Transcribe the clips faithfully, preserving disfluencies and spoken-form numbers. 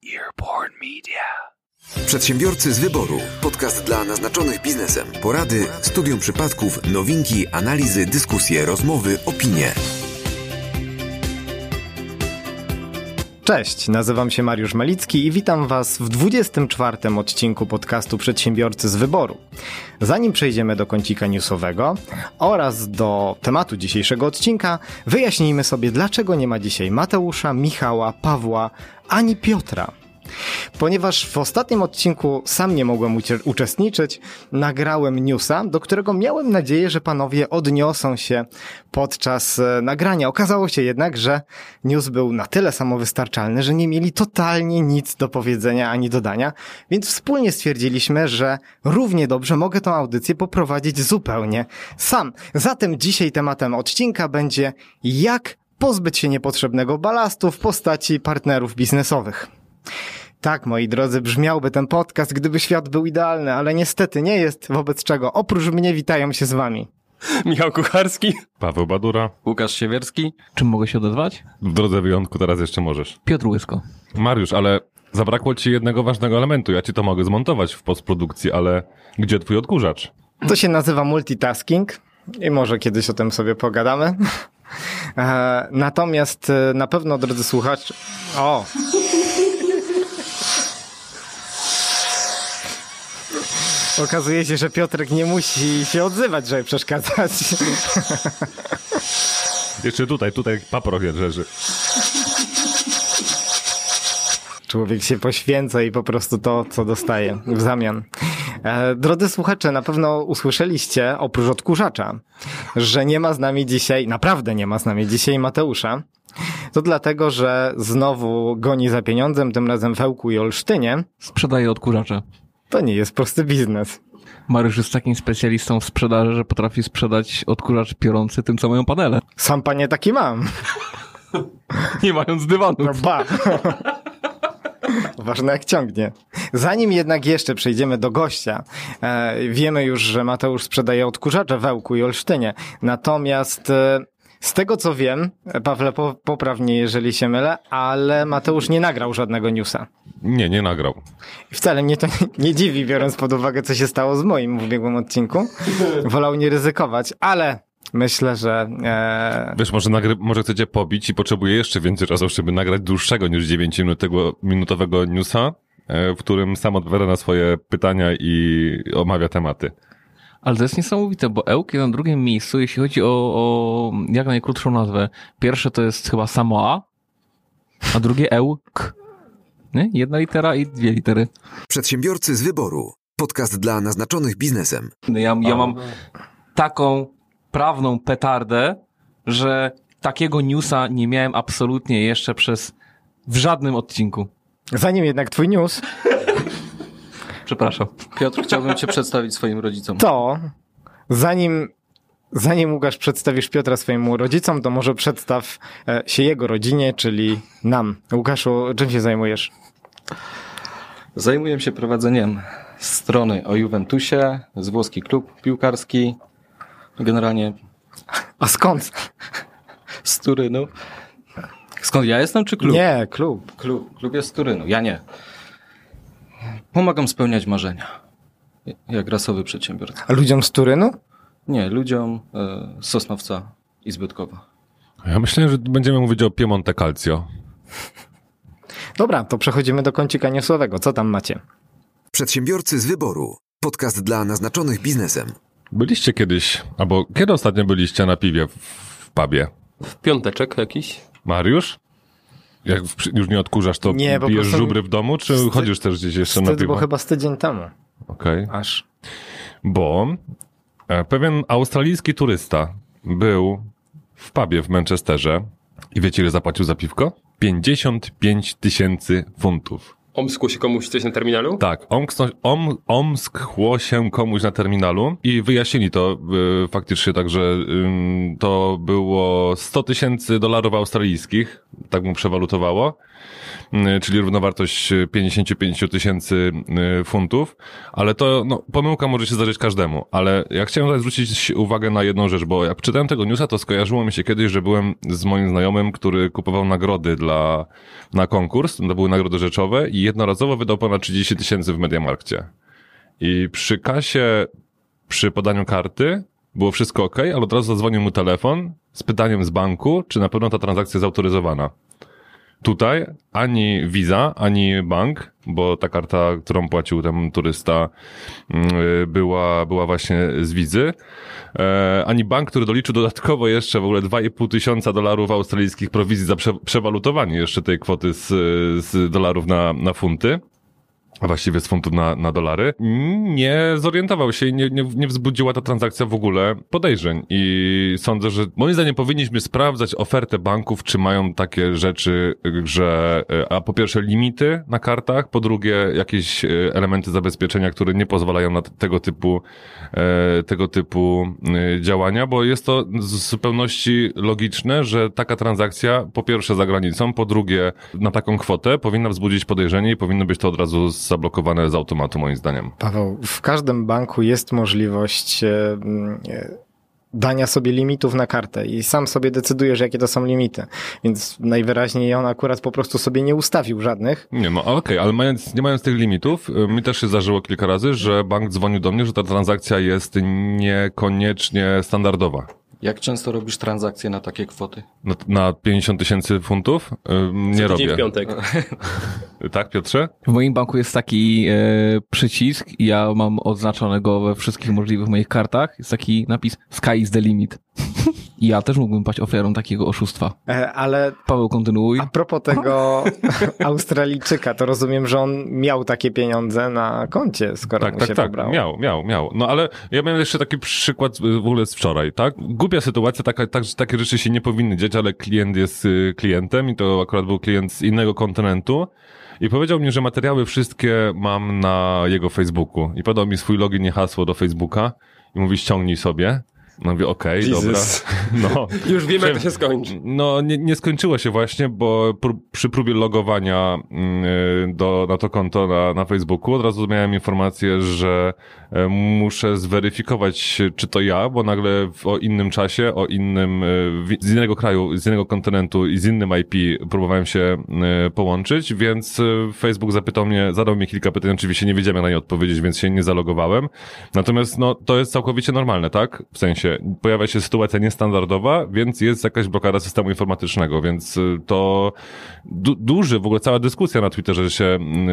Earborn Media. Przedsiębiorcy z wyboru. Podcast dla naznaczonych biznesem. Porady, studium przypadków, nowinki, analizy, dyskusje, rozmowy, opinie. Cześć, nazywam się Mariusz Malicki i witam Was w dwudziestym czwartym odcinku podcastu Przedsiębiorcy z wyboru. Zanim przejdziemy do kącika newsowego oraz do tematu dzisiejszego odcinka, wyjaśnijmy sobie, dlaczego nie ma dzisiaj Mateusza, Michała, Pawła ani Piotra. Ponieważ w ostatnim odcinku sam nie mogłem ucie- uczestniczyć, nagrałem newsa, do którego miałem nadzieję, że panowie odniosą się podczas e, nagrania. Okazało się jednak, że news był na tyle samowystarczalny, że nie mieli totalnie nic do powiedzenia ani dodania, więc wspólnie stwierdziliśmy, że równie dobrze mogę tę audycję poprowadzić zupełnie sam. Zatem dzisiaj tematem odcinka będzie jak pozbyć się niepotrzebnego balastu w postaci partnerów biznesowych. Tak, moi drodzy, brzmiałby ten podcast, gdyby świat był idealny, ale niestety nie jest, wobec czego oprócz mnie witają się z wami Michał Kucharski, Paweł Badura, Łukasz Siewierski. Czym mogę się odezwać? w drodze wyjątku teraz jeszcze możesz. Piotr Łysko. Mariusz, ale zabrakło ci jednego ważnego elementu, ja ci to mogę zmontować w postprodukcji, ale gdzie twój odkurzacz? To się nazywa multitasking i może kiedyś o tym sobie pogadamy. E, natomiast e, na pewno, drodzy słuchacze... O! Okazuje się, że Piotrek nie musi się odzywać, żeby przeszkadzać. Jeszcze tutaj, tutaj paproch leży. Człowiek się poświęca i po prostu to, co dostaje w zamian. E, drodzy słuchacze, na pewno usłyszeliście, oprócz odkurzacza, że nie ma z nami dzisiaj, naprawdę nie ma z nami dzisiaj Mateusza. To dlatego, że znowu goni za pieniądzem, tym razem w Ełku i Olsztynie. Sprzedaję odkurzacze. To nie jest prosty biznes. Mariusz jest takim specjalistą w sprzedaży, że potrafi sprzedać odkurzacz piorący tym, co mają panele. Sam panie taki mam. Nie mając dywanu. No ba. Ważne jak ciągnie. Zanim jednak jeszcze przejdziemy do gościa, e, wiemy już, że Mateusz sprzedaje odkurzacze w Ełku i Olsztynie. Natomiast e, z tego co wiem, Pawle, po, popraw mnie, jeżeli się mylę, ale Mateusz nie nagrał żadnego newsa. Nie, nie nagrał. I wcale mnie to nie dziwi, biorąc pod uwagę, co się stało z moim w ubiegłym odcinku. Wolał nie ryzykować, ale myślę, że... E... Wiesz, może, nagry- może chcecie pobić i potrzebuje jeszcze więcej czasu, żeby nagrać dłuższego niż dziewięciominutowego newsa, e, w którym sam odpowiada na swoje pytania i omawia tematy. Ale to jest niesamowite, bo Ełk jest na drugim miejscu, jeśli chodzi o, o jak najkrótszą nazwę. Pierwsze to jest chyba Samoa, a drugie Ełk. Nie? Jedna litera i dwie litery. Przedsiębiorcy z wyboru. Podcast dla naznaczonych biznesem. Ja, ja mam taką prawną petardę, że takiego newsa nie miałem absolutnie jeszcze przez w żadnym odcinku. Zanim jednak twój news, Przepraszam. Piotr, chciałbym cię przedstawić swoim rodzicom. to zanim, zanim Łukasz przedstawisz Piotra swoim rodzicom, to może przedstaw e, się jego rodzinie, czyli nam. Łukaszu, czym się zajmujesz? Zajmuję się prowadzeniem strony o Juventusie, z włoski klub piłkarski, generalnie A skąd? z Turynu. Skąd ja jestem, czy klub? Nie, klub. Klub, klub jest z Turynu, ja nie. Pomagam spełniać marzenia, jak rasowy przedsiębiorca. A ludziom z Turynu? Nie, ludziom e, z Sosnowca i Zbytkowa. Ja myślę, że będziemy mówić o Piemonte Calcio. Dobra, to przechodzimy do kącika newsowego. Co tam macie? Przedsiębiorcy z wyboru. Podcast dla naznaczonych biznesem. Byliście kiedyś, albo kiedy ostatnio byliście na piwie w, w pubie? W piąteczek jakiś? Mariusz? Jak w, już nie odkurzasz, to Nie, po pijesz prostu żubry w domu, czy wstyd- chodzisz też gdzieś jeszcze na Wstyd, piwo? bo chyba z tydzień temu. Okej. Okay. Aż. Bo e, pewien australijski turysta był w pubie w Manchesterze i wiecie, ile zapłacił za piwko? pięćdziesiąt pięć tysięcy funtów. Omskło się komuś coś na terminalu? Tak, omsknął, om, omskło się komuś na terminalu i wyjaśnili to y, faktycznie tak, że y, to było sto tysięcy dolarów australijskich, tak mu przewalutowało, y, czyli równowartość pięćdziesiąt pięć tysięcy y, funtów, ale to, no, pomyłka może się zdarzyć każdemu, ale ja chciałem tutaj zwrócić uwagę na jedną rzecz, bo jak czytałem tego newsa, to skojarzyło mi się kiedyś, że byłem z moim znajomym, który kupował nagrody dla, na konkurs, to były nagrody rzeczowe i jednorazowo wydał ponad trzydzieści tysięcy w Mediamarkcie. I przy kasie, przy podaniu karty było wszystko ok, ale od razu zadzwonił mu telefon z pytaniem z banku, czy na pewno ta transakcja jest zautoryzowana. Tutaj ani Visa, ani bank, bo ta karta, którą płacił ten turysta, była, była właśnie z Wizy, ani bank, który doliczył dodatkowo jeszcze w ogóle dwa i pół tysiąca dolarów australijskich prowizji za prze, przewalutowanie jeszcze tej kwoty z, z dolarów na, na funty, a właściwie z funtów na, na dolary, nie zorientował się i nie, nie, nie wzbudziła ta transakcja w ogóle podejrzeń. I sądzę, że moim zdaniem powinniśmy sprawdzać ofertę banków, czy mają takie rzeczy, że a po pierwsze limity na kartach, po drugie jakieś elementy zabezpieczenia, które nie pozwalają na tego typu tego typu działania, bo jest to w zupełności logiczne, że taka transakcja po pierwsze za granicą, po drugie na taką kwotę powinna wzbudzić podejrzenie i powinno być to od razu zablokowane z automatu, moim zdaniem. Paweł, w każdym banku jest możliwość e, dania sobie limitów na kartę i sam sobie decydujesz, jakie to są limity. Więc najwyraźniej on akurat po prostu sobie nie ustawił żadnych. Nie, no okej, okay, ale mając, nie mając tych limitów, mi też się zdarzyło kilka razy, że bank dzwonił do mnie, że ta transakcja jest niekoniecznie standardowa. Jak często robisz transakcje na takie kwoty? Na, na pięćdziesiąt tysięcy funtów? Nie Co robię. tydzień w piątek. Tak, Piotrze? W moim banku jest taki e, przycisk, ja mam oznaczone go we wszystkich możliwych moich kartach, jest taki napis Sky is the limit. I ja też mógłbym paść ofiarą takiego oszustwa. E, ale Paweł, kontynuuj. a propos tego Australijczyka, to rozumiem, że on miał takie pieniądze na koncie, skoro tak, mu tak, się tak, pobrało. miał, miał, miał. No ale ja miałem jeszcze taki przykład w ogóle z wczoraj, tak? Głupia sytuacja, taka, tak, że takie rzeczy się nie powinny dziać, ale klient jest klientem i to akurat był klient z innego kontynentu i powiedział mi, że materiały wszystkie mam na jego Facebooku i podał mi swój login i hasło do Facebooka i mówi ściągnij sobie. No mówię, okej, okay, dobra. No, już wiemy, jak to się skończy. No, nie, nie skończyło się właśnie, bo pró- przy próbie logowania yy, do, na to konto na, na Facebooku od razu miałem informację, że yy, muszę zweryfikować, czy to ja, bo nagle w, o innym czasie, o innym, yy, z innego kraju, z innego kontynentu i z innym I P próbowałem się yy, połączyć, więc yy, Facebook zapytał mnie, zadał mi kilka pytań, oczywiście nie wiedziałem jak na nie odpowiedzieć, więc się nie zalogowałem. Natomiast no, to jest całkowicie normalne, tak? W sensie pojawia się sytuacja niestandardowa, więc jest jakaś blokada systemu informatycznego, więc to du- duży, w ogóle cała dyskusja na Twitterze się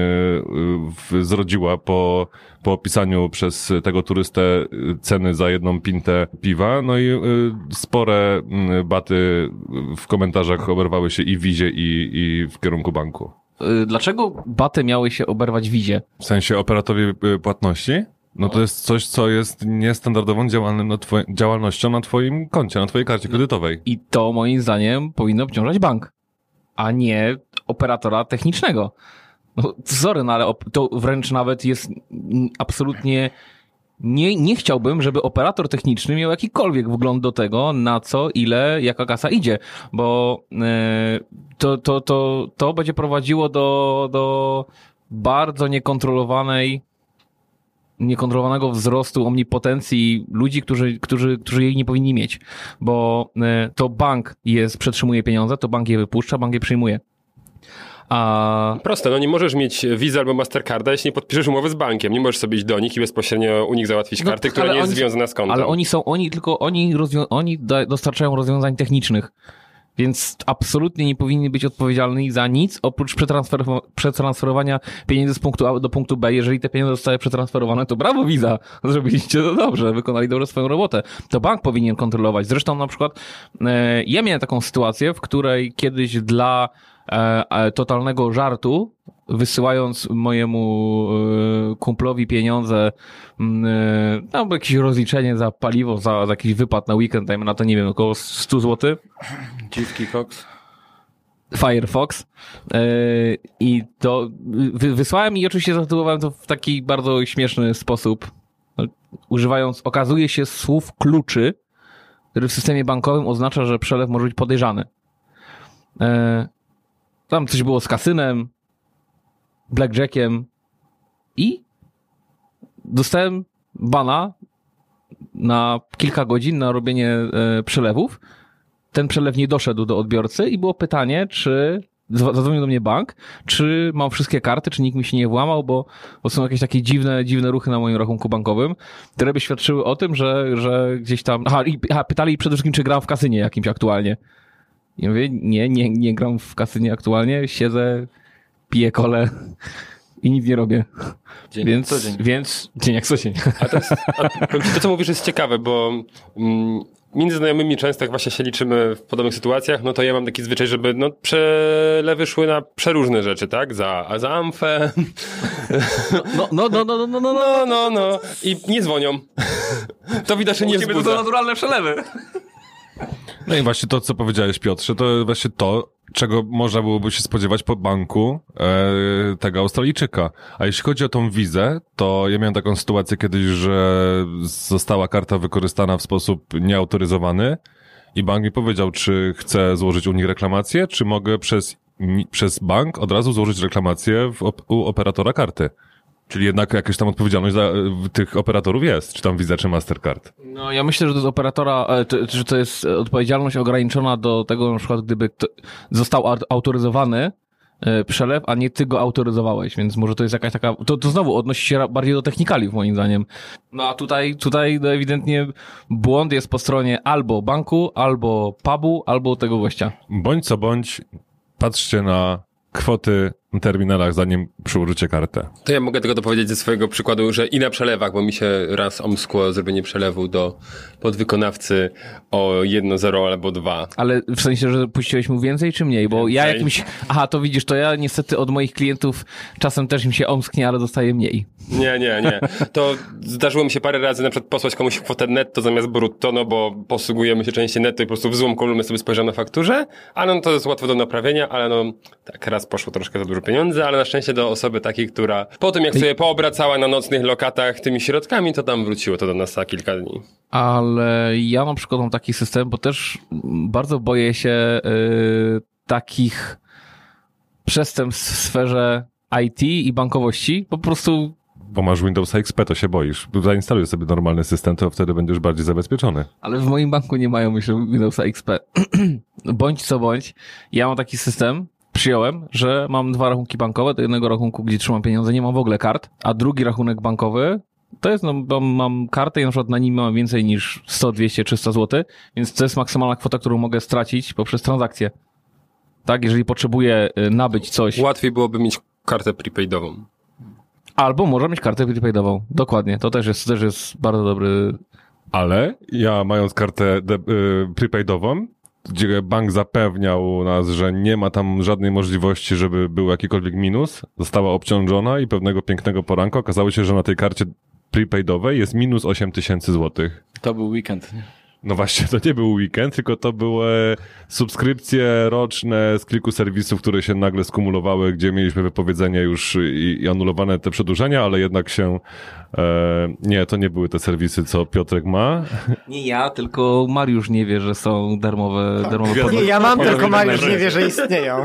yy, yy, zrodziła po, po opisaniu przez tego turystę ceny za jedną pintę piwa, no i yy, spore yy, baty w komentarzach oberwały się i w Wizie, i, i w kierunku banku. Dlaczego baty miały się oberwać w Wizie? W sensie operatowi płatności? No to jest coś, co jest niestandardową działalnym na twoi- działalnością na twoim koncie, na twojej karcie kredytowej. I to moim zdaniem powinno obciążać bank, a nie operatora technicznego. No, sorry, no ale op- to wręcz nawet jest absolutnie... Nie, nie chciałbym, żeby operator techniczny miał jakikolwiek wgląd do tego, na co, ile, jaka kasa idzie, bo yy, to, to, to, to będzie prowadziło do, do bardzo niekontrolowanej niekontrolowanego wzrostu omnipotencji ludzi, którzy, którzy, którzy jej nie powinni mieć, bo to bank jest, przetrzymuje pieniądze, to bank je wypuszcza, bank je przyjmuje. A... Proste, no nie możesz mieć Visa albo Mastercarda, jeśli nie podpiszesz umowy z bankiem. Nie możesz sobie iść do nich i bezpośrednio u nich załatwić no, karty, która nie jest oni, związana z kontem. Ale oni są, oni tylko, oni, rozwią- oni da- dostarczają rozwiązań technicznych. Więc absolutnie nie powinni być odpowiedzialni za nic, oprócz przetransfer- przetransferowania pieniędzy z punktu A do punktu B. Jeżeli te pieniądze zostały przetransferowane, to brawo Visa, zrobiliście to dobrze, wykonali dobrze swoją robotę. To bank powinien kontrolować. Zresztą na przykład e, ja miałem taką sytuację, w której kiedyś dla e, totalnego żartu, wysyłając mojemu e, kumplowi pieniądze, e, no jakieś rozliczenie za paliwo, za, za jakiś wypad na weekend, dajmy na to, nie wiem, około sto złotych. Dziwki koks. Firefox yy, i to wy, wysłałem i oczywiście zatytułowałem to w taki bardzo śmieszny sposób, no, używając, okazuje się, słów kluczy, który w systemie bankowym oznacza, że przelew może być podejrzany. Yy, tam coś było z kasynem, blackjackiem i dostałem bana na kilka godzin na robienie yy, przelewów. Ten przelew nie doszedł do odbiorcy i było pytanie, czy zadzwonił do mnie bank, czy mam wszystkie karty, czy nikt mi się nie włamał, bo, bo są jakieś takie dziwne, dziwne ruchy na moim rachunku bankowym, które by świadczyły o tym, że, że gdzieś tam... Aha, i, aha, pytali przede wszystkim, czy gram w kasynie jakimś aktualnie. I mówię, nie, nie, nie gram w kasynie aktualnie, siedzę, piję kolę i nic nie robię. Dzień więc, jak co dzień. Więc dzień jak co dzień. A to, jest, a to, co mówisz, jest ciekawe, bo mm, między znajomymi często jak właśnie się liczymy w podobnych sytuacjach, no to ja mam taki zwyczaj, żeby no, przelewy szły na przeróżne rzeczy, tak? Za, za amfę. No, no, no, no, no, no, no, No, no, no. I nie dzwonią. To widocznie nie wzbudza. to są naturalne przelewy. No i właśnie to, co powiedziałeś, Piotrze, to właśnie to, czego można byłoby się spodziewać po banku e, tego Australijczyka. A jeśli chodzi o tą wizę, to ja miałem taką sytuację kiedyś, że została karta wykorzystana w sposób nieautoryzowany i bank mi powiedział, czy chcę złożyć u nich reklamację, czy mogę przez, przez bank od razu złożyć reklamację w, u operatora karty. Czyli jednak jakaś tam odpowiedzialność za, tych operatorów jest, czy tam Visa, czy Mastercard. No ja myślę, że to jest operatora, że to jest odpowiedzialność ograniczona do tego, na przykład gdyby został autoryzowany przelew, a nie ty go autoryzowałeś, więc może to jest jakaś taka, to, to znowu odnosi się bardziej do technikaliów moim zdaniem. No a tutaj, tutaj no ewidentnie błąd jest po stronie albo banku, albo pubu, albo tego gościa. Bądź co bądź, patrzcie na kwoty na terminalach, zanim przyłożycie kartę. To ja mogę tylko dopowiedzieć ze swojego przykładu, że i na przelewach, bo mi się raz omskło zrobienie przelewu do podwykonawcy o jedno zero albo dwa. Ale w sensie, że puściłeś mu więcej czy mniej? Bo więcej. Ja jakimś... Aha, to widzisz, to ja niestety od moich klientów czasem też im się omsknie, ale dostaję mniej. Nie, nie, nie. To zdarzyło mi się parę razy na przykład posłać komuś kwotę netto zamiast brutto, no bo posługujemy się częściej netto i po prostu w złą kolumnę sobie spojrzałem na fakturze, ale no to jest łatwo do naprawienia, ale no tak raz poszło troszkę za dużo pieniędzy, ale na szczęście do osoby takiej, która po tym jak sobie poobracała na nocnych lokatach tymi środkami, to tam wróciło to do nas za kilka dni. Ale ja na przykład mam taki system, bo też bardzo boję się yy, takich przestępstw w sferze I T i bankowości. Po prostu... Bo masz Windows X P, to się boisz. Zainstaluj sobie normalny system, to wtedy będziesz bardziej zabezpieczony. Ale w moim banku nie mają, myślę, Windowsa X P. Bądź co bądź, ja mam taki system, przyjąłem, że mam dwa rachunki bankowe, do jednego rachunku, gdzie trzymam pieniądze, nie mam w ogóle kart, a drugi rachunek bankowy, to jest, no, mam, mam kartę i na przykład na nim mam więcej niż sto, dwieście, trzysta złotych, więc to jest maksymalna kwota, którą mogę stracić poprzez transakcję. Tak, jeżeli potrzebuję nabyć coś. Łatwiej byłoby mieć kartę prepaidową. Albo może mieć kartę prepaidową. Dokładnie, to też jest, to też jest bardzo dobry... Ale ja mając kartę de- y, prepaidową, gdzie bank zapewniał nas, że nie ma tam żadnej możliwości, żeby był jakikolwiek minus, została obciążona i pewnego pięknego poranku okazało się, że na tej karcie prepaidowej jest minus osiem tysięcy złotych. To był weekend, nie? No właśnie, to nie był weekend, tylko to były subskrypcje roczne z kilku serwisów, które się nagle skumulowały, gdzie mieliśmy wypowiedzenie już i, i anulowane te przedłużenia, ale jednak się... E, nie, to nie były te serwisy, co Piotrek ma. Nie ja, tylko Mariusz nie wie, że są darmowe... Tak. darmowe Nie, podmioty. ja mam, tylko Mariusz nie wie, że istnieją.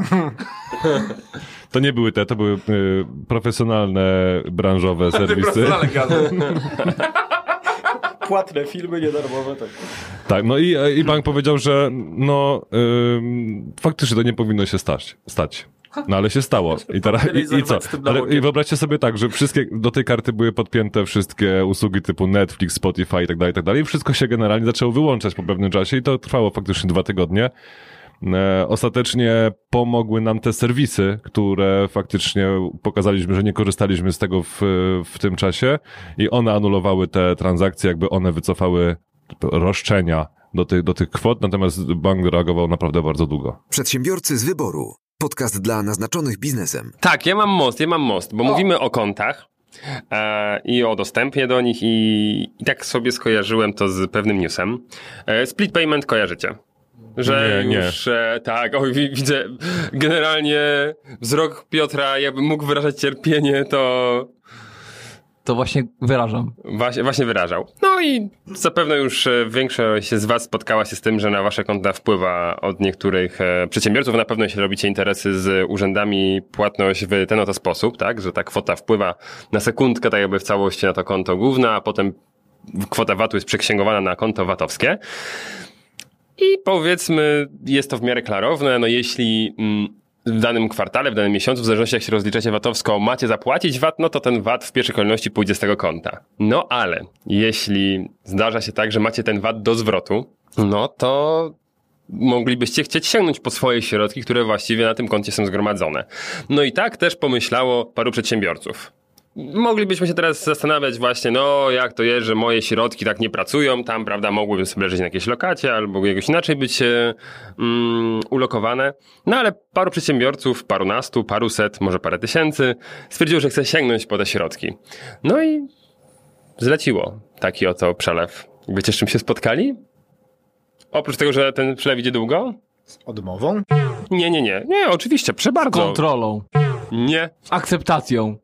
To nie były te, to były y, profesjonalne, branżowe serwisy. Płatne filmy, niedarmowe, tak. Tak, no i, i bank powiedział, że no ym, faktycznie to nie powinno się stać. stać. No ale się stało. I, teraz, i, i co? Ale, I wyobraźcie sobie tak, że wszystkie, do tej karty były podpięte wszystkie usługi typu Netflix, Spotify i tak dalej, i tak dalej. I wszystko się generalnie zaczęło wyłączać po pewnym czasie i to trwało faktycznie dwa tygodnie. E, ostatecznie pomogły nam te serwisy, które faktycznie pokazaliśmy, że nie korzystaliśmy z tego w, w tym czasie i one anulowały te transakcje, jakby one wycofały roszczenia do, ty, do tych kwot, natomiast bank reagował naprawdę bardzo długo. Przedsiębiorcy z wyboru. Podcast dla naznaczonych biznesem. Tak, ja mam most, ja mam most, bo o. mówimy o kontach e, i o dostępie do nich i, i tak sobie skojarzyłem to z pewnym newsem. E, split payment kojarzycie. Że nie, już, e, tak, o, widzę, generalnie wzrok Piotra, jakby mógł wyrażać cierpienie, to To właśnie wyrażam. właśnie, właśnie wyrażał. No i zapewne już e, większość z was spotkała się z tym, że na wasze konta wpływa od niektórych e, przedsiębiorców. Na pewno jeśli robicie interesy z urzędami, płatność w ten oto sposób, tak, że ta kwota wpływa na sekundkę, tak jakby w całości na to konto główne, a potem kwota V A T-u jest przeksięgowana na konto vatowskie. I powiedzmy, jest to w miarę klarowne, no jeśli mm, w danym kwartale, w danym miesiącu, w zależności jak się rozliczacie vatowsko, macie zapłacić V A T, no to ten V A T w pierwszej kolejności pójdzie z tego konta. No ale jeśli zdarza się tak, że macie ten V A T do zwrotu, no to moglibyście chcieć sięgnąć po swoje środki, które właściwie na tym koncie są zgromadzone. No i tak też pomyślało paru przedsiębiorców. Moglibyśmy się teraz zastanawiać właśnie, no jak to jest, że moje środki tak nie pracują, tam, prawda, mogłyby sobie leżeć na jakiejś lokacie albo jakoś inaczej być e, mm, ulokowane. No ale paru przedsiębiorców, parunastu, paruset, może parę tysięcy stwierdziło, że chce sięgnąć po te środki. No i zleciło taki oto przelew. Wiecie, z czym się spotkali? Oprócz tego, że ten przelew idzie długo? Z odmową? Nie, nie, nie. Nie, oczywiście, przebardzo. Kontrolą. Nie. Akceptacją.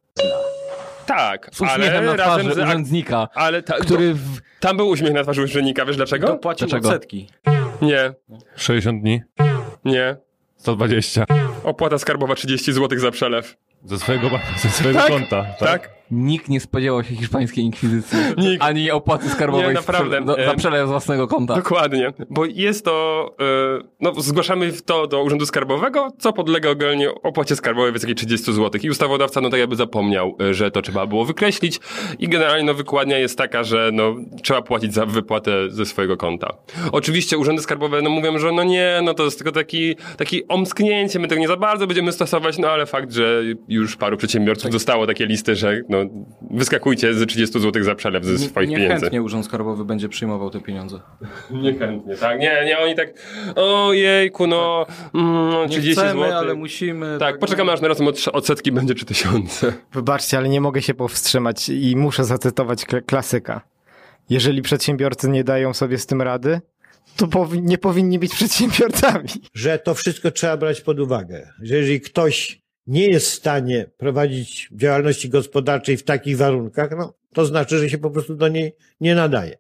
Tak, Z uśmiechem ale na twarzy razem z... urzędnika, Ale ta, który... W... Tam był uśmiech na twarzy urzędnika, wiesz dlaczego? Dopłacił Dlaczego? odsetki. Nie, sześćdziesiąt dni, nie. sto dwadzieścia. Opłata skarbowa trzydzieści złotych za przelew. Ze swojego, ze swojego Tak, konta. Tak? Nikt nie spodziewał się hiszpańskiej inkwizycji. Nikt. Ani opłaty skarbowej Nie, naprawdę. z, do, za przelew z własnego konta. Dokładnie, bo jest to, yy, no zgłaszamy to do Urzędu Skarbowego, co podlega ogólnie opłacie skarbowej w wysokiej trzydzieści złotych i ustawodawca no tak jakby zapomniał, yy, że to trzeba było wykreślić i generalnie no wykładnia jest taka, że no trzeba płacić za wypłatę ze swojego konta. Oczywiście urzędy skarbowe no mówią, że no nie, no to jest tylko taki, taki omsknięcie, my tego nie za bardzo będziemy stosować, no ale fakt, że już paru przedsiębiorców dostało takie listy, że no wyskakujcie ze trzydzieści złotych za przelew ze swoich pieniędzy. Niechętnie Urząd Skarbowy będzie przyjmował te pieniądze. Niechętnie, tak? Nie, nie, oni tak, ojejku, no, mm, Nie trzydzieści chcemy, złotych. ale musimy. Tak, poczekamy aż na razem od, odsetki będzie trzy tysiące. Wybaczcie, ale nie mogę się powstrzymać i muszę zacytować kl- klasyka. Jeżeli przedsiębiorcy nie dają sobie z tym rady, to powi- nie powinni być przedsiębiorcami. Że to wszystko trzeba brać pod uwagę. Że jeżeli ktoś nie jest w stanie prowadzić działalności gospodarczej w takich warunkach, no to znaczy, że się po prostu do niej nie nadaje.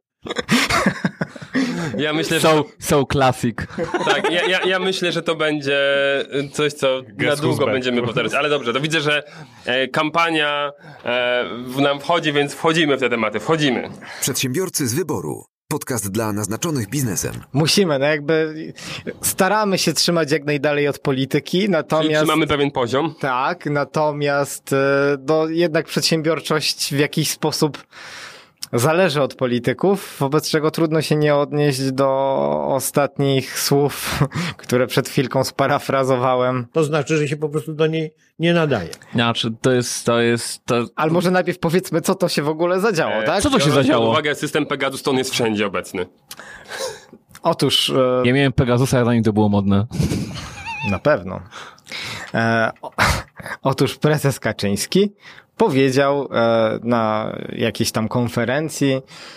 Ja myślę, że... So, so classic. Tak, ja, ja, ja myślę, że to będzie coś, co na długo będziemy powtarzać. Ale dobrze, to widzę, że e, kampania e, w nam wchodzi, więc wchodzimy w te tematy, wchodzimy. Przedsiębiorcy z wyboru. Podcast dla naznaczonych biznesem. Musimy, no jakby staramy się trzymać jak najdalej od polityki, Czyli natomiast... mamy pewien poziom. Tak, natomiast e, no, jednak przedsiębiorczość w jakiś sposób zależy od polityków, wobec czego trudno się nie odnieść do ostatnich słów, które przed chwilką sparafrazowałem. To znaczy, że się po prostu do niej nie nadaje. Znaczy, to jest, to jest, to... Ale może najpierw powiedzmy, co to się w ogóle zadziało, E, tak? Co to się biorąc pod zadziało? uwagę, system Pegasus to on jest wszędzie obecny. Otóż... E, Ja miałem Pegasusa, zanim to było modne. Na pewno. E, o, otóż prezes Kaczyński powiedział e, na jakiejś tam konferencji,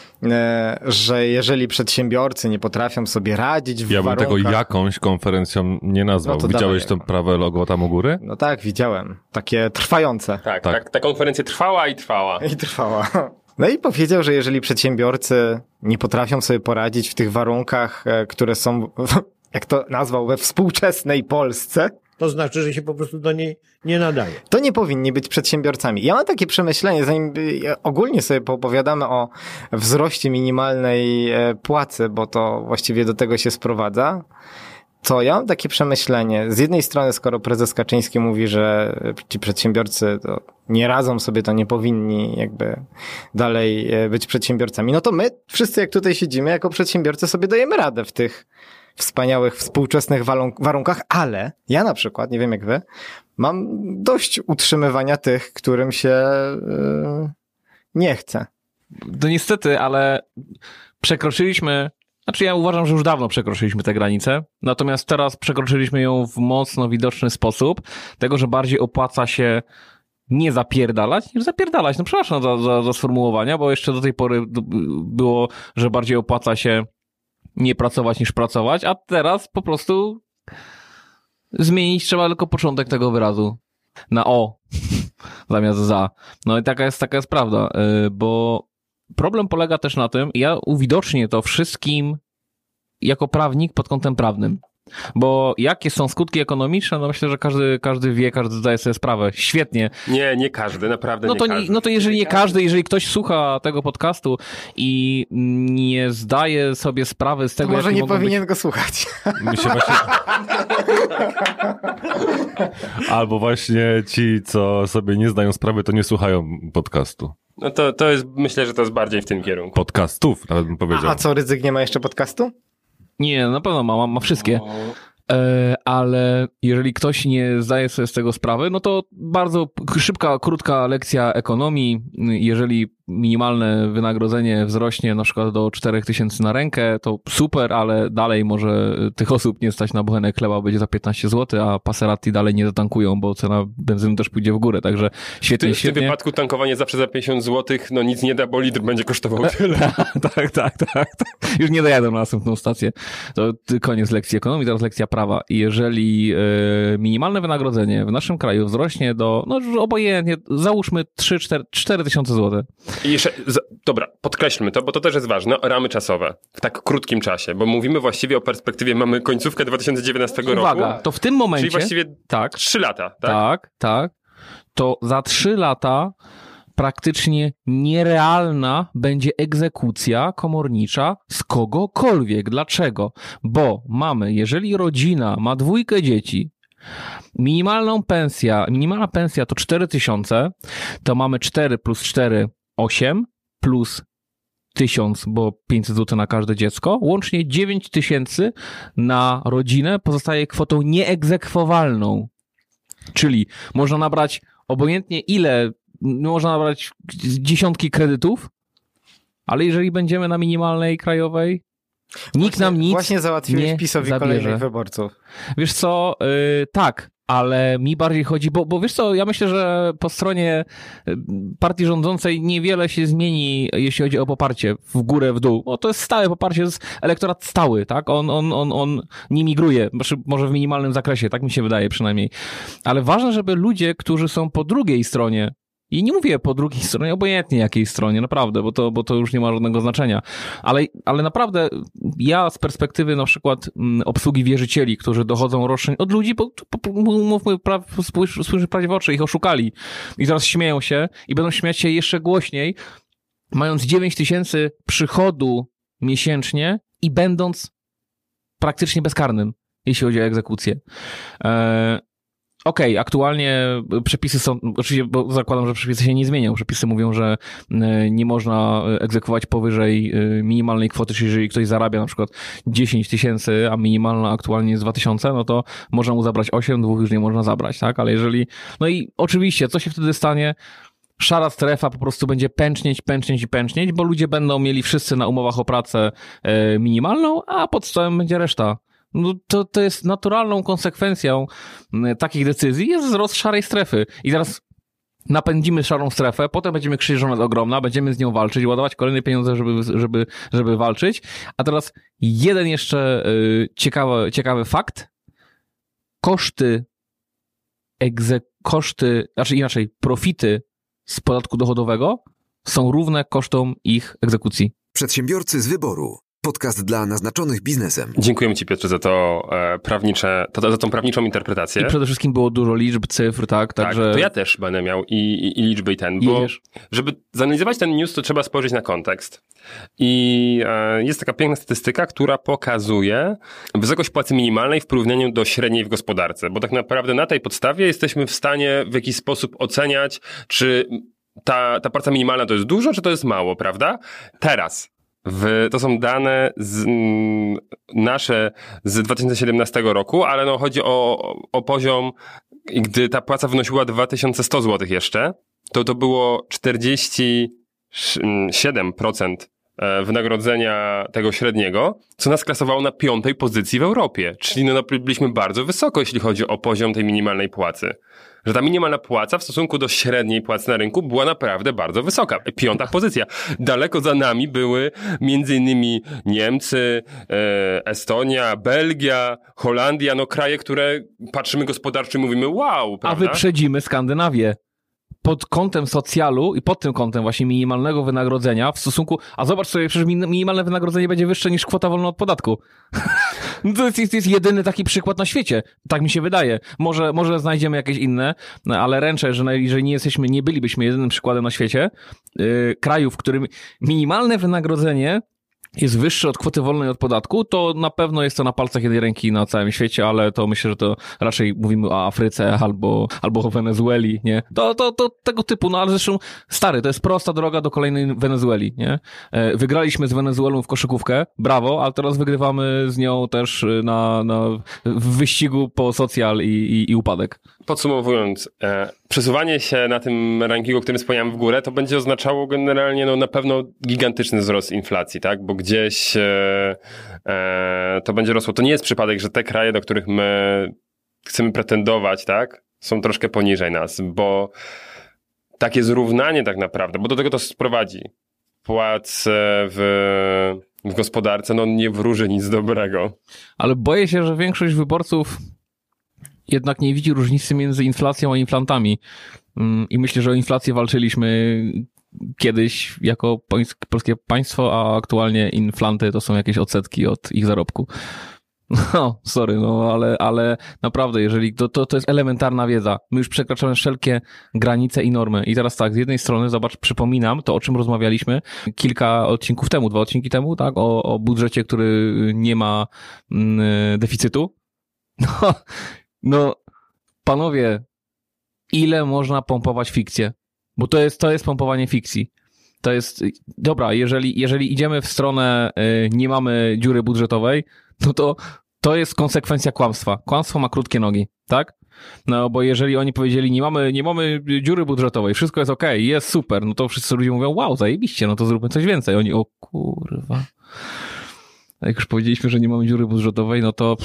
e, że jeżeli przedsiębiorcy nie potrafią sobie radzić w Ja bym warunkach... tego jakąś konferencją nie nazwał. No to Widziałeś dawaj. to prawe logo tam u góry? No tak, widziałem. Takie trwające. Tak, Tak. tak. Ta konferencja trwała i trwała. I trwała. No i powiedział, że jeżeli przedsiębiorcy nie potrafią sobie poradzić w tych warunkach, e, które są, jak to nazwał, we współczesnej Polsce, To znaczy, że się po prostu do niej nie nadaje. to nie powinni być przedsiębiorcami. Ja mam takie przemyślenie, zanim y, ogólnie sobie poopowiadamy o wzroście minimalnej e, płacy, bo to właściwie do tego się sprowadza, to ja mam takie przemyślenie. Z jednej strony, skoro prezes Kaczyński mówi, że ci przedsiębiorcy to nie radzą sobie, to nie powinni jakby dalej e, być przedsiębiorcami, no to my wszyscy, jak tutaj siedzimy, jako przedsiębiorcy sobie dajemy radę w tych wspaniałych, współczesnych walunk- warunkach, ale ja na przykład, nie wiem jak wy, mam dość utrzymywania tych, którym się yy, nie chce. No niestety, ale przekroczyliśmy, znaczy ja uważam, że już dawno przekroczyliśmy tę granicę, natomiast teraz przekroczyliśmy ją w mocno widoczny sposób, tego, że bardziej opłaca się nie zapierdalać, niż zapierdalać. No przepraszam za, za, za sformułowania, bo jeszcze do tej pory było, że bardziej opłaca się nie pracować niż pracować, a teraz po prostu zmienić trzeba tylko początek tego wyrazu na o zamiast za. No i taka jest, taka jest prawda, bo problem polega też na tym, ja uwidocznię to wszystkim jako prawnik pod kątem prawnym. Bo jakie są skutki ekonomiczne, no myślę, że każdy, każdy wie, każdy zdaje sobie sprawę. Świetnie. Nie, nie każdy, naprawdę no nie to, każdy. No to jeżeli nie każdy, jeżeli ktoś słucha tego podcastu i nie zdaje sobie sprawy z tego, to może nie powinien być... go słuchać. My się właśnie... Albo właśnie ci, co sobie nie zdają sprawy, to nie słuchają podcastu. No to, to jest, myślę, że to jest bardziej w tym kierunku. Podcastów, nawet bym powiedział. A, a co, Rydzyk nie ma jeszcze podcastu? Nie, na pewno ma, ma, ma wszystkie. E, ale jeżeli ktoś nie zdaje sobie z tego sprawy, no to bardzo szybka, krótka lekcja ekonomii. Jeżeli minimalne wynagrodzenie wzrośnie na przykład do cztery tysiące na rękę, to super, ale dalej może tych osób nie stać na bochenek chleba, będzie za piętnaście złotych, a Passerati dalej nie zatankują, bo cena benzyny też pójdzie w górę, także świetnie, w, świetnie. W tym wypadku tankowanie zawsze za pięćdziesiąt złotych, no nic nie da, bo litr będzie kosztował tyle. tak, tak, tak, tak. Już nie dojadę na następną stację. To koniec lekcji ekonomii, teraz lekcja prawa. I jeżeli e, minimalne wynagrodzenie w naszym kraju wzrośnie do, no obojętnie, załóżmy trzy cztery tysiące złotych. I jeszcze, z, dobra, podkreślmy to, bo to też jest ważne, ramy czasowe, w tak krótkim czasie, bo mówimy właściwie o perspektywie, mamy końcówkę dwa tysiące dziewiętnastego Uwaga, roku. Uwaga, to w tym momencie... Czyli właściwie tak, trzy lata, tak? Tak, tak. To za trzy lata praktycznie nierealna będzie egzekucja komornicza z kogokolwiek. Dlaczego? Bo mamy, jeżeli rodzina ma dwójkę dzieci, minimalną pensja, minimalna pensja to cztery tysiące, to mamy cztery plus cztery, osiem, plus tysiąc, bo pięćset złotych na każde dziecko, łącznie dziewięć tysięcy na rodzinę pozostaje kwotą nieegzekwowalną. Czyli można nabrać obojętnie ile, można nabrać dziesiątki kredytów, ale jeżeli będziemy na minimalnej krajowej, nikt właśnie, nam nic Właśnie załatwiłeś nie PiS-owi zabierze. kolejnych wyborców. Wiesz co, yy, tak, ale mi bardziej chodzi, bo, bo wiesz co, ja myślę, że po stronie partii rządzącej niewiele się zmieni, jeśli chodzi o poparcie w górę, w dół. Bo to jest stałe poparcie, to jest elektorat stały, tak? On, on, on, on nie migruje, może w minimalnym zakresie, tak mi się wydaje przynajmniej. Ale ważne, żeby ludzie, którzy są po drugiej stronie, i nie mówię po drugiej stronie, obojętnie jakiej stronie, naprawdę, bo to, bo to już nie ma żadnego znaczenia. Ale, ale naprawdę ja z perspektywy na przykład obsługi wierzycieli, którzy dochodzą roszczeń od ludzi, bo, bo mówmy, pra, spójrz, spójrz prawdzie w oczy, ich oszukali i zaraz śmieją się i będą śmiać się jeszcze głośniej, mając dziewięć tysięcy przychodu miesięcznie i będąc praktycznie bezkarnym, jeśli chodzi o egzekucję. Eee, Okej, okay, aktualnie przepisy są, oczywiście, bo zakładam, że przepisy się nie zmienią. Przepisy mówią, że nie można egzekwować powyżej minimalnej kwoty, czyli jeżeli ktoś zarabia na przykład dziesięć tysięcy, a minimalna aktualnie jest dwa tysiące, no to można mu zabrać osiem, dwóch już nie można zabrać, tak? Ale jeżeli, no i oczywiście, co się wtedy stanie? Szara strefa po prostu będzie pęcznieć, pęcznieć i pęcznieć, bo ludzie będą mieli wszyscy na umowach o pracę minimalną, a pod stołem będzie reszta. No to, to jest naturalną konsekwencją takich decyzji, jest wzrost szarej strefy. I zaraz napędzimy szarą strefę, potem będziemy krzyczeć, że ona jest ogromna, będziemy z nią walczyć, ładować kolejne pieniądze, żeby, żeby, żeby walczyć. A teraz jeden jeszcze y, ciekawy, ciekawy fakt. Koszty, egze, koszty, znaczy inaczej, profity z podatku dochodowego są równe kosztom ich egzekucji. Przedsiębiorcy z wyboru. Podcast dla naznaczonych biznesem. Dziękujemy Ci, Piotrze, za to e, prawnicze, to, za tą prawniczą interpretację. I przede wszystkim było dużo liczb, cyfr, tak? Także... Tak, to ja też będę miał i, i, i liczby i ten, bo Jedziesz. Żeby zanalizować ten news, to trzeba spojrzeć na kontekst. I e, jest taka piękna statystyka, która pokazuje wysokość płacy minimalnej w porównaniu do średniej w gospodarce, bo tak naprawdę na tej podstawie jesteśmy w stanie w jakiś sposób oceniać, czy ta, ta płaca minimalna to jest dużo, czy to jest mało, prawda? Teraz. W, to są dane z, m, nasze z dwa tysiące siedemnastego roku, ale no chodzi o, o poziom, gdy ta płaca wynosiła dwa tysiące sto złotych jeszcze, to to było czterdzieści siedem procent wynagrodzenia tego średniego, co nas klasowało na piątej pozycji w Europie. Czyli no, byliśmy bardzo wysoko, jeśli chodzi o poziom tej minimalnej płacy. że ta minimalna płaca w stosunku do średniej płacy na rynku była naprawdę bardzo wysoka. Piąta pozycja. Daleko za nami były między innymi Niemcy, e, Estonia, Belgia, Holandia, no kraje, które patrzymy gospodarczo i mówimy wow, prawda? A wyprzedzimy Skandynawię. Pod kątem socjalu i pod tym kątem właśnie minimalnego wynagrodzenia w stosunku, a zobacz sobie, przecież minimalne wynagrodzenie będzie wyższe niż kwota wolna od podatku. No to jest, to jest jedyny taki przykład na świecie. Tak mi się wydaje. Może, może znajdziemy jakieś inne, ale ręczę, że jeżeli nie jesteśmy, nie bylibyśmy jedynym przykładem na świecie yy, kraju, w którym minimalne wynagrodzenie jest wyższe od kwoty wolnej od podatku, to na pewno jest to na palcach jednej ręki na całym świecie, ale to myślę, że to raczej mówimy o Afryce albo, albo o Wenezueli, nie? To, to, to tego typu, no ale zresztą stary, to jest prosta droga do kolejnej Wenezueli, nie? Wygraliśmy z Wenezuelą w koszykówkę, brawo, ale teraz wygrywamy z nią też na, na w wyścigu po socjal i, i, i upadek. Podsumowując, e, przesuwanie się na tym rankingu, o którym wspomniałem w górę, to będzie oznaczało generalnie no, na pewno gigantyczny wzrost inflacji, tak? Bo gdzieś e, e, to będzie rosło. To nie jest przypadek, że te kraje, do których my chcemy pretendować, tak? Są troszkę poniżej nas, bo takie zrównanie tak naprawdę, bo do tego to sprowadzi płac w, w gospodarce, no nie wróży nic dobrego. Ale boję się, że większość wyborców jednak nie widzi różnicy między inflacją a inflantami. I myślę, że o inflację walczyliśmy kiedyś jako polskie państwo, a aktualnie inflanty to są jakieś odsetki od ich zarobku. No, sorry, no ale, ale naprawdę, jeżeli to, to, to jest elementarna wiedza. My już przekraczamy wszelkie granice i normy. I teraz tak, z jednej strony, zobacz, przypominam to, o czym rozmawialiśmy kilka odcinków temu, dwa odcinki temu, tak, o, o budżecie, który nie ma mm, deficytu. No, no, panowie, ile można pompować fikcję? Bo to jest, to jest pompowanie fikcji. To jest, dobra, jeżeli, jeżeli idziemy w stronę y, nie mamy dziury budżetowej, no to to jest konsekwencja kłamstwa. Kłamstwo ma krótkie nogi, tak? No, bo jeżeli oni powiedzieli, nie mamy, nie mamy dziury budżetowej, wszystko jest okej, okay, jest super, no to wszyscy ludzie mówią, wow, zajebiście, no to zróbmy coś więcej. Oni, o kurwa. A jak już powiedzieliśmy, że nie mamy dziury budżetowej, no to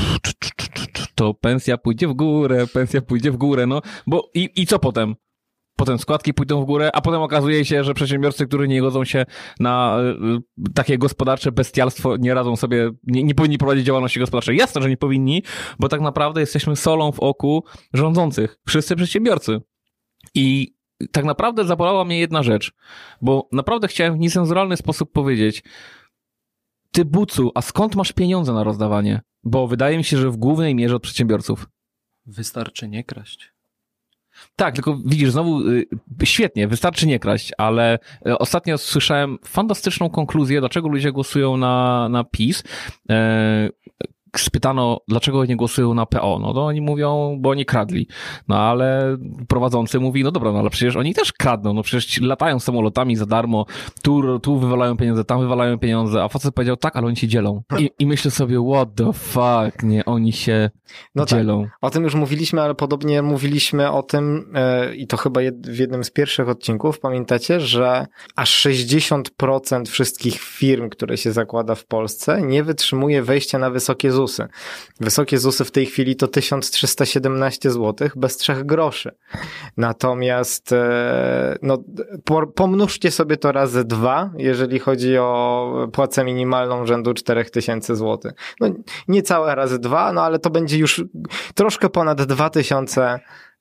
to pensja pójdzie w górę, pensja pójdzie w górę, no, bo i, i co potem? Potem składki pójdą w górę, a potem okazuje się, że przedsiębiorcy, którzy nie godzą się na y, takie gospodarcze bestialstwo, nie radzą sobie, nie, nie powinni prowadzić działalności gospodarczej. Jasne, że nie powinni, bo tak naprawdę jesteśmy solą w oku rządzących. Wszyscy przedsiębiorcy. I tak naprawdę zabolała mnie jedna rzecz, bo naprawdę chciałem w niecenzuralny sposób powiedzieć, ty bucu, a skąd masz pieniądze na rozdawanie? Bo wydaje mi się, że w głównej mierze od przedsiębiorców. Wystarczy nie kraść. Tak, tylko widzisz, znowu y, świetnie, wystarczy nie kraść, ale y, ostatnio słyszałem fantastyczną konkluzję, dlaczego ludzie głosują na, na PiS. E, spytano, dlaczego nie głosują na P O. No to oni mówią, bo oni kradli. No ale prowadzący mówi, no dobra, no ale przecież oni też kradną, no przecież latają samolotami za darmo, tu, tu wywalają pieniądze, tam wywalają pieniądze, a facet powiedział, tak, ale oni się dzielą. I, i myślę sobie, what the fuck, nie, oni się no dzielą. Tak. O tym już mówiliśmy, ale podobnie mówiliśmy o tym yy, i to chyba jed, w jednym z pierwszych odcinków, pamiętacie, że aż sześćdziesiąt procent wszystkich firm, które się zakłada w Polsce, nie wytrzymuje wejścia na wysokie ZUSy. Wysokie ZUSy w tej chwili to tysiąc trzysta siedemnaście złotych bez trzech groszy. Natomiast no, pomnóżcie sobie to razy dwa, jeżeli chodzi o płacę minimalną rzędu cztery tysiące złotych. No, niecałe razy dwa, no ale to będzie już troszkę ponad dwa tysiące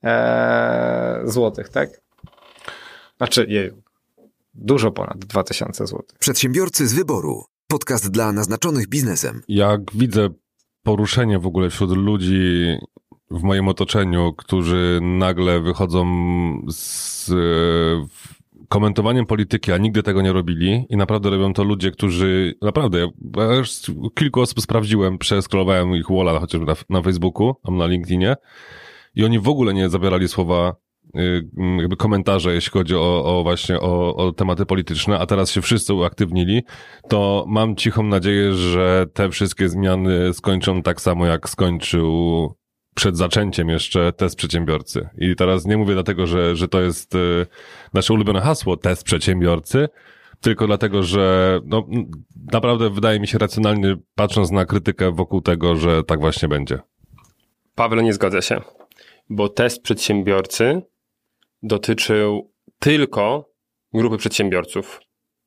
złotych, tak? Znaczy, jeju, dużo ponad dwa tysiące złotych. Przedsiębiorcy z wyboru. Podcast dla naznaczonych biznesem. Jak widzę poruszenie w ogóle wśród ludzi w moim otoczeniu, którzy nagle wychodzą z komentowaniem polityki, a nigdy tego nie robili i naprawdę robią to ludzie, którzy naprawdę, ja już kilku osób sprawdziłem, przeskrolowałem ich walla chociażby na, na Facebooku, tam na LinkedInie i oni w ogóle nie zabierali słowa jakby komentarze, jeśli chodzi o, o właśnie o, o tematy polityczne, a teraz się wszyscy uaktywnili, to mam cichą nadzieję, że te wszystkie zmiany skończą tak samo, jak skończył przed zaczęciem jeszcze test przedsiębiorcy. I teraz nie mówię dlatego, że, że to jest y, nasze ulubione hasło, test przedsiębiorcy, tylko dlatego, że no, naprawdę wydaje mi się racjonalnie, patrząc na krytykę wokół tego, że tak właśnie będzie. Paweł, nie zgodzę się. bo test przedsiębiorcy dotyczył tylko grupy przedsiębiorców.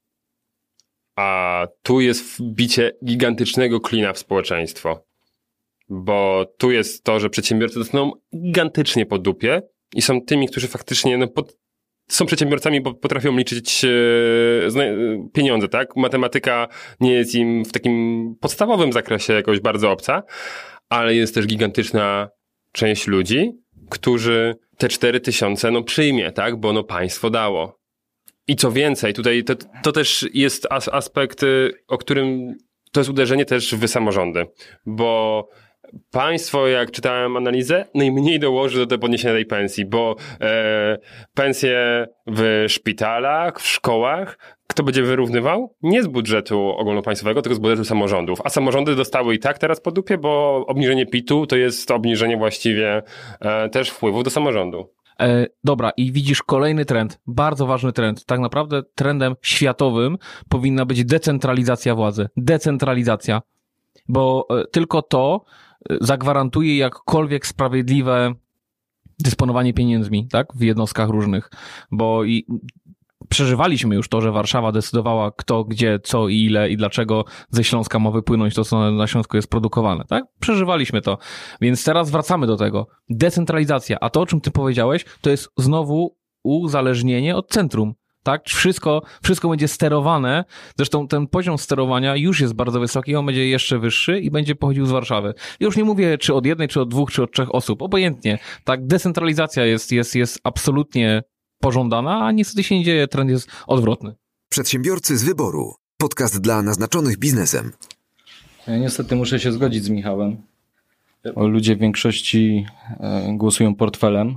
A tu jest wbicie gigantycznego klina w społeczeństwo. Bo tu jest to, że przedsiębiorcy dostaną gigantycznie po dupie i są tymi, którzy faktycznie no, pod, są przedsiębiorcami, bo potrafią liczyć e, zna, pieniądze, tak? Matematyka nie jest im w takim podstawowym zakresie jakoś bardzo obca, ale jest też gigantyczna część ludzi, którzy te cztery tysiące no przyjmie, tak? Bo no państwo dało. I co więcej, tutaj to, to też jest as, aspekt, o którym to jest uderzenie też w samorządy, bo państwo, jak czytałem analizę, najmniej dołoży do tego podniesienia tej pensji, bo e, pensje w szpitalach, w szkołach, kto będzie wyrównywał? Nie z budżetu ogólnopaństwowego, tylko z budżetu samorządów. A samorządy dostały i tak teraz po dupie, bo obniżenie P I T-u to jest obniżenie właściwie e, też wpływów do samorządu. E, dobra, i widzisz kolejny trend, bardzo ważny trend. Tak naprawdę trendem światowym powinna być decentralizacja władzy. Decentralizacja. Bo e, tylko to zagwarantuje jakkolwiek sprawiedliwe dysponowanie pieniędzmi, tak, w jednostkach różnych, bo i przeżywaliśmy już to, że Warszawa decydowała kto, gdzie, co i ile i dlaczego ze Śląska ma wypłynąć to, co na Śląsku jest produkowane, tak? Przeżywaliśmy to, więc teraz wracamy do tego. Decentralizacja, a to, o czym ty powiedziałeś, to jest znowu uzależnienie od centrum. Tak? Wszystko, wszystko będzie sterowane. Zresztą ten poziom sterowania już jest bardzo wysoki, on będzie jeszcze wyższy i będzie pochodził z Warszawy. Już nie mówię, czy od jednej, czy od dwóch, czy od trzech osób. Obojętnie. Tak, decentralizacja jest, jest, jest absolutnie pożądana, a niestety się nie dzieje, trend jest odwrotny. Przedsiębiorcy z wyboru. Podcast dla naznaczonych biznesem. Ja niestety muszę się zgodzić z Michałem. Ludzie w większości głosują portfelem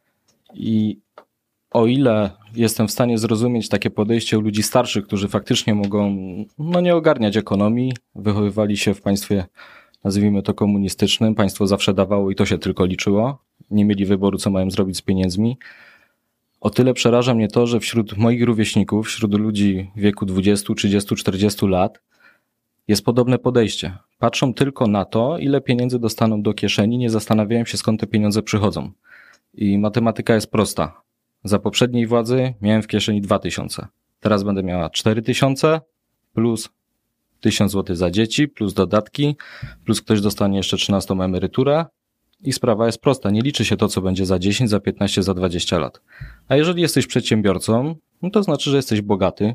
i o ile jestem w stanie zrozumieć takie podejście u ludzi starszych, którzy faktycznie mogą no, nie ogarniać ekonomii, wychowywali się w państwie, nazwijmy to komunistycznym, państwo zawsze dawało i to się tylko liczyło, nie mieli wyboru, co mają zrobić z pieniędzmi, o tyle przeraża mnie to, że wśród moich rówieśników, wśród ludzi w wieku dwudziestu, trzydziestu, czterdziestu lat jest podobne podejście. Patrzą tylko na to, ile pieniędzy dostaną do kieszeni, nie zastanawiają się, skąd te pieniądze przychodzą. I matematyka jest prosta. Za poprzedniej władzy miałem w kieszeni dwa tysiące. Teraz będę miała cztery tysiące plus tysiąc złotych za dzieci, plus dodatki, plus ktoś dostanie jeszcze trzynastą emeryturę i sprawa jest prosta. Nie liczy się to, co będzie za dziesięć, za piętnaście, za dwadzieścia lat. A jeżeli jesteś przedsiębiorcą, no to znaczy, że jesteś bogaty.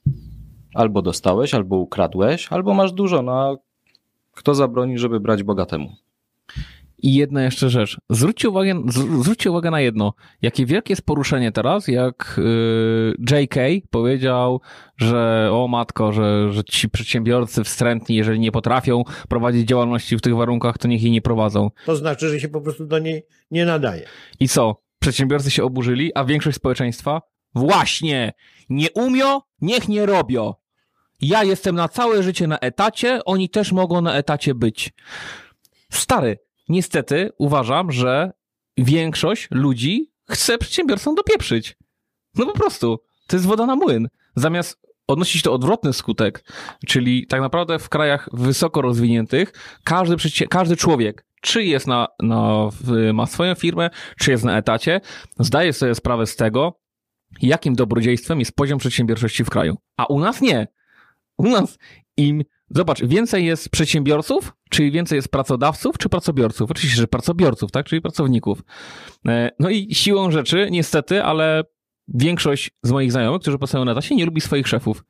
Albo dostałeś, albo ukradłeś, albo masz dużo. No a kto zabroni, żeby brać bogatemu? I jedna jeszcze rzecz. Zwróćcie uwagę, zwróćcie uwagę na jedno. Jakie wielkie jest poruszenie teraz, jak J K powiedział, że o matko, że, że ci przedsiębiorcy wstrętni, jeżeli nie potrafią prowadzić działalności w tych warunkach, to niech jej nie prowadzą. To znaczy, że się po prostu do niej nie nadaje. I co? Przedsiębiorcy się oburzyli, a większość społeczeństwa? Właśnie! Nie umią, niech nie robią. Ja jestem na całe życie na etacie, oni też mogą na etacie być. Stary, niestety uważam, że większość ludzi chce przedsiębiorcom dopieprzyć. No po prostu. To jest woda na młyn. Zamiast odnosić to odwrotny skutek, czyli tak naprawdę w krajach wysoko rozwiniętych każdy, każdy człowiek, czy jest na, na, ma swoją firmę, czy jest na etacie, zdaje sobie sprawę z tego, jakim dobrodziejstwem jest poziom przedsiębiorczości w kraju. A u nas nie. U nas im, zobacz, więcej jest przedsiębiorców, czyli więcej jest pracodawców, czy pracobiorców? Oczywiście, że pracobiorców, tak? Czyli pracowników. No i siłą rzeczy, niestety, ale większość z moich znajomych, którzy pracują na etacie, nie lubi swoich szefów.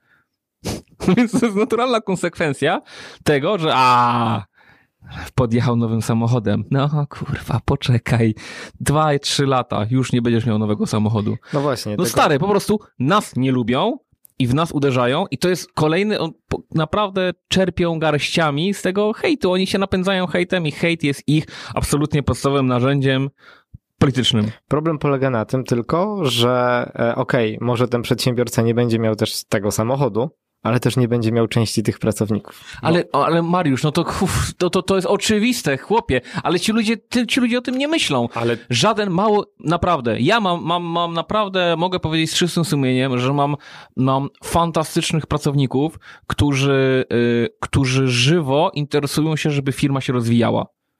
Więc to jest naturalna konsekwencja tego, że a podjechał nowym samochodem. No kurwa, poczekaj. Dwa, trzy lata, już nie będziesz miał nowego samochodu. No właśnie. No tylko... stary, po prostu nas nie lubią i w nas uderzają i to jest kolejny, on, naprawdę czerpią garściami z tego hejtu. Oni się napędzają hejtem i hejt jest ich absolutnie podstawowym narzędziem politycznym. Problem polega na tym tylko, że e, okej, okay, może ten przedsiębiorca nie będzie miał też tego samochodu, ale też nie będzie miał części tych pracowników. No. Ale, ale Mariusz, no to, to, to, to jest oczywiste, chłopie, ale ci ludzie, ty, ci ludzie o tym nie myślą. Ale... Żaden mało, naprawdę, ja mam, mam, mam naprawdę, mogę powiedzieć z czystym sumieniem, że mam, mam fantastycznych pracowników, którzy, yy, którzy żywo interesują się, żeby firma się rozwijała.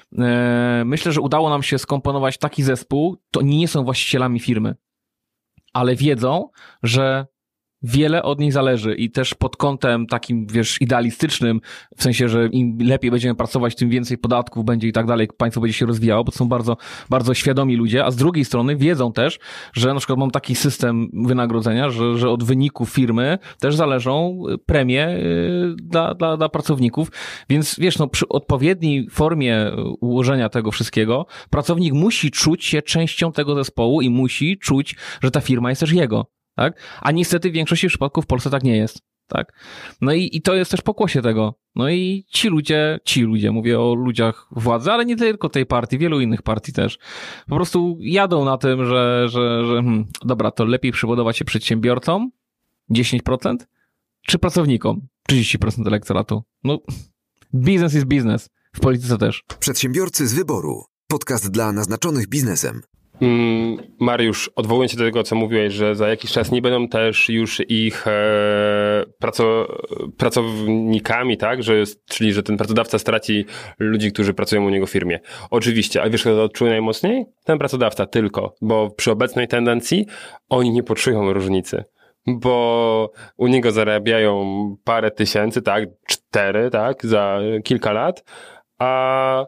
e, myślę, że udało nam się skomponować taki zespół, to oni nie są właścicielami firmy, ale wiedzą, że wiele od nich zależy i też pod kątem takim, wiesz, idealistycznym, w sensie, że im lepiej będziemy pracować, tym więcej podatków będzie i tak dalej, państwo będzie się rozwijało, bo to są bardzo, bardzo świadomi ludzie, a z drugiej strony wiedzą też, że na przykład mam taki system wynagrodzenia, że, że od wyniku firmy też zależą premie dla, dla, dla pracowników, więc wiesz, no przy odpowiedniej formie ułożenia tego wszystkiego, pracownik musi czuć się częścią tego zespołu i musi czuć, że ta firma jest też jego. Tak? A niestety w większości przypadków w Polsce tak nie jest. Tak? No i, i to jest też pokłosie tego. No i ci ludzie, ci ludzie, mówię o ludziach władzy, ale nie tylko tej partii, wielu innych partii też, po prostu jadą na tym, że, że, że hmm, dobra, to lepiej przybudować się przedsiębiorcom dziesięć procent czy pracownikom trzydzieści procent elektoratu. No, business is business. W polityce też. Przedsiębiorcy z wyboru. Podcast dla naznaczonych biznesem. Mariusz, odwołując się do tego, co mówiłeś, że za jakiś czas nie będą też już ich e, praco, pracownikami, tak? Że, czyli, że ten pracodawca straci ludzi, którzy pracują u niego w firmie. Oczywiście, a wiesz, kto to odczuje najmocniej? Ten pracodawca tylko, bo przy obecnej tendencji oni nie poczują różnicy. Bo u niego zarabiają parę tysięcy, tak? Cztery, tak? Za kilka lat, a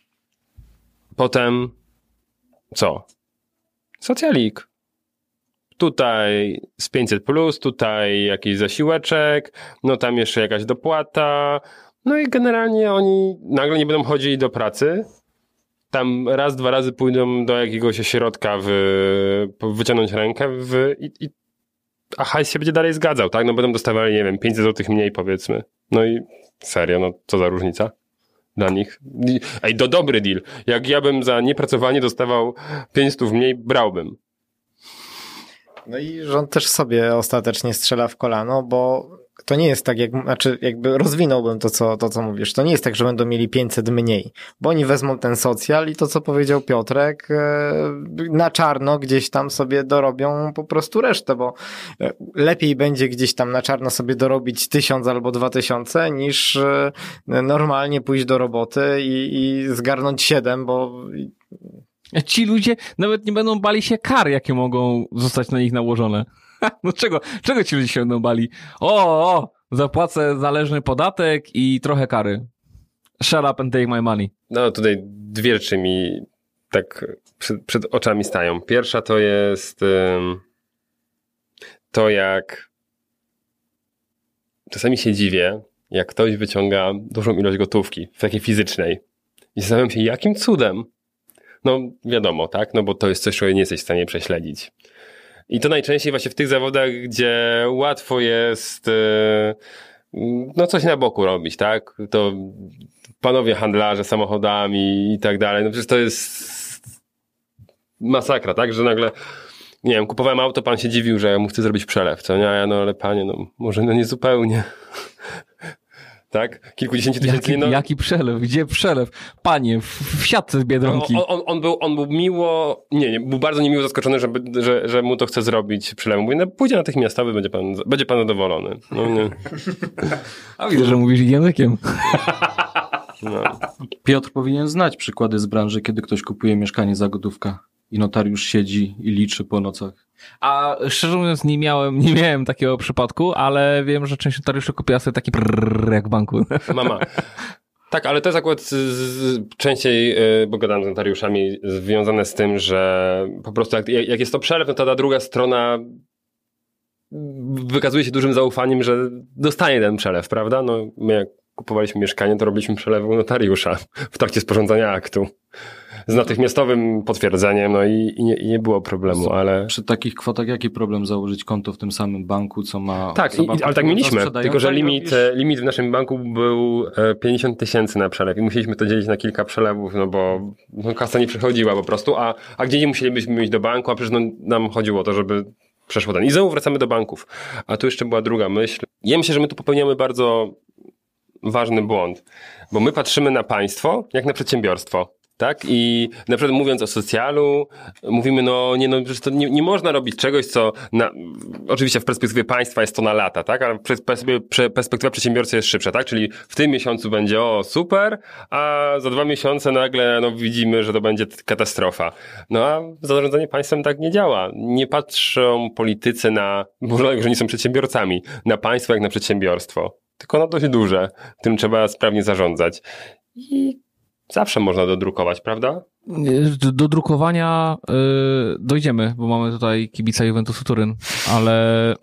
potem co? Socjalik. Tutaj z pięćset plus, tutaj jakiś zasiłeczek, no tam jeszcze jakaś dopłata, no i generalnie oni nagle nie będą chodzili do pracy, tam raz, dwa razy pójdą do jakiegoś ośrodka w, wyciągnąć rękę w, i, i, a hajs się będzie dalej zgadzał, tak? No będą dostawali, nie wiem, pięćset złotych mniej powiedzmy. No i serio, no co za różnica? Dla nich. Ej, to dobry deal. Jak ja bym za niepracowanie dostawał pięćset mniej, brałbym. No i rząd też sobie ostatecznie strzela w kolano, bo to nie jest tak, jak, znaczy jakby rozwinąłbym to co, to, co mówisz. To nie jest tak, że będą mieli pięćset mniej, bo oni wezmą ten socjal i to, co powiedział Piotrek, na czarno gdzieś tam sobie dorobią po prostu resztę, bo lepiej będzie gdzieś tam na czarno sobie dorobić tysiąc albo dwa tysiące, niż normalnie pójść do roboty i, i zgarnąć siedem, bo... Ci ludzie nawet nie będą bali się kar, jakie mogą zostać na nich nałożone. No czego, czego ci ludzie się będą bali? O, o, zapłacę należny podatek i trochę kary. Shut up and take my money. No tutaj dwie rzeczy mi tak przed, przed oczami stają. Pierwsza to jest um, to, jak czasami się dziwię, jak ktoś wyciąga dużą ilość gotówki, w takiej fizycznej. I zastanawiam się, jakim cudem. No wiadomo, tak? No bo to jest coś, czego nie jesteś w stanie prześledzić. I to najczęściej właśnie w tych zawodach, gdzie łatwo jest no coś na boku robić, tak? To panowie handlarze samochodami i tak dalej. No przecież to jest masakra, tak? Że nagle, nie wiem, kupowałem auto, pan się dziwił, że ja mu chcę zrobić przelew, co nie? A ja, no ale panie, no może no nie zupełnie. Tak? Kilkudziesięciu tysięcy. Jaki, no. jaki przelew? Gdzie przelew? Panie, w, w siatce z Biedronki. On, on, on, był, on był miło, nie, nie, był bardzo niemiło zaskoczony, żeby, że, że mu to chce zrobić przelew. Mówi, no pójdzie natychmiastowy, będzie pan, będzie pan zadowolony. No, nie. A widzę, że mówisz językiem. No. Piotr powinien znać przykłady z branży, kiedy ktoś kupuje mieszkanie za gotówkę i notariusz siedzi i liczy po nocach. A szczerze mówiąc nie miałem, nie miałem takiego przypadku, ale wiem, że część notariuszy kupiła sobie taki prrrr jak w banku. Mama. Tak, ale to jest akurat z, z, częściej, yy, bo gadam z notariuszami, związane z tym, że po prostu jak, jak jest to przelew, no to ta druga strona wykazuje się dużym zaufaniem, że dostanie ten przelew, prawda? No my jak kupowaliśmy mieszkanie, to robiliśmy przelew u notariusza w trakcie sporządzania aktu. Z natychmiastowym potwierdzeniem, no i, i, nie, i nie było problemu, ale... Przy takich kwotach jaki problem założyć konto w tym samym banku, co ma... Tak, i, ale tak mieliśmy, tylko że limit, robisz... limit w naszym banku był pięćdziesiąt tysięcy na przelew i musieliśmy to dzielić na kilka przelewów, no bo no, kasa nie przychodziła po prostu, a, a gdzie nie musielibyśmy iść do banku, a przecież no, nam chodziło o to, żeby przeszło ten. I znowu wracamy do banków. A tu jeszcze była druga myśl. Ja myślę, że my tu popełniamy bardzo ważny błąd, bo my patrzymy na państwo jak na przedsiębiorstwo. tak? I na przykład mówiąc o socjalu, mówimy, no nie, no, że to nie, nie można robić czegoś, co na, oczywiście w perspektywie państwa jest to na lata, tak? Ale perspektywa przedsiębiorcy jest szybsza, tak? Czyli w tym miesiącu będzie o super, a za dwa miesiące nagle no, widzimy, że to będzie katastrofa. No a zarządzanie państwem tak nie działa. Nie patrzą politycy na, bo że nie są przedsiębiorcami, na państwo jak na przedsiębiorstwo. Tylko na dość duże, którym trzeba sprawnie zarządzać. I zawsze można dodrukować, prawda? Do, do drukowania y, dojdziemy, bo mamy tutaj kibica Juventusu Turyn, ale y,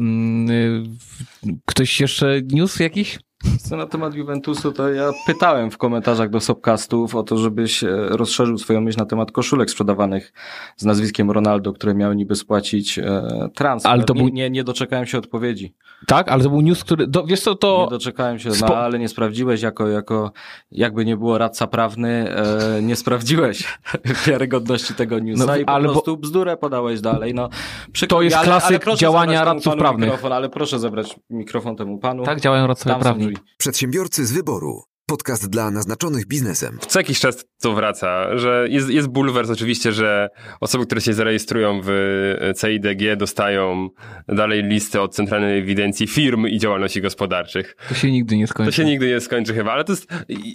ktoś jeszcze news jakiś? Co na temat Juventusu, to ja pytałem w komentarzach do Sobcastów o to, żebyś rozszerzył swoją myśl na temat koszulek sprzedawanych z nazwiskiem Ronaldo, które miały niby spłacić e, transfer. Ale to był... nie, nie, nie doczekałem się odpowiedzi. Tak, ale to był news, który... Do, wiesz co, to... Nie doczekałem się, no Spo... ale nie sprawdziłeś jako, jako jakby nie było radca prawny, e, nie sprawdziłeś wiarygodności tego newsa no, i po ale prostu bo... bzdurę podałeś dalej. No, przykro... To jest ale, klasyk ale działania radców prawnych. Mikrofon, ale proszę zabrać mikrofon temu panu. Tak działają radcowie prawni. Przedsiębiorcy z wyboru. Podcast dla naznaczonych biznesem. Co jakiś czas to wraca, że jest, jest bulwers oczywiście, że osoby, które się zarejestrują w C I D G dostają dalej listy od Centralnej Ewidencji Firm i Działalności Gospodarczych. To się nigdy nie skończy. To się nigdy nie skończy chyba, ale to jest...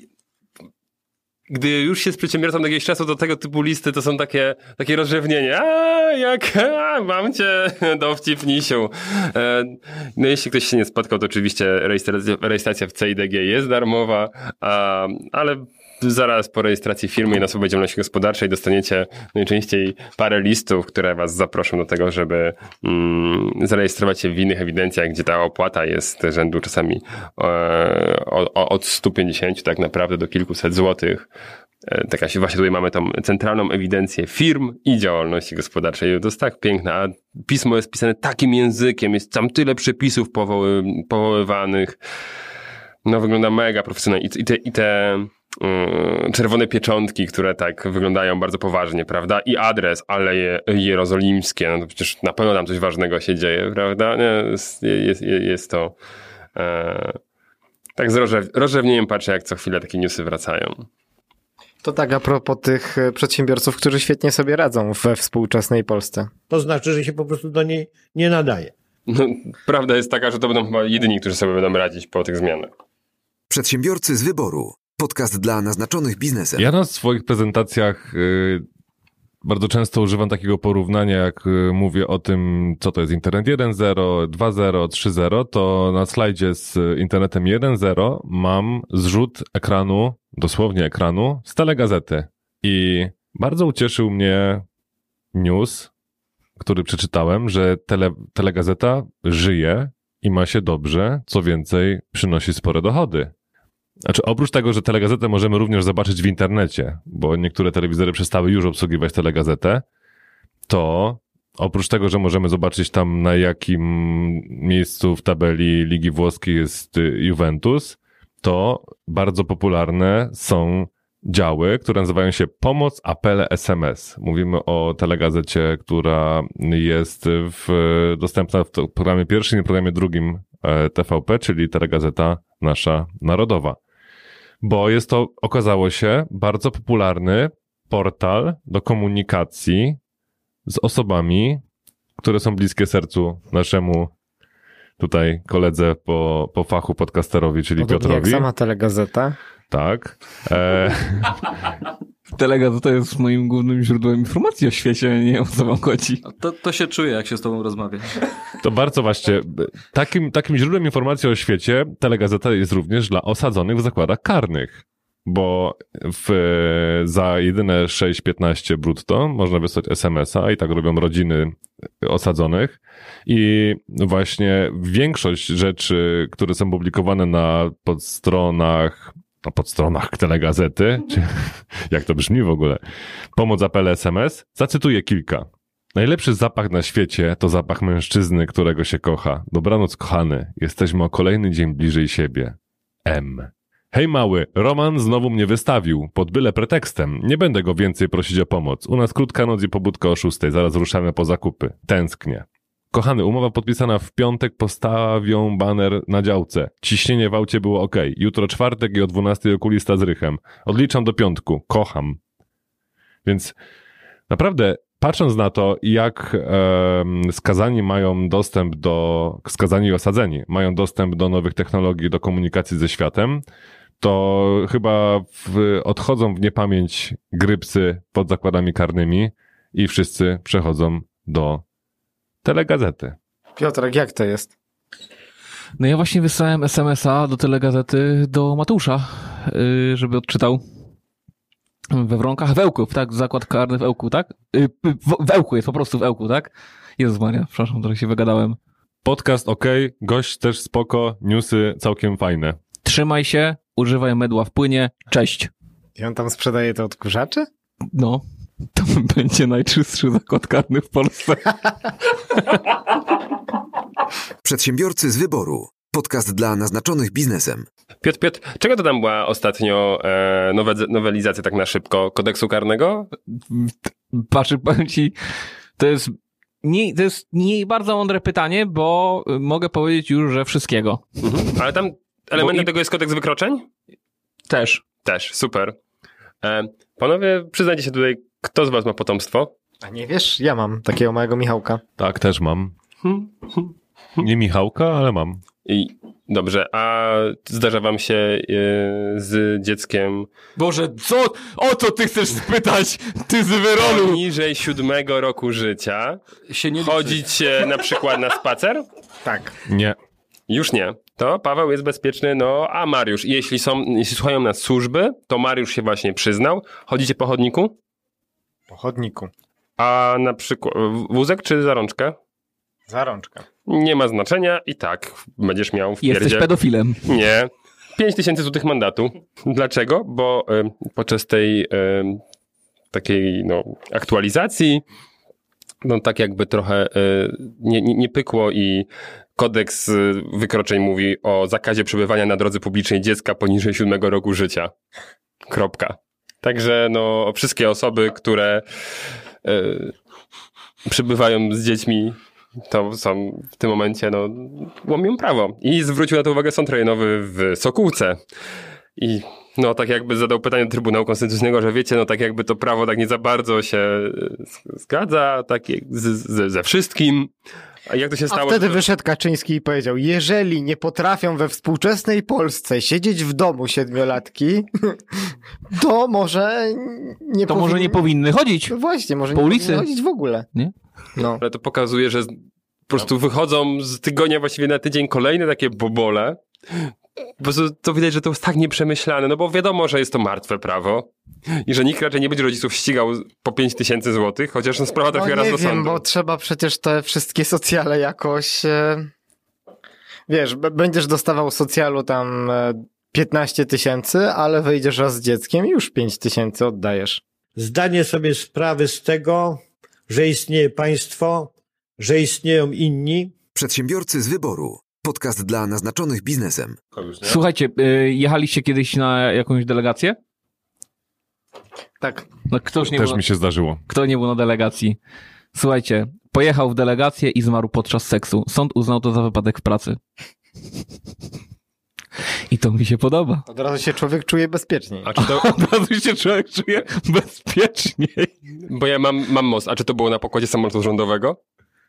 Gdy już się z przedsiębiorcą do jakiegoś czasu, to tego typu listy to są takie, takie rozrzewnienie. A, jak, a, mam cię, dowcip nisiu. E, no jeśli ktoś się nie spotkał, to oczywiście rejestracja, rejestracja w C I D G jest darmowa, a, ale zaraz po rejestracji firmy i na osobę działalności gospodarczej dostaniecie najczęściej parę listów, które was zaproszą do tego, żeby mm, zarejestrować się w innych ewidencjach, gdzie ta opłata jest rzędu czasami e, o, od stu pięćdziesięciu tak naprawdę do kilkuset złotych. E, taka się właśnie tutaj mamy tą centralną ewidencję firm i działalności gospodarczej. To jest tak piękne, a pismo jest pisane takim językiem, jest tam tyle przepisów powoły, powoływanych. No wygląda mega profesjonalnie i, i te, i te czerwone pieczątki, które tak wyglądają bardzo poważnie, prawda? I adres, Aleje Jerozolimskie, no to przecież na pewno tam coś ważnego się dzieje, prawda? Jest, jest, jest to e, tak z rozrzew- rozrzewnieniem patrzę, jak co chwilę takie newsy wracają. To tak a propos tych przedsiębiorców, którzy świetnie sobie radzą we współczesnej Polsce. To znaczy, że się po prostu do niej nie nadaje. No, prawda jest taka, że to będą chyba jedyni, którzy sobie będą radzić po tych zmianach. Przedsiębiorcy z wyboru. Podcast dla naznaczonych biznesem. Ja na swoich prezentacjach y, bardzo często używam takiego porównania, jak y, mówię o tym, co to jest internet jeden zero, dwa zero, trzy zero, to na slajdzie z internetem jeden zero mam zrzut ekranu, dosłownie ekranu, z telegazety. I bardzo ucieszył mnie news, który przeczytałem, że tele, telegazeta żyje i ma się dobrze, co więcej przynosi spore dochody. Znaczy, oprócz tego, że telegazetę możemy również zobaczyć w internecie, bo niektóre telewizory przestały już obsługiwać telegazetę, to oprócz tego, że możemy zobaczyć tam, na jakim miejscu w tabeli Ligi Włoskiej jest Juventus, to bardzo popularne są działy, które nazywają się Pomoc, Apele, S M S. Mówimy o telegazecie, która jest w, dostępna w programie pierwszym i programie drugim T V P, czyli telegazeta nasza narodowa. Bo jest to, okazało się, bardzo popularny portal do komunikacji z osobami, które są bliskie sercu naszemu tutaj koledze po, po fachu podcasterowi, czyli Podobnie Piotrowi. Jak sama telegazeta. Tak. E... Telegazeta jest moim głównym źródłem informacji o świecie, nie wiem, o co wam chodzi. To, to się czuje, jak się z tobą rozmawia. To bardzo właśnie. Takim, takim źródłem informacji o świecie telegazeta jest również dla osadzonych w zakładach karnych. Bo w, za jedyne sześć piętnaście brutto można wysłać es em es a i tak robią rodziny osadzonych. I właśnie większość rzeczy, które są publikowane na podstronach na podstronach telegazety, czy, jak to brzmi w ogóle, Pomoc, apele, es em es, zacytuję kilka. Najlepszy zapach na świecie to zapach mężczyzny, którego się kocha. Dobranoc, kochany. Jesteśmy o kolejny dzień bliżej siebie. M. Hej mały, Roman znowu mnie wystawił, pod byle pretekstem. Nie będę go więcej prosić o pomoc. U nas krótka noc i pobudka o szóstej, zaraz ruszamy po zakupy. Tęsknię. Kochany, umowa podpisana w piątek, postawią baner na działce. Ciśnienie w aucie było ok. Jutro czwartek i o dwunastej okulista z rychem. Odliczam do piątku. Kocham. Więc naprawdę patrząc na to, jak e, skazani mają dostęp do, skazani i osadzeni mają dostęp do nowych technologii, do komunikacji ze światem, to chyba w, odchodzą w niepamięć grypsy pod zakładami karnymi i wszyscy przechodzą do telegazety. Piotrek, jak to jest? No ja właśnie wysłałem es em es a do telegazety do Mateusza, yy, żeby odczytał. We Wronkach, w Ełków, tak? Zakład karny w Ełku, tak? Yy, w, w Ełku jest, po prostu w Ełku, tak? Jezus Maria, przepraszam, trochę się wygadałem. Podcast ok, gość też spoko, newsy całkiem fajne. Trzymaj się, używaj mydła w płynie, cześć. I on tam sprzedaje te odkurzacze? No, to będzie najczystszy zakład karny w Polsce. Przedsiębiorcy z wyboru. Podcast dla naznaczonych biznesem. Piotr, Piotr, czego to tam była ostatnio e, nowe, nowelizacja tak na szybko? Kodeksu karnego? Patrz, powiem ci, to jest, nie, to jest nie bardzo mądre pytanie, bo mogę powiedzieć już, że wszystkiego. Mhm. Ale tam elementem i... tego jest kodeks wykroczeń? Też. Też, super. E, panowie, przyznajcie się tutaj, kto z was ma potomstwo? A nie wiesz? Ja mam takiego małego Michałka. Tak, też mam. Nie Michałka, ale mam. I dobrze, a zdarza wam się e, z dzieckiem Boże, co? O co ty chcesz spytać? Ty z wyrolu! poniżej siódmego roku życia Się nie chodzić e, na przykład na spacer? Tak. Nie. Już nie. To Paweł jest bezpieczny, no a Mariusz, jeśli są, jeśli słuchają nas służby, to Mariusz się właśnie przyznał. Chodzicie po chodniku? Po chodniku. A na przykład wózek czy za rączkę? Za rączkę. Nie ma znaczenia i tak będziesz miał w Jesteś pierdzie. pedofilem. Nie. pięć tysięcy złotych mandatu. Dlaczego? Bo y, podczas tej y, takiej no, aktualizacji no tak jakby trochę y, nie, nie, nie pykło i kodeks y, wykroczeń mówi o zakazie przebywania na drodze publicznej dziecka poniżej siódmego roku życia. Kropka. Także no wszystkie osoby, które y, przebywają z dziećmi, to są w tym momencie, no, łamią prawo. I zwrócił na to uwagę sąd rejonowy w Sokółce. I no, tak jakby zadał pytanie do Trybunału Konstytucyjnego, że wiecie, no tak jakby to prawo tak nie za bardzo się zgadza, tak z, z, ze wszystkim. A jak to się A stało? wtedy że... wyszedł Kaczyński i powiedział, jeżeli nie potrafią we współczesnej Polsce siedzieć w domu siedmiolatki, to może nie To powinny... może nie powinny chodzić. No właśnie, może po nie ulicy. powinny chodzić w ogóle. Nie? No. Ale to pokazuje, że po prostu wychodzą z tygodnia właściwie na tydzień kolejne takie bobole. Po prostu to widać, że to jest tak nieprzemyślane, no bo wiadomo, że jest to martwe prawo i że nikt raczej nie będzie rodziców ścigał po pięć tysięcy złotych, chociaż no, sprawa trafiła no raz nie do wiem, sądu. bo trzeba przecież te wszystkie socjale jakoś... E... Wiesz, b- będziesz dostawał socjalu tam e, piętnaście tysięcy, ale wyjdziesz raz z dzieckiem i już pięć tysięcy oddajesz. Zdanie sobie sprawy z tego, że istnieje państwo, że istnieją inni. Przedsiębiorcy z wyboru. Podcast dla naznaczonych biznesem. Słuchajcie, y, jechaliście kiedyś na jakąś delegację? Tak. No ktoś nie Też był, mi się zdarzyło. Kto nie był na delegacji? Słuchajcie, pojechał w delegację i zmarł podczas seksu. Sąd uznał to za wypadek w pracy. I to mi się podoba. Od razu się człowiek czuje bezpieczniej. A czy to, Od razu się człowiek czuje bezpieczniej. bo ja mam, mam most, a czy to było na pokładzie samolotu rządowego?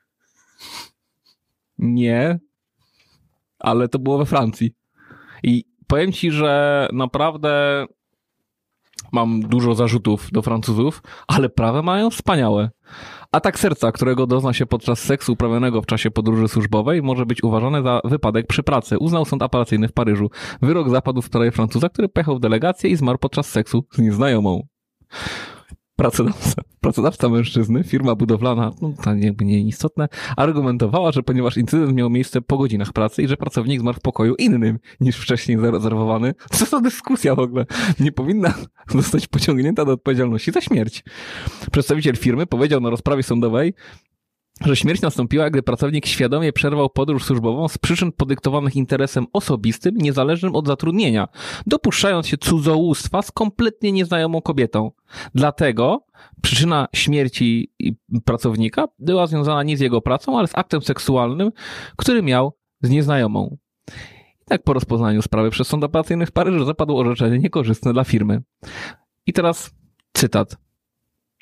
Nie, ale to było we Francji. I powiem ci, że naprawdę mam dużo zarzutów do Francuzów, ale prawe mają wspaniałe. Atak serca, którego dozna się podczas seksu uprawianego w czasie podróży służbowej, może być uważany za wypadek przy pracy, uznał sąd apelacyjny w Paryżu. Wyrok zapadł w sprawie Francuza, który pojechał w delegację i zmarł podczas seksu z nieznajomą. Pracodawca, pracodawca mężczyzny, firma budowlana, no to jakby nieistotne, argumentowała, że ponieważ incydent miał miejsce po godzinach pracy i że pracownik zmarł w pokoju innym niż wcześniej zarezerwowany, co za dyskusja w ogóle, nie powinna zostać pociągnięta do odpowiedzialności za śmierć. Przedstawiciel firmy powiedział na rozprawie sądowej, że śmierć nastąpiła, gdy pracownik świadomie przerwał podróż służbową z przyczyn podyktowanych interesem osobistym, niezależnym od zatrudnienia, dopuszczając się cudzołóstwa z kompletnie nieznajomą kobietą. Dlatego przyczyna śmierci pracownika była związana nie z jego pracą, ale z aktem seksualnym, który miał z nieznajomą. I tak po rozpoznaniu sprawy przez sąd apelacyjny w Paryżu zapadło orzeczenie niekorzystne dla firmy. I teraz cytat.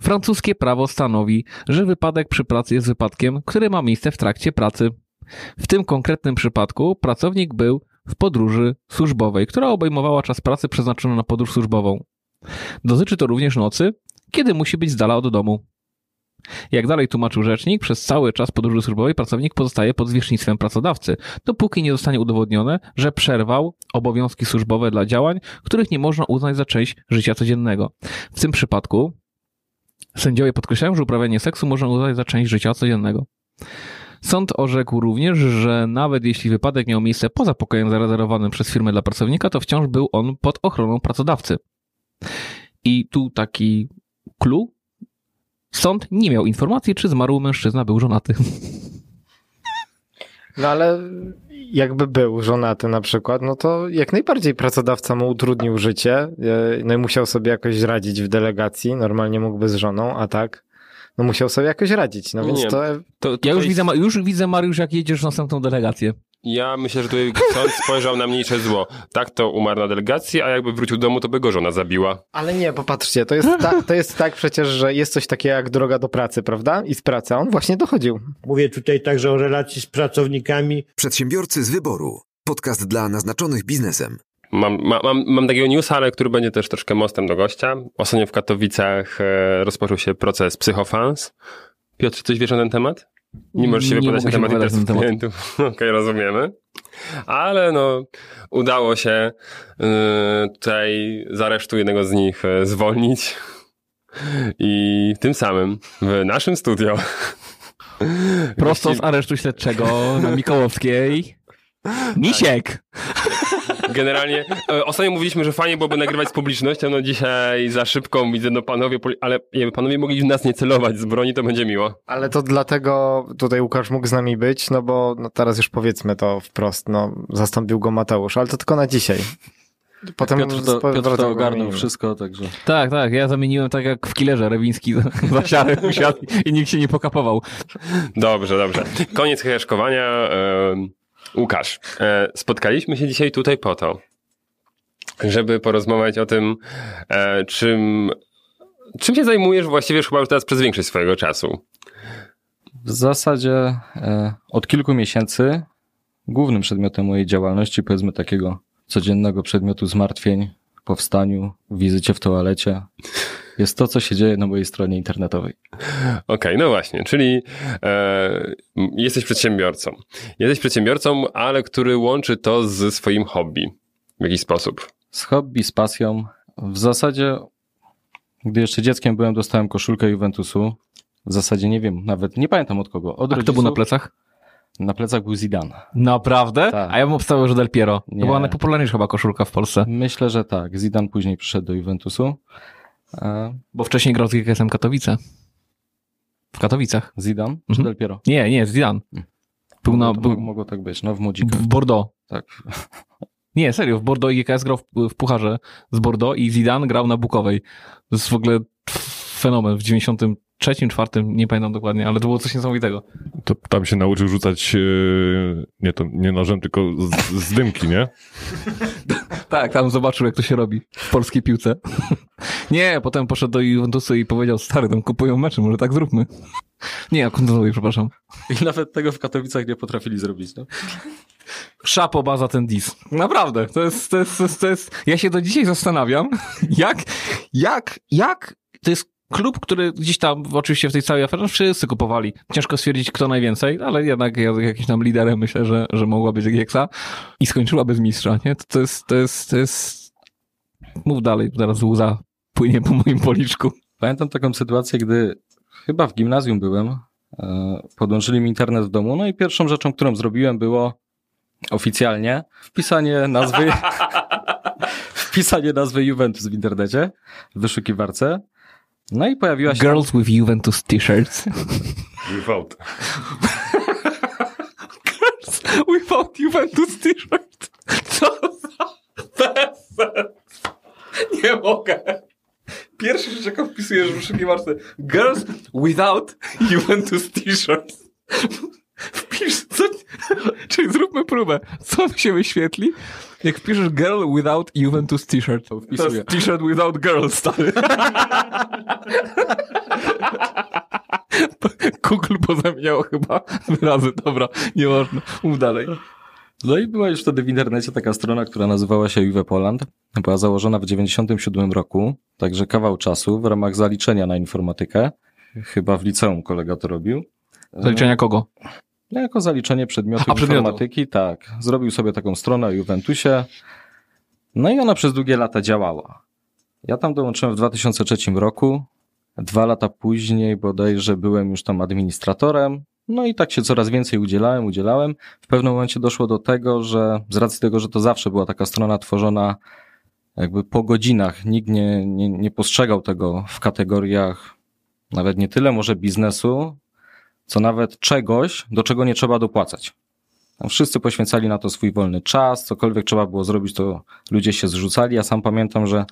Francuskie prawo stanowi, że wypadek przy pracy jest wypadkiem, który ma miejsce w trakcie pracy. W tym konkretnym przypadku pracownik był w podróży służbowej, która obejmowała czas pracy przeznaczony na podróż służbową. Dotyczy to również nocy, kiedy musi być z dala od domu. Jak dalej tłumaczył rzecznik, przez cały czas podróży służbowej pracownik pozostaje pod zwierzchnictwem pracodawcy, dopóki nie zostanie udowodnione, że przerwał obowiązki służbowe dla działań, których nie można uznać za część życia codziennego. W tym przypadku sędziowie podkreślają, że uprawianie seksu można uznać za część życia codziennego. Sąd orzekł również, że nawet jeśli wypadek miał miejsce poza pokojem zarezerwowanym przez firmę dla pracownika, to wciąż był on pod ochroną pracodawcy. I tu taki clue. Sąd nie miał informacji, czy zmarły mężczyzna był żonaty. No ale jakby był żonaty na przykład, no to jak najbardziej pracodawca mu utrudnił życie, no i musiał sobie jakoś radzić w delegacji, normalnie mógłby z żoną, a tak, no musiał sobie jakoś radzić, no więc Nie, to... to, to Ja już jest... widzę, już widzę, Mariusz, jak jedziesz w następną delegację. Ja myślę, że tutaj sąd spojrzał na mniejsze zło. Tak to umarł na delegacji, a jakby wrócił do domu, to by go żona zabiła. Ale nie, popatrzcie, to jest, ta, to jest tak przecież, że jest coś takiego jak droga do pracy, prawda? I z pracy, a on właśnie dochodził. Mówię tutaj także o relacji z pracownikami. Przedsiębiorcy z wyboru. Podcast dla naznaczonych biznesem. Mam, ma, mam, mam takiego newsa, ale który będzie też troszkę mostem do gościa. Ostatnio w Katowicach e, rozpoczął się proces Psychofans. Piotr, coś wiesz na ten temat? Nie możesz się Nie wypowiadać na mogę się temat wypowiadać interesów na temat. klientów. Okej, okay, rozumiemy. Ale no, udało się y, tutaj z aresztu jednego z nich y, zwolnić. I tym samym w naszym studio Prosto z aresztu śledczego na Mikołowskiej. Misiek! generalnie e, ostatnio mówiliśmy, że fajnie byłoby nagrywać z publicznością, no dzisiaj za szybko widzę, no panowie, ale jakby panowie mogli w nas nie celować z broni, to będzie miło. Ale to dlatego tutaj Łukasz mógł z nami być, no bo no teraz już powiedzmy to wprost, no zastąpił go Mateusz, ale to tylko na dzisiaj. Potem Piotr to, z powrotem Piotr to go ogarnął wymienimy. wszystko, także... Tak, tak, ja zamieniłem tak jak w Killerze Rewiński za siarę usiadł i nikt się nie pokapował. Dobrze, dobrze. Koniec heheszkowania. E, Łukasz, e, spotkaliśmy się dzisiaj tutaj po to, żeby porozmawiać o tym, e, czym, czym się zajmujesz właściwie już chyba już teraz przez większość swojego czasu. W zasadzie e, od kilku miesięcy głównym przedmiotem mojej działalności, powiedzmy takiego codziennego przedmiotu zmartwień po wstaniu, wizycie w toalecie, jest to, co się dzieje na mojej stronie internetowej. Okej, okay, no właśnie, czyli e, jesteś przedsiębiorcą. Jesteś przedsiębiorcą, ale który łączy to ze swoim hobby w jakiś sposób. Z hobby, z pasją. W zasadzie, gdy jeszcze dzieckiem byłem, dostałem koszulkę Juventusu. W zasadzie nie wiem, nawet nie pamiętam od kogo. Od A kto był na rodziców. plecach? Na plecach był Zidane. Naprawdę? Tak. A ja bym obstawiał, że Del Piero. To Nie. była najpopularniejsza chyba koszulka w Polsce. Myślę, że tak. Zidane później przyszedł do Juventusu. E, Bo wcześniej grał z G K S-em Katowice. W Katowicach. Zidane czy Mhm. Del Piero? Nie, nie, Zidane. Był na, Mogło, to, był mogło tak być, no w Młodzikach. w Bordeaux. Tak. Nie, serio, w Bordeaux i G K S grał w, w pucharze z Bordeaux i Zidane grał na Bukowej. To jest w ogóle fenomen. W dziewięćdziesiątym trzecim, czwartym, nie pamiętam dokładnie, ale to było coś niesamowitego. To tam się nauczył rzucać yy, nie, to, nie nożem, tylko z, z dymki, nie? Tak, tam zobaczył, jak to się robi w polskiej piłce. Nie, potem poszedł do Juventusu i powiedział, stary, tam kupują mecze, może tak zróbmy. Nie, ja kontynuuję, przepraszam. I nawet tego w Katowicach nie potrafili zrobić, no. Szapoba za ten dis. Naprawdę, to jest, to jest, to jest, to jest, ja się do dzisiaj zastanawiam, jak, jak, jak, to jest klub, który gdzieś tam, oczywiście w tej całej aferze, wszyscy kupowali. Ciężko stwierdzić, kto najwięcej, ale jednak ja jakimś tam liderem myślę, że, że mogła być Gieksa i skończyła bez mistrza, nie? To, to jest, to jest, to jest, mów dalej, teraz łza płynie po moim policzku. Pamiętam taką sytuację, gdy chyba w gimnazjum byłem, e, podłączyli mi internet w domu, no i pierwszą rzeczą, którą zrobiłem, było oficjalnie wpisanie nazwy wpisanie nazwy Juventus w internecie, w wyszukiwarce. No i pojawiła się... Girls with Juventus t-shirts. Without. Girls without Juventus t-shirt. Co za bezsens. Nie mogę. Pierwszy rzecz, jaką wpisujesz w wyszukiwarce. Girls without Juventus t-shirts. Wpisz, co, Czyli zróbmy próbę. Co mi się wyświetli? Jak wpiszesz girl without Juventus t-shirt. To wpisuję. T-shirt without girl, stary. Google pozamieniało chyba wyrazy. Dobra, nieważne. Mów dalej. No i była już wtedy w internecie taka strona, która nazywała się Juve Poland. Była założona w dziewięćdziesiątym siódmym roku, także kawał czasu w ramach zaliczenia na informatykę. Chyba w liceum kolega to robił. Zaliczenia kogo? No, jako zaliczenie przedmiotu A, przedmiotu. informatyki, tak. Zrobił sobie taką stronę o Juventusie. No i ona przez długie lata działała. Ja tam dołączyłem w dwa tysiące trzecim roku. Dwa lata później bodajże byłem już tam administratorem. No i tak się coraz więcej udzielałem, udzielałem. W pewnym momencie doszło do tego, że z racji tego, że to zawsze była taka strona tworzona jakby po godzinach, nikt nie, nie, nie postrzegał tego w kategoriach nawet nie tyle może biznesu, co nawet czegoś, do czego nie trzeba dopłacać. Tam wszyscy poświęcali na to swój wolny czas, cokolwiek trzeba było zrobić, to ludzie się zrzucali. Ja sam pamiętam, że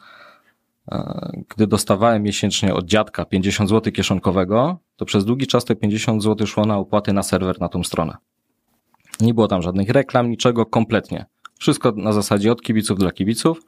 e, gdy dostawałem miesięcznie od dziadka pięćdziesiąt złotych kieszonkowego, to przez długi czas te pięćdziesiąt złotych szło na opłaty na serwer, na tą stronę. Nie było tam żadnych reklam, niczego, kompletnie. Wszystko na zasadzie od kibiców dla kibiców.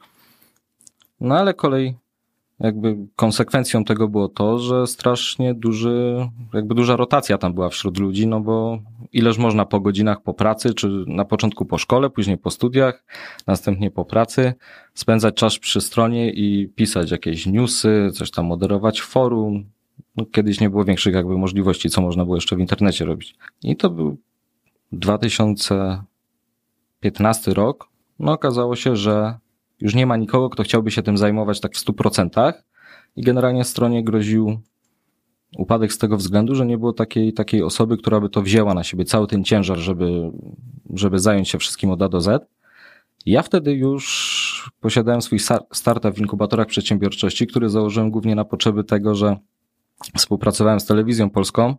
No ale kolej, jakby konsekwencją tego było to, że strasznie duży, jakby duża rotacja tam była wśród ludzi, no bo ileż można po godzinach po pracy, czy na początku po szkole, później po studiach, następnie po pracy, spędzać czas przy stronie i pisać jakieś newsy, coś tam moderować forum. No, kiedyś nie było większych jakby możliwości, co można było jeszcze w internecie robić. I to był dwa tysiące piętnasty rok. No okazało się, że już nie ma nikogo, kto chciałby się tym zajmować tak w stu procentach i generalnie stronie groził upadek z tego względu, że nie było takiej, takiej osoby, która by to wzięła na siebie, cały ten ciężar, żeby, żeby zająć się wszystkim od A do Z. Ja wtedy już posiadałem swój startup w inkubatorach przedsiębiorczości, który założyłem głównie na potrzeby tego, że współpracowałem z telewizją polską.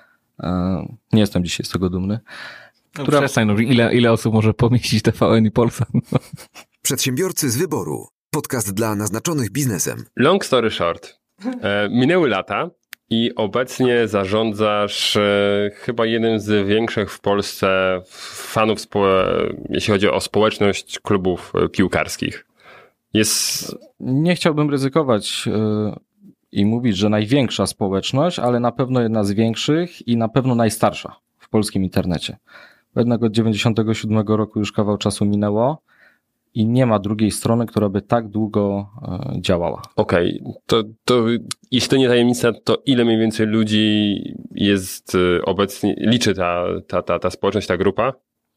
Nie jestem dzisiaj z tego dumny. No która... Przestań, no, ile, ile osób może pomieścić T V N i Polsat? No. Przedsiębiorcy z wyboru. Podcast dla naznaczonych biznesem. Long story short. E, minęły lata i obecnie zarządzasz e, chyba jednym z większych w Polsce fanów, spo, jeśli chodzi o społeczność klubów piłkarskich. Jest... Nie chciałbym ryzykować e, i mówić, że największa społeczność, ale na pewno jedna z większych i na pewno najstarsza w polskim internecie. Jednak od dziewięćdziesiątego siódmego roku już kawał czasu minęło i nie ma drugiej strony, która by tak długo e, działała. Okej, okay. to, to jeśli to nie tajemnica, to ile mniej więcej ludzi jest obecnie, liczy ta, ta, ta, ta społeczność, ta grupa?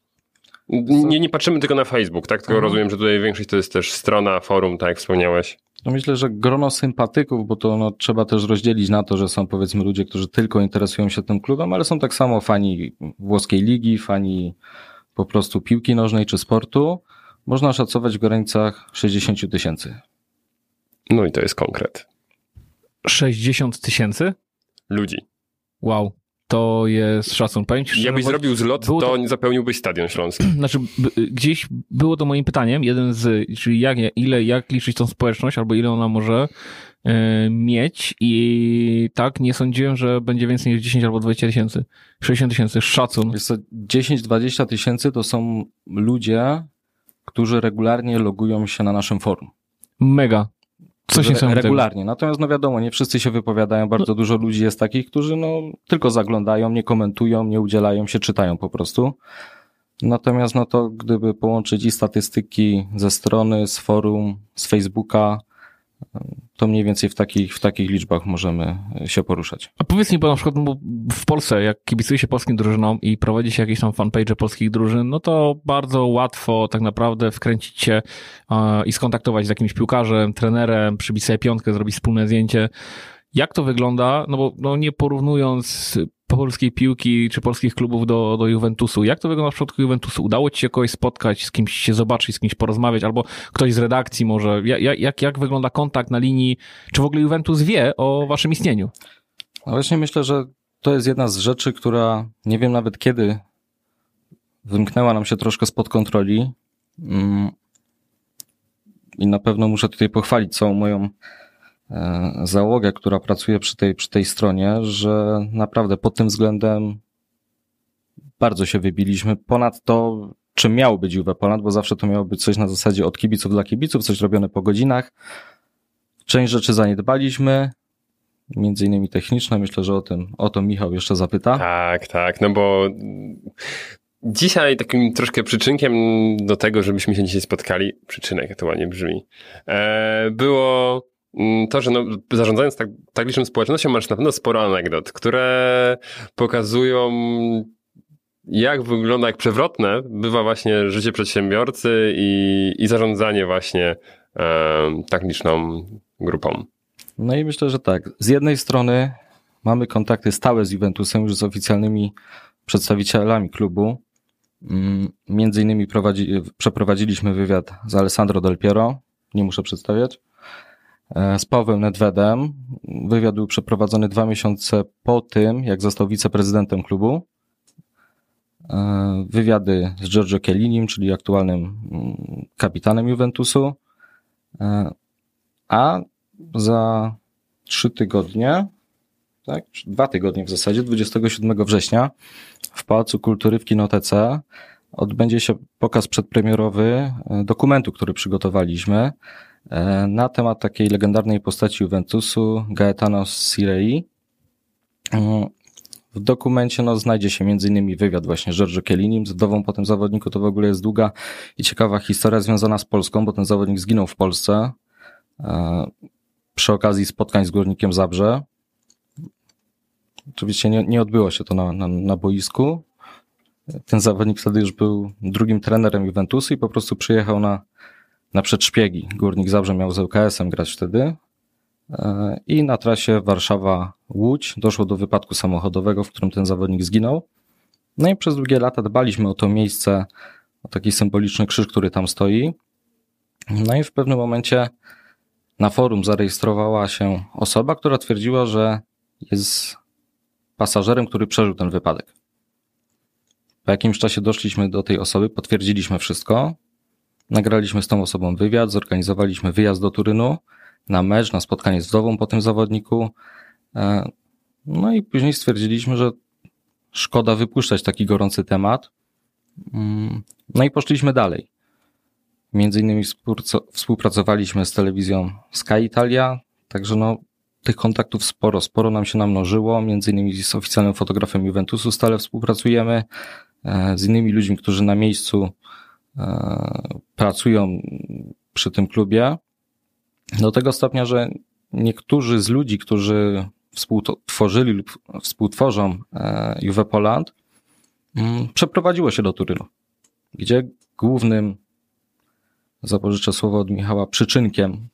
Nie, nie patrzymy tylko na Facebook, tak? Tylko Aha. rozumiem, że tutaj większość to jest też strona, forum, tak jak wspomniałeś. No myślę, że grono sympatyków, bo to no, trzeba też rozdzielić na to, że są powiedzmy ludzie, którzy tylko interesują się tym klubem, ale są tak samo fani włoskiej ligi, fani po prostu piłki nożnej czy sportu. Można szacować w granicach sześćdziesiąt tysięcy. No i to jest konkret. sześćdziesiąt tysięcy? Ludzi. Wow. To jest szacun. Powiem ci, jakbyś zrobił zlot, to, to zapełniłbyś Stadion Śląski. Znaczy, b- gdzieś było to moim pytaniem, jeden z, czyli jak, ile, jak liczyć tą społeczność, albo ile ona może y, mieć i tak, nie sądziłem, że będzie więcej niż dziesięć albo dwadzieścia tysięcy. sześćdziesiąt tysięcy, szacun. Jest to dziesięć do dwudziestu tysięcy to są ludzie, którzy regularnie logują się na naszym forum. Mega. Coś Re- regularnie. Natomiast no wiadomo, nie wszyscy się wypowiadają, bardzo no. dużo ludzi jest takich, którzy no tylko zaglądają, nie komentują, nie udzielają się, czytają po prostu. Natomiast no to gdyby połączyć i statystyki ze strony, z forum, z Facebooka, to mniej więcej w takich, w takich liczbach możemy się poruszać. A powiedz mi, bo na przykład w Polsce, jak kibicuje się polskim drużynom i prowadzi się jakieś tam fanpage polskich drużyn, no to bardzo łatwo tak naprawdę wkręcić się uh, i skontaktować z jakimś piłkarzem, trenerem, przybić sobie piątkę, zrobić wspólne zdjęcie. Jak to wygląda? No bo no nie porównując polskiej piłki czy polskich klubów do, do Juventusu. Jak to wygląda w przypadku Juventusu? Udało ci się kogoś spotkać, z kimś się zobaczyć, z kimś porozmawiać, albo ktoś z redakcji może? Jak, jak, jak wygląda kontakt na linii? Czy w ogóle Juventus wie o waszym istnieniu? No właśnie myślę, że to jest jedna z rzeczy, która nie wiem nawet kiedy wymknęła nam się troszkę spod kontroli. I na pewno muszę tutaj pochwalić całą moją załogę, która pracuje przy tej, przy tej stronie, że naprawdę pod tym względem bardzo się wybiliśmy ponad to, czym miało być Juve Poland, bo zawsze to miało być coś na zasadzie od kibiców dla kibiców, coś robione po godzinach. Część rzeczy zaniedbaliśmy, między innymi techniczne. Myślę, że o tym, o to Michał jeszcze zapyta. Tak, tak, no bo dzisiaj takim troszkę przyczynkiem do tego, żebyśmy się dzisiaj spotkali, przyczynek to ładnie brzmi, e, było to, że no, zarządzając tak, tak liczną społecznością masz na pewno sporo anegdot, które pokazują, jak wygląda, jak przewrotne bywa właśnie życie przedsiębiorcy i, i zarządzanie właśnie e, tak liczną grupą. No i myślę, że tak. Z jednej strony mamy kontakty stałe z Juventusem, już z oficjalnymi przedstawicielami klubu. Między innymi prowadzi, przeprowadziliśmy wywiad z Alessandro Del Piero, nie muszę przedstawiać, z Pawłem Nedvedem. Wywiad był przeprowadzony dwa miesiące po tym, jak został wiceprezydentem klubu. Wywiady z Giorgio Chiellinim, czyli aktualnym kapitanem Juventusu. A za trzy tygodnie, tak, dwa tygodnie w zasadzie, dwudziestego siódmego września w Pałacu Kultury w Kinotece odbędzie się pokaz przedpremierowy dokumentu, który przygotowaliśmy na temat takiej legendarnej postaci Juventusu, Gaetano Sirei. W dokumencie no, znajdzie się między innymi wywiad właśnie z Giorgio Chiellinim, z wdową po tym zawodniku. To w ogóle jest długa i ciekawa historia związana z Polską, bo ten zawodnik zginął w Polsce przy okazji spotkań z Górnikiem Zabrze. Oczywiście nie, nie odbyło się to na, na, na boisku. Ten zawodnik wtedy już był drugim trenerem Juventusu i po prostu przyjechał na, na przedszpiegi. Górnik Zabrze miał z L K S-em grać wtedy i na trasie Warszawa-Łódź doszło do wypadku samochodowego, w którym ten zawodnik zginął. No i przez długie lata dbaliśmy o to miejsce, o taki symboliczny krzyż, który tam stoi. No i w pewnym momencie na forum zarejestrowała się osoba, która twierdziła, że jest pasażerem, który przeżył ten wypadek. Po jakimś czasie doszliśmy do tej osoby, potwierdziliśmy wszystko, nagraliśmy z tą osobą wywiad, zorganizowaliśmy wyjazd do Turynu na mecz, na spotkanie z wdową po tym zawodniku. No i później stwierdziliśmy, że szkoda wypuszczać taki gorący temat. No i poszliśmy dalej. Między innymi współpracowaliśmy z telewizją Sky Italia, także no tych kontaktów sporo, sporo nam się namnożyło, między innymi z oficjalnym fotografem Juventusu stale współpracujemy, z innymi ludźmi, którzy na miejscu pracują przy tym klubie, do tego stopnia, że niektórzy z ludzi, którzy współtworzyli lub współtworzą Juve Poland, przeprowadziło się do Turynu, gdzie głównym, zapożyczę słowo od Michała, przyczynkiem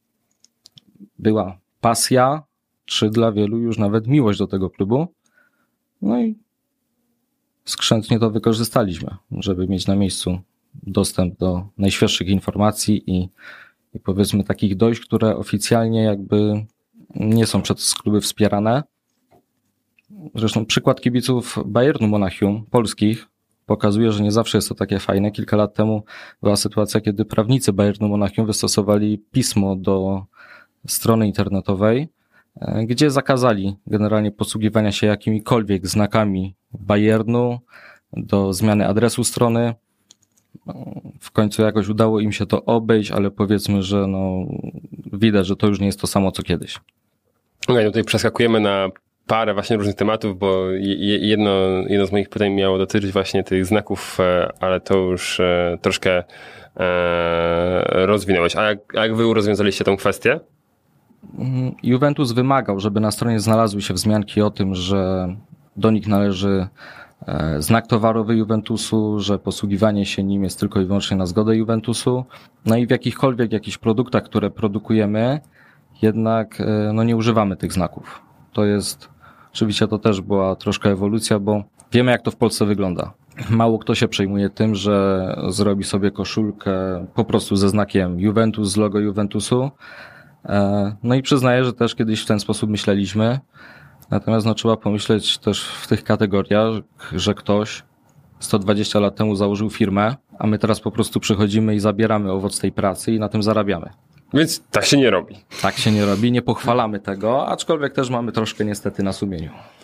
była pasja, czy dla wielu już nawet miłość do tego klubu. No i skrzętnie to wykorzystaliśmy, żeby mieć na miejscu dostęp do najświeższych informacji i, i powiedzmy takich dojść, które oficjalnie jakby nie są przez kluby wspierane. Zresztą przykład kibiców Bayernu Monachium, polskich, pokazuje, że nie zawsze jest to takie fajne. Kilka lat temu była sytuacja, kiedy prawnicy Bayernu Monachium wystosowali pismo do strony internetowej, gdzie zakazali generalnie posługiwania się jakimikolwiek znakami Bayernu do zmiany adresu strony. W końcu jakoś udało im się to obejść, ale powiedzmy, że no, widać, że to już nie jest to samo, co kiedyś. Okej, okay, tutaj przeskakujemy na parę właśnie różnych tematów, bo jedno, jedno z moich pytań miało dotyczyć właśnie tych znaków, ale to już troszkę rozwinąłeś. A jak, a jak wy rozwiązaliście tę kwestię? Juventus wymagał, żeby na stronie znalazły się wzmianki o tym, że do nich należy znak towarowy Juventusu, że posługiwanie się nim jest tylko i wyłącznie na zgodę Juventusu. No i w jakichkolwiek jakichś produktach, które produkujemy, jednak no nie używamy tych znaków. To jest, oczywiście to też była troszkę ewolucja, bo wiemy, jak to w Polsce wygląda. Mało kto się przejmuje tym, że zrobi sobie koszulkę po prostu ze znakiem Juventus, z logo Juventusu. No i przyznaję, że też kiedyś w ten sposób myśleliśmy. Natomiast no, trzeba pomyśleć też w tych kategoriach, że ktoś sto dwadzieścia lat temu założył firmę, a my teraz po prostu przychodzimy i zabieramy owoc tej pracy i na tym zarabiamy. Więc tak się nie robi. Tak się nie robi, nie pochwalamy tego, aczkolwiek też mamy troszkę niestety na sumieniu.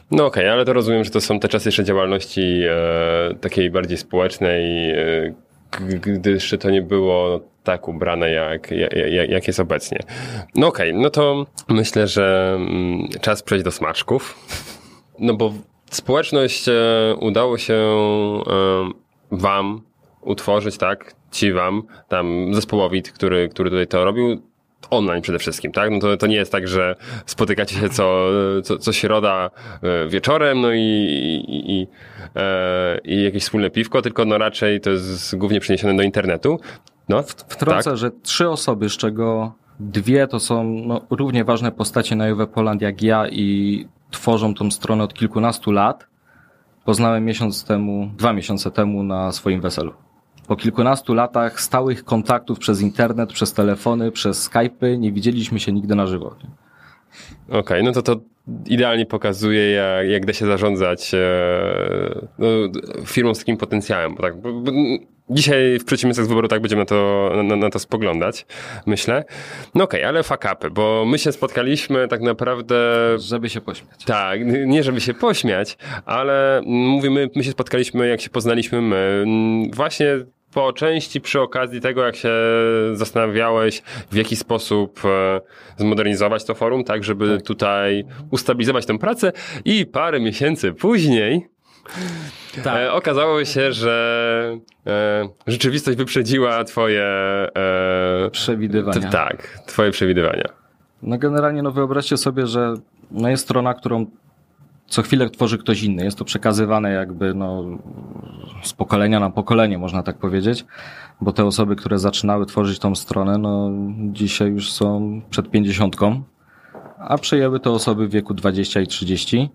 No okej, okay, ale to rozumiem, że to są te czasy jeszcze działalności e, takiej bardziej społecznej, e, gdy jeszcze to nie było tak ubrane, jak, jak, jak jest obecnie. No okej, okay, no to myślę, że mm, czas przejść do smaczków. No bo społeczność e, udało się e, wam utworzyć, tak? Ci wam, tam zespołowi, który, który tutaj to robił, online przede wszystkim, tak? No to, to nie jest tak, że spotykacie się co, co, co środa wieczorem, no i, i, i, e, i jakieś wspólne piwko, tylko no raczej to jest głównie przeniesione do internetu. No, Wtrącę, tak? że trzy osoby, z czego dwie to są no, równie ważne postacie na Juve Poland jak ja i tworzą tą stronę od kilkunastu lat. Poznałem miesiąc temu, dwa miesiące temu na swoim weselu. Po kilkunastu latach stałych kontaktów przez internet, przez telefony, przez Skype'y nie widzieliśmy się nigdy na żywo. Okej, okay, no to to idealnie pokazuje, jak, jak da się zarządzać e, no, firmą z takim potencjałem. Bo tak, bo, bo dzisiaj w przeciwieństwie z wyboru tak będziemy na to, na, na to spoglądać, myślę. No okej, okay, ale fuck upy, bo my się spotkaliśmy tak naprawdę... Żeby się pośmiać. Tak, nie żeby się pośmiać, ale mówimy, my się spotkaliśmy, jak się poznaliśmy my. Właśnie po części przy okazji tego, jak się zastanawiałeś, w jaki sposób e, zmodernizować to forum, tak, żeby tak. tutaj ustabilizować tę pracę i parę miesięcy później tak. e, okazało się, że e, rzeczywistość wyprzedziła twoje e, przewidywania. T, tak, twoje przewidywania. No generalnie, no wyobraźcie sobie, że no jest strona, którą co chwilę tworzy ktoś inny. Jest to przekazywane jakby no, z pokolenia na pokolenie, można tak powiedzieć, bo te osoby, które zaczynały tworzyć tą stronę, no dzisiaj już są przed pięćdziesiątką, a przejęły to osoby w wieku dwadzieścia i trzydzieści.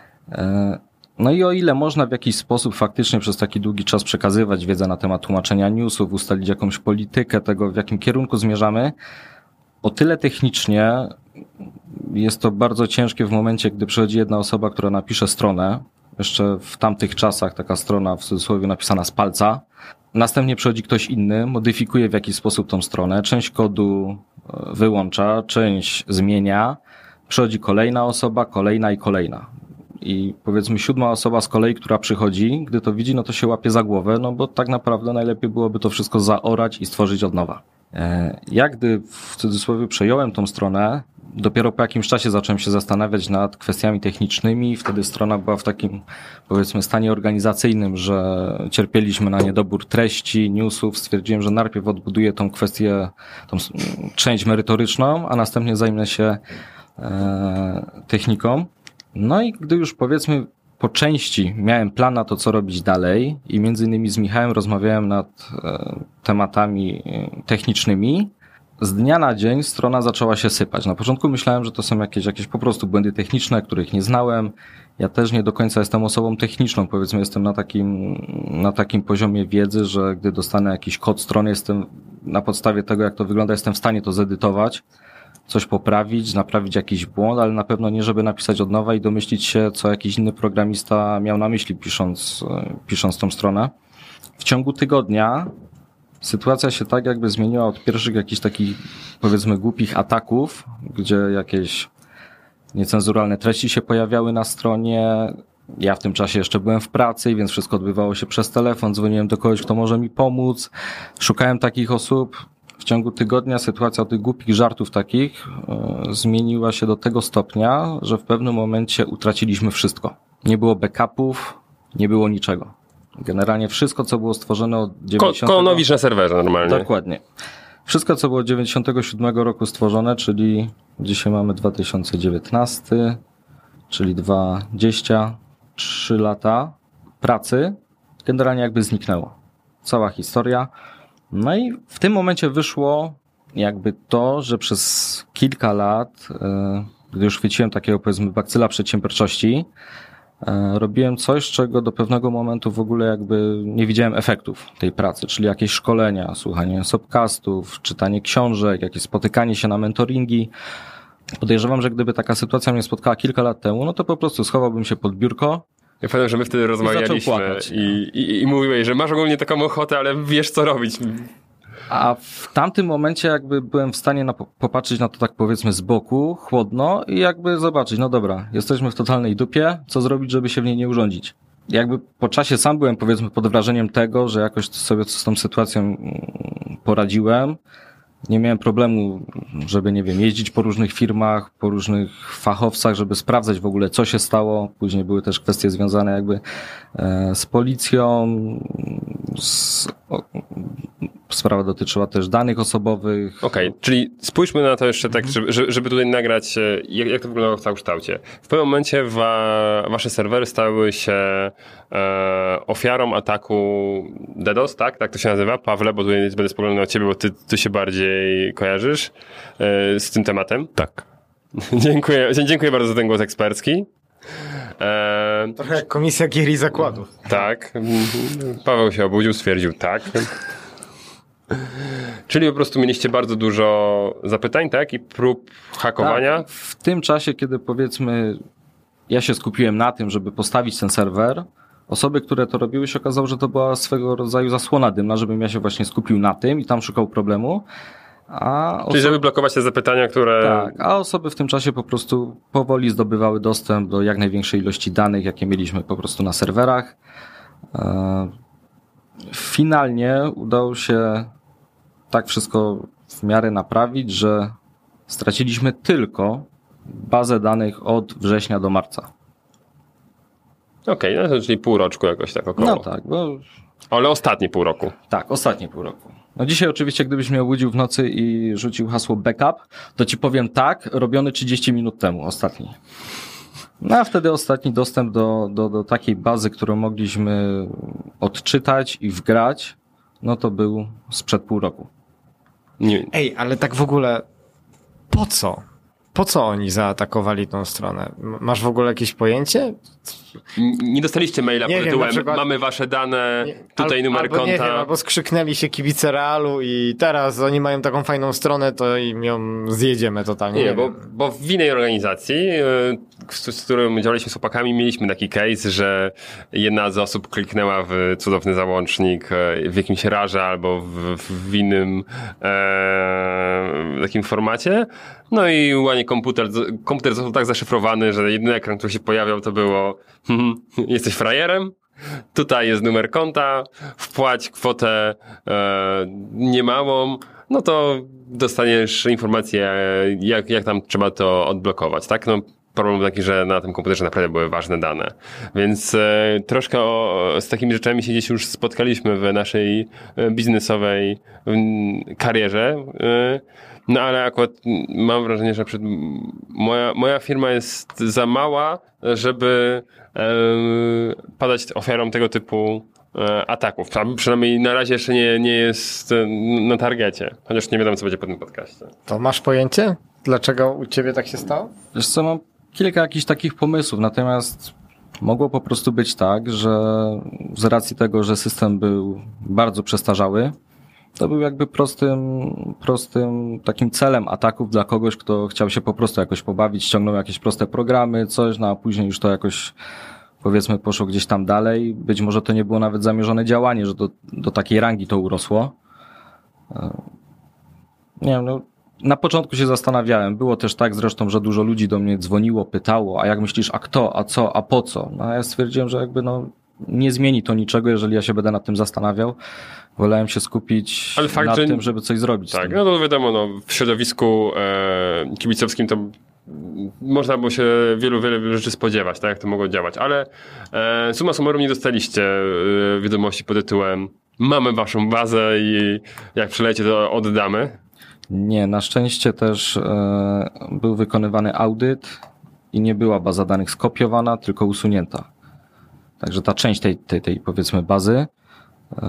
No i o ile można w jakiś sposób faktycznie przez taki długi czas przekazywać wiedzę na temat tłumaczenia newsów, ustalić jakąś politykę tego, w jakim kierunku zmierzamy, o tyle technicznie jest to bardzo ciężkie w momencie, gdy przychodzi jedna osoba, która napisze stronę, jeszcze w tamtych czasach taka strona w cudzysłowie napisana z palca, następnie przychodzi ktoś inny, modyfikuje w jakiś sposób tą stronę, część kodu wyłącza, część zmienia, przychodzi kolejna osoba, kolejna i kolejna. I powiedzmy siódma osoba z kolei, która przychodzi, gdy to widzi, no to się łapie za głowę, no bo tak naprawdę najlepiej byłoby to wszystko zaorać i stworzyć od nowa. Ja gdy w cudzysłowie przejąłem tą stronę, dopiero po jakimś czasie zacząłem się zastanawiać nad kwestiami technicznymi. Wtedy strona była w takim, powiedzmy, stanie organizacyjnym, że cierpieliśmy na niedobór treści, newsów. Stwierdziłem, że najpierw odbuduję tą kwestię, tą część merytoryczną, a następnie zajmę się e, techniką. No i gdy już powiedzmy po części miałem plan na to, co robić dalej i między innymi z Michałem rozmawiałem nad e, tematami technicznymi, z dnia na dzień strona zaczęła się sypać. Na początku myślałem, że to są jakieś, jakieś po prostu błędy techniczne, których nie znałem. Ja też nie do końca jestem osobą techniczną. Powiedzmy, jestem na takim, na takim poziomie wiedzy, że gdy dostanę jakiś kod strony, jestem na podstawie tego, jak to wygląda, jestem w stanie to zedytować, coś poprawić, naprawić jakiś błąd, ale na pewno nie, żeby napisać od nowa i domyślić się, co jakiś inny programista miał na myśli, pisząc, pisząc tą stronę. W ciągu tygodnia sytuacja się tak jakby zmieniła od pierwszych jakichś takich, powiedzmy, głupich ataków, gdzie jakieś niecenzuralne treści się pojawiały na stronie. Ja w tym czasie jeszcze byłem w pracy, więc wszystko odbywało się przez telefon. Dzwoniłem do kogoś, kto może mi pomóc. Szukałem takich osób. W ciągu tygodnia sytuacja tych głupich żartów takich yy, zmieniła się do tego stopnia, że w pewnym momencie utraciliśmy wszystko. Nie było backupów, nie było niczego. Generalnie wszystko, co było stworzone od dziewięćdziesiątego... Konowicz na serwerze normalnie. Dokładnie. Wszystko, co było od dziewięćdziesiątego siódmego roku stworzone, czyli dzisiaj mamy dwa tysiące dziewiętnasty, czyli dwadzieścia trzy lata pracy, generalnie jakby zniknęło. Cała historia. No i w tym momencie wyszło jakby to, że przez kilka lat, gdy już chwyciłem takiego, powiedzmy, bakcyla przedsiębiorczości, robiłem coś, czego do pewnego momentu w ogóle jakby nie widziałem efektów tej pracy, czyli jakieś szkolenia, słuchanie sobcastów, czytanie książek, jakieś spotykanie się na mentoringi. Podejrzewam, że gdyby taka sytuacja mnie spotkała kilka lat temu, no to po prostu schowałbym się pod biurko. Ja pamiętam, że my wtedy rozmawialiśmy i, i, i mówiłeś, że masz ogólnie taką ochotę, ale wiesz co robić. A w tamtym momencie jakby byłem w stanie na, popatrzeć na to tak powiedzmy z boku, chłodno i jakby zobaczyć, no dobra, jesteśmy w totalnej dupie, co zrobić, żeby się w niej nie urządzić. Jakby po czasie sam byłem powiedzmy pod wrażeniem tego, że jakoś sobie z tą sytuacją poradziłem. Nie miałem problemu, żeby, nie wiem, jeździć po różnych firmach, po różnych fachowcach, żeby sprawdzać w ogóle, co się stało. Później były też kwestie związane jakby z policją. Z, o, sprawa dotyczyła też danych osobowych. Okej, okay, czyli spójrzmy na to jeszcze tak, żeby, żeby tutaj nagrać, jak, jak to wyglądało w całokształcie. W pewnym momencie wa, wasze serwery stały się e, ofiarą ataku DDoS, tak? Tak to się nazywa? Pawle, bo tutaj będę spoglądał na ciebie, bo ty, ty się bardziej kojarzysz e, z tym tematem. Tak. Dziękuję, dziękuję bardzo za ten głos ekspercki. E, Trochę jak komisja gier i zakładów. Tak. Paweł się obudził, stwierdził tak. Czyli po prostu mieliście bardzo dużo zapytań, tak? I prób hakowania? Tak. W tym czasie, kiedy powiedzmy ja się skupiłem na tym, żeby postawić ten serwer, osoby, które to robiły, się okazało, że to była swego rodzaju zasłona dymna, żebym ja się właśnie skupił na tym i tam szukał problemu. A Czyli osoby... żeby blokować te zapytania, które... Tak, a osoby w tym czasie po prostu powoli zdobywały dostęp do jak największej ilości danych, jakie mieliśmy po prostu na serwerach. Finalnie udało się tak wszystko w miarę naprawić, że straciliśmy tylko bazę danych od września do marca. Okej, okay, no to czyli pół roczku jakoś tak około. No tak, bo... Ale ostatnie pół roku. Tak, ostatnie pół roku. No dzisiaj oczywiście, gdybyś mnie obudził w nocy i rzucił hasło backup, to ci powiem tak, robiony trzydzieści minut temu, ostatni. No a wtedy ostatni dostęp do, do, do takiej bazy, którą mogliśmy odczytać i wgrać, no to był sprzed pół roku. Nie. Ej, ale tak w ogóle po co? Po co oni zaatakowali tą stronę? Masz w ogóle jakieś pojęcie? Nie dostaliście maila nie pod wiem, tytułem przykład... mamy wasze dane, nie, tutaj al, numer albo konta. Nie wiem, albo skrzyknęli się kibice Realu i teraz oni mają taką fajną stronę, to im ją zjedziemy totalnie. Nie, nie bo, bo w innej organizacji, z, z którą działaliśmy z chłopakami, mieliśmy taki case, że jedna z osób kliknęła w cudowny załącznik w jakimś rarze albo w, w innym e, takim formacie. No i ładnie komputer, komputer został tak zaszyfrowany, że jedyny ekran, który się pojawiał, to było hmm, jesteś frajerem, tutaj jest numer konta, wpłać kwotę e, niemałą, no to dostaniesz informację, jak, jak tam trzeba to odblokować, tak? No, problem taki, że na tym komputerze naprawdę były ważne dane. Więc e, troszkę o, z takimi rzeczami się gdzieś już spotkaliśmy w naszej e, biznesowej m, karierze. E, no ale akurat mam wrażenie, że przed, moja, moja firma jest za mała, żeby e, padać ofiarą tego typu e, ataków. A przynajmniej na razie jeszcze nie, nie jest na targecie. Chociaż nie wiadomo, co będzie po tym podcaście. To masz pojęcie? Dlaczego u ciebie tak się stało? Wiesz co, mam kilka jakichś takich pomysłów, natomiast mogło po prostu być tak, że z racji tego, że system był bardzo przestarzały, to był jakby prostym, prostym takim celem ataków dla kogoś, kto chciał się po prostu jakoś pobawić, ściągnął jakieś proste programy, coś, no a później już to jakoś powiedzmy poszło gdzieś tam dalej. Być może to nie było nawet zamierzone działanie, że do, do takiej rangi to urosło. Nie wiem, no na początku się zastanawiałem. Było też tak zresztą, że dużo ludzi do mnie dzwoniło, pytało, a jak myślisz, a kto, a co, a po co? No a ja stwierdziłem, że jakby no nie zmieni to niczego, jeżeli ja się będę nad tym zastanawiał. Wolałem się skupić Ale fakt, na że... tym, żeby coś zrobić. Tak, no to wiadomo, no, w środowisku e, kibicowskim to można było się wielu, wielu rzeczy spodziewać, tak jak to mogło działać, ale e, summa summarum nie dostaliście e, wiadomości pod tytułem mamy waszą bazę i jak przylecie, to oddamy. Nie, na szczęście też e, był wykonywany audyt i nie była baza danych skopiowana, tylko usunięta. Także ta część tej, tej, tej powiedzmy bazy e,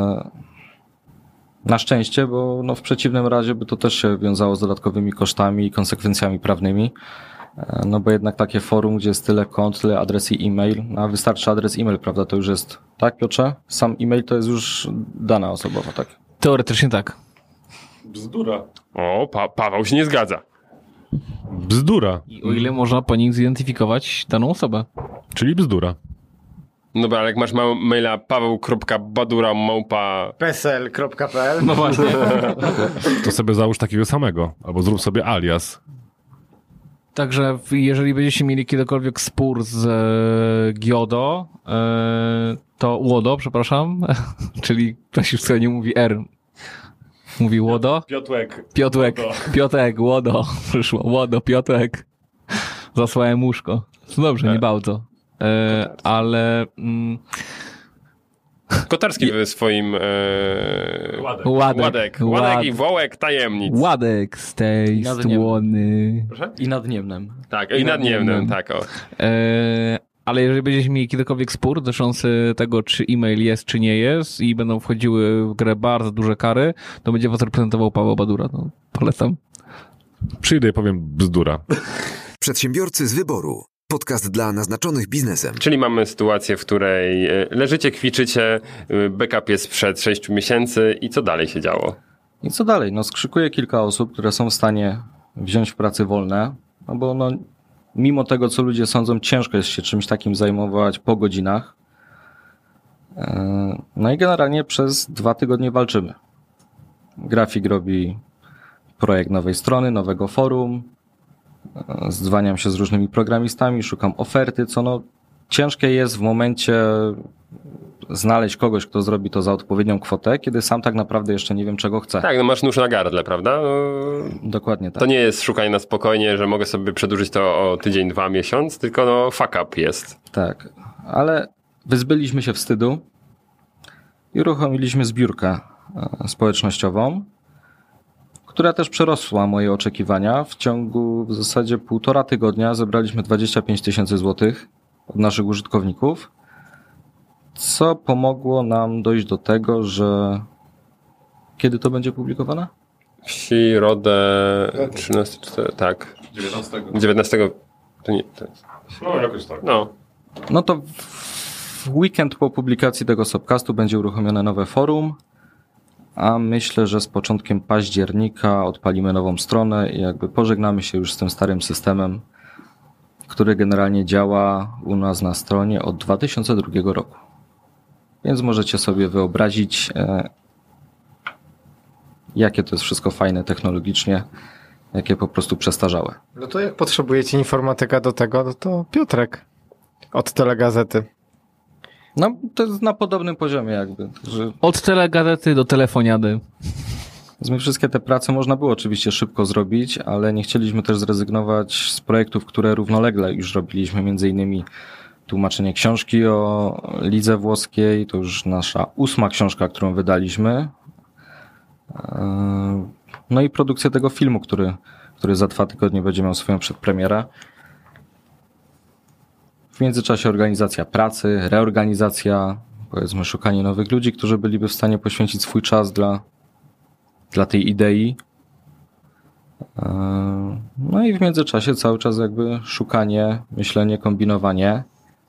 na szczęście, bo no w przeciwnym razie by to też się wiązało z dodatkowymi kosztami i konsekwencjami prawnymi. E, no bo jednak takie forum, gdzie jest tyle kont, tyle adres i e-mail, no a wystarczy adres e-mail, prawda, to już jest, tak Piotrze? Sam e-mail to jest już dana osobowa, tak? Teoretycznie tak. Bzdura. O, pa- Paweł się nie zgadza. Bzdura. I o ile można po nich zidentyfikować daną osobę. Czyli bzdura. No bo ale jak masz ma- maila paweł kropka badura małpa p s l kropka p l No właśnie. To sobie załóż takiego samego, albo zrób sobie alias. Także w- jeżeli będziecie mieli kiedykolwiek spór z e, Giodo, e, to Łodo, przepraszam, czyli ktoś już sobie nie mówi R, mówi Łodo. Piotłek. Piotrek, Piotrek, Łodo, przyszło, Łodo, Piotrek. Zasłałem łóżko. No dobrze, nie bardzo. E, ale mm, Kotarski w swoim e... Ładek. Ładek, Ładek. Ładek i wołek tajemnic. Ładek z tej Nad niebem. strony. I nad Niemnem. Tak, i nad Niemnem, tak o. E, ale jeżeli będziecie mieli kiedykolwiek spór dotyczący tego, czy e-mail jest, czy nie jest i będą wchodziły w grę bardzo duże kary, to będzie was reprezentował Paweł Badura. No, polecam. Przyjdę i powiem bzdura. Przedsiębiorcy z wyboru. Podcast dla naznaczonych biznesem. Czyli mamy sytuację, w której e, leżycie, kwiczycie, e, backup jest sprzed sześciu miesięcy i co dalej się działo? I co dalej? No skrzykuje kilka osób, które są w stanie wziąć w pracy wolne, no bo no, mimo tego, co ludzie sądzą, ciężko jest się czymś takim zajmować po godzinach. Yy, No i generalnie przez dwa tygodnie walczymy. Grafik robi projekt nowej strony, nowego forum, yy, zdzwaniam się z różnymi programistami, szukam oferty, co no ciężkie jest w momencie znaleźć kogoś, kto zrobi to za odpowiednią kwotę, kiedy sam tak naprawdę jeszcze nie wiem, czego chcę. Tak, no masz nóż na gardle, prawda? No, Dokładnie tak. to nie jest szukanie na spokojnie, że mogę sobie przedłużyć to o tydzień, dwa, miesiąc, tylko no fuck up jest. Tak, ale wyzbyliśmy się wstydu i uruchomiliśmy zbiórkę e, społecznościową, która też przerosła moje oczekiwania. W ciągu w zasadzie półtora tygodnia zebraliśmy dwadzieścia pięć tysięcy złotych od naszych użytkowników, co pomogło nam dojść do tego, że kiedy to będzie publikowane? W środę trzynastego, tak. dziewiętnastego. dziewiętnastego, to nie, to jest, No, jakoś tak. no. No to w weekend po publikacji tego Sobcastu będzie uruchomione nowe forum, a myślę, że z początkiem października odpalimy nową stronę i jakby pożegnamy się już z tym starym systemem, który generalnie działa u nas na stronie od dwa tysiące drugiego roku. Więc możecie sobie wyobrazić, e, jakie to jest wszystko fajne technologicznie, jakie po prostu przestarzałe. No to jak potrzebujecie informatyka do tego, no to Piotrek od Telegazety. No, to jest na podobnym poziomie jakby. Że Od telegazety do telefoniady. z my wszystkie te prace można było oczywiście szybko zrobić, ale nie chcieliśmy też zrezygnować z projektów, które równolegle już robiliśmy, między innymi tłumaczenie książki o lidze włoskiej, to już nasza ósma książka, którą wydaliśmy. No i produkcja tego filmu, który, który za dwa tygodnie będzie miał swoją przedpremierę. W międzyczasie organizacja pracy, reorganizacja, powiedzmy szukanie nowych ludzi, którzy byliby w stanie poświęcić swój czas dla, dla tej idei. No i w międzyczasie cały czas jakby szukanie, myślenie, kombinowanie,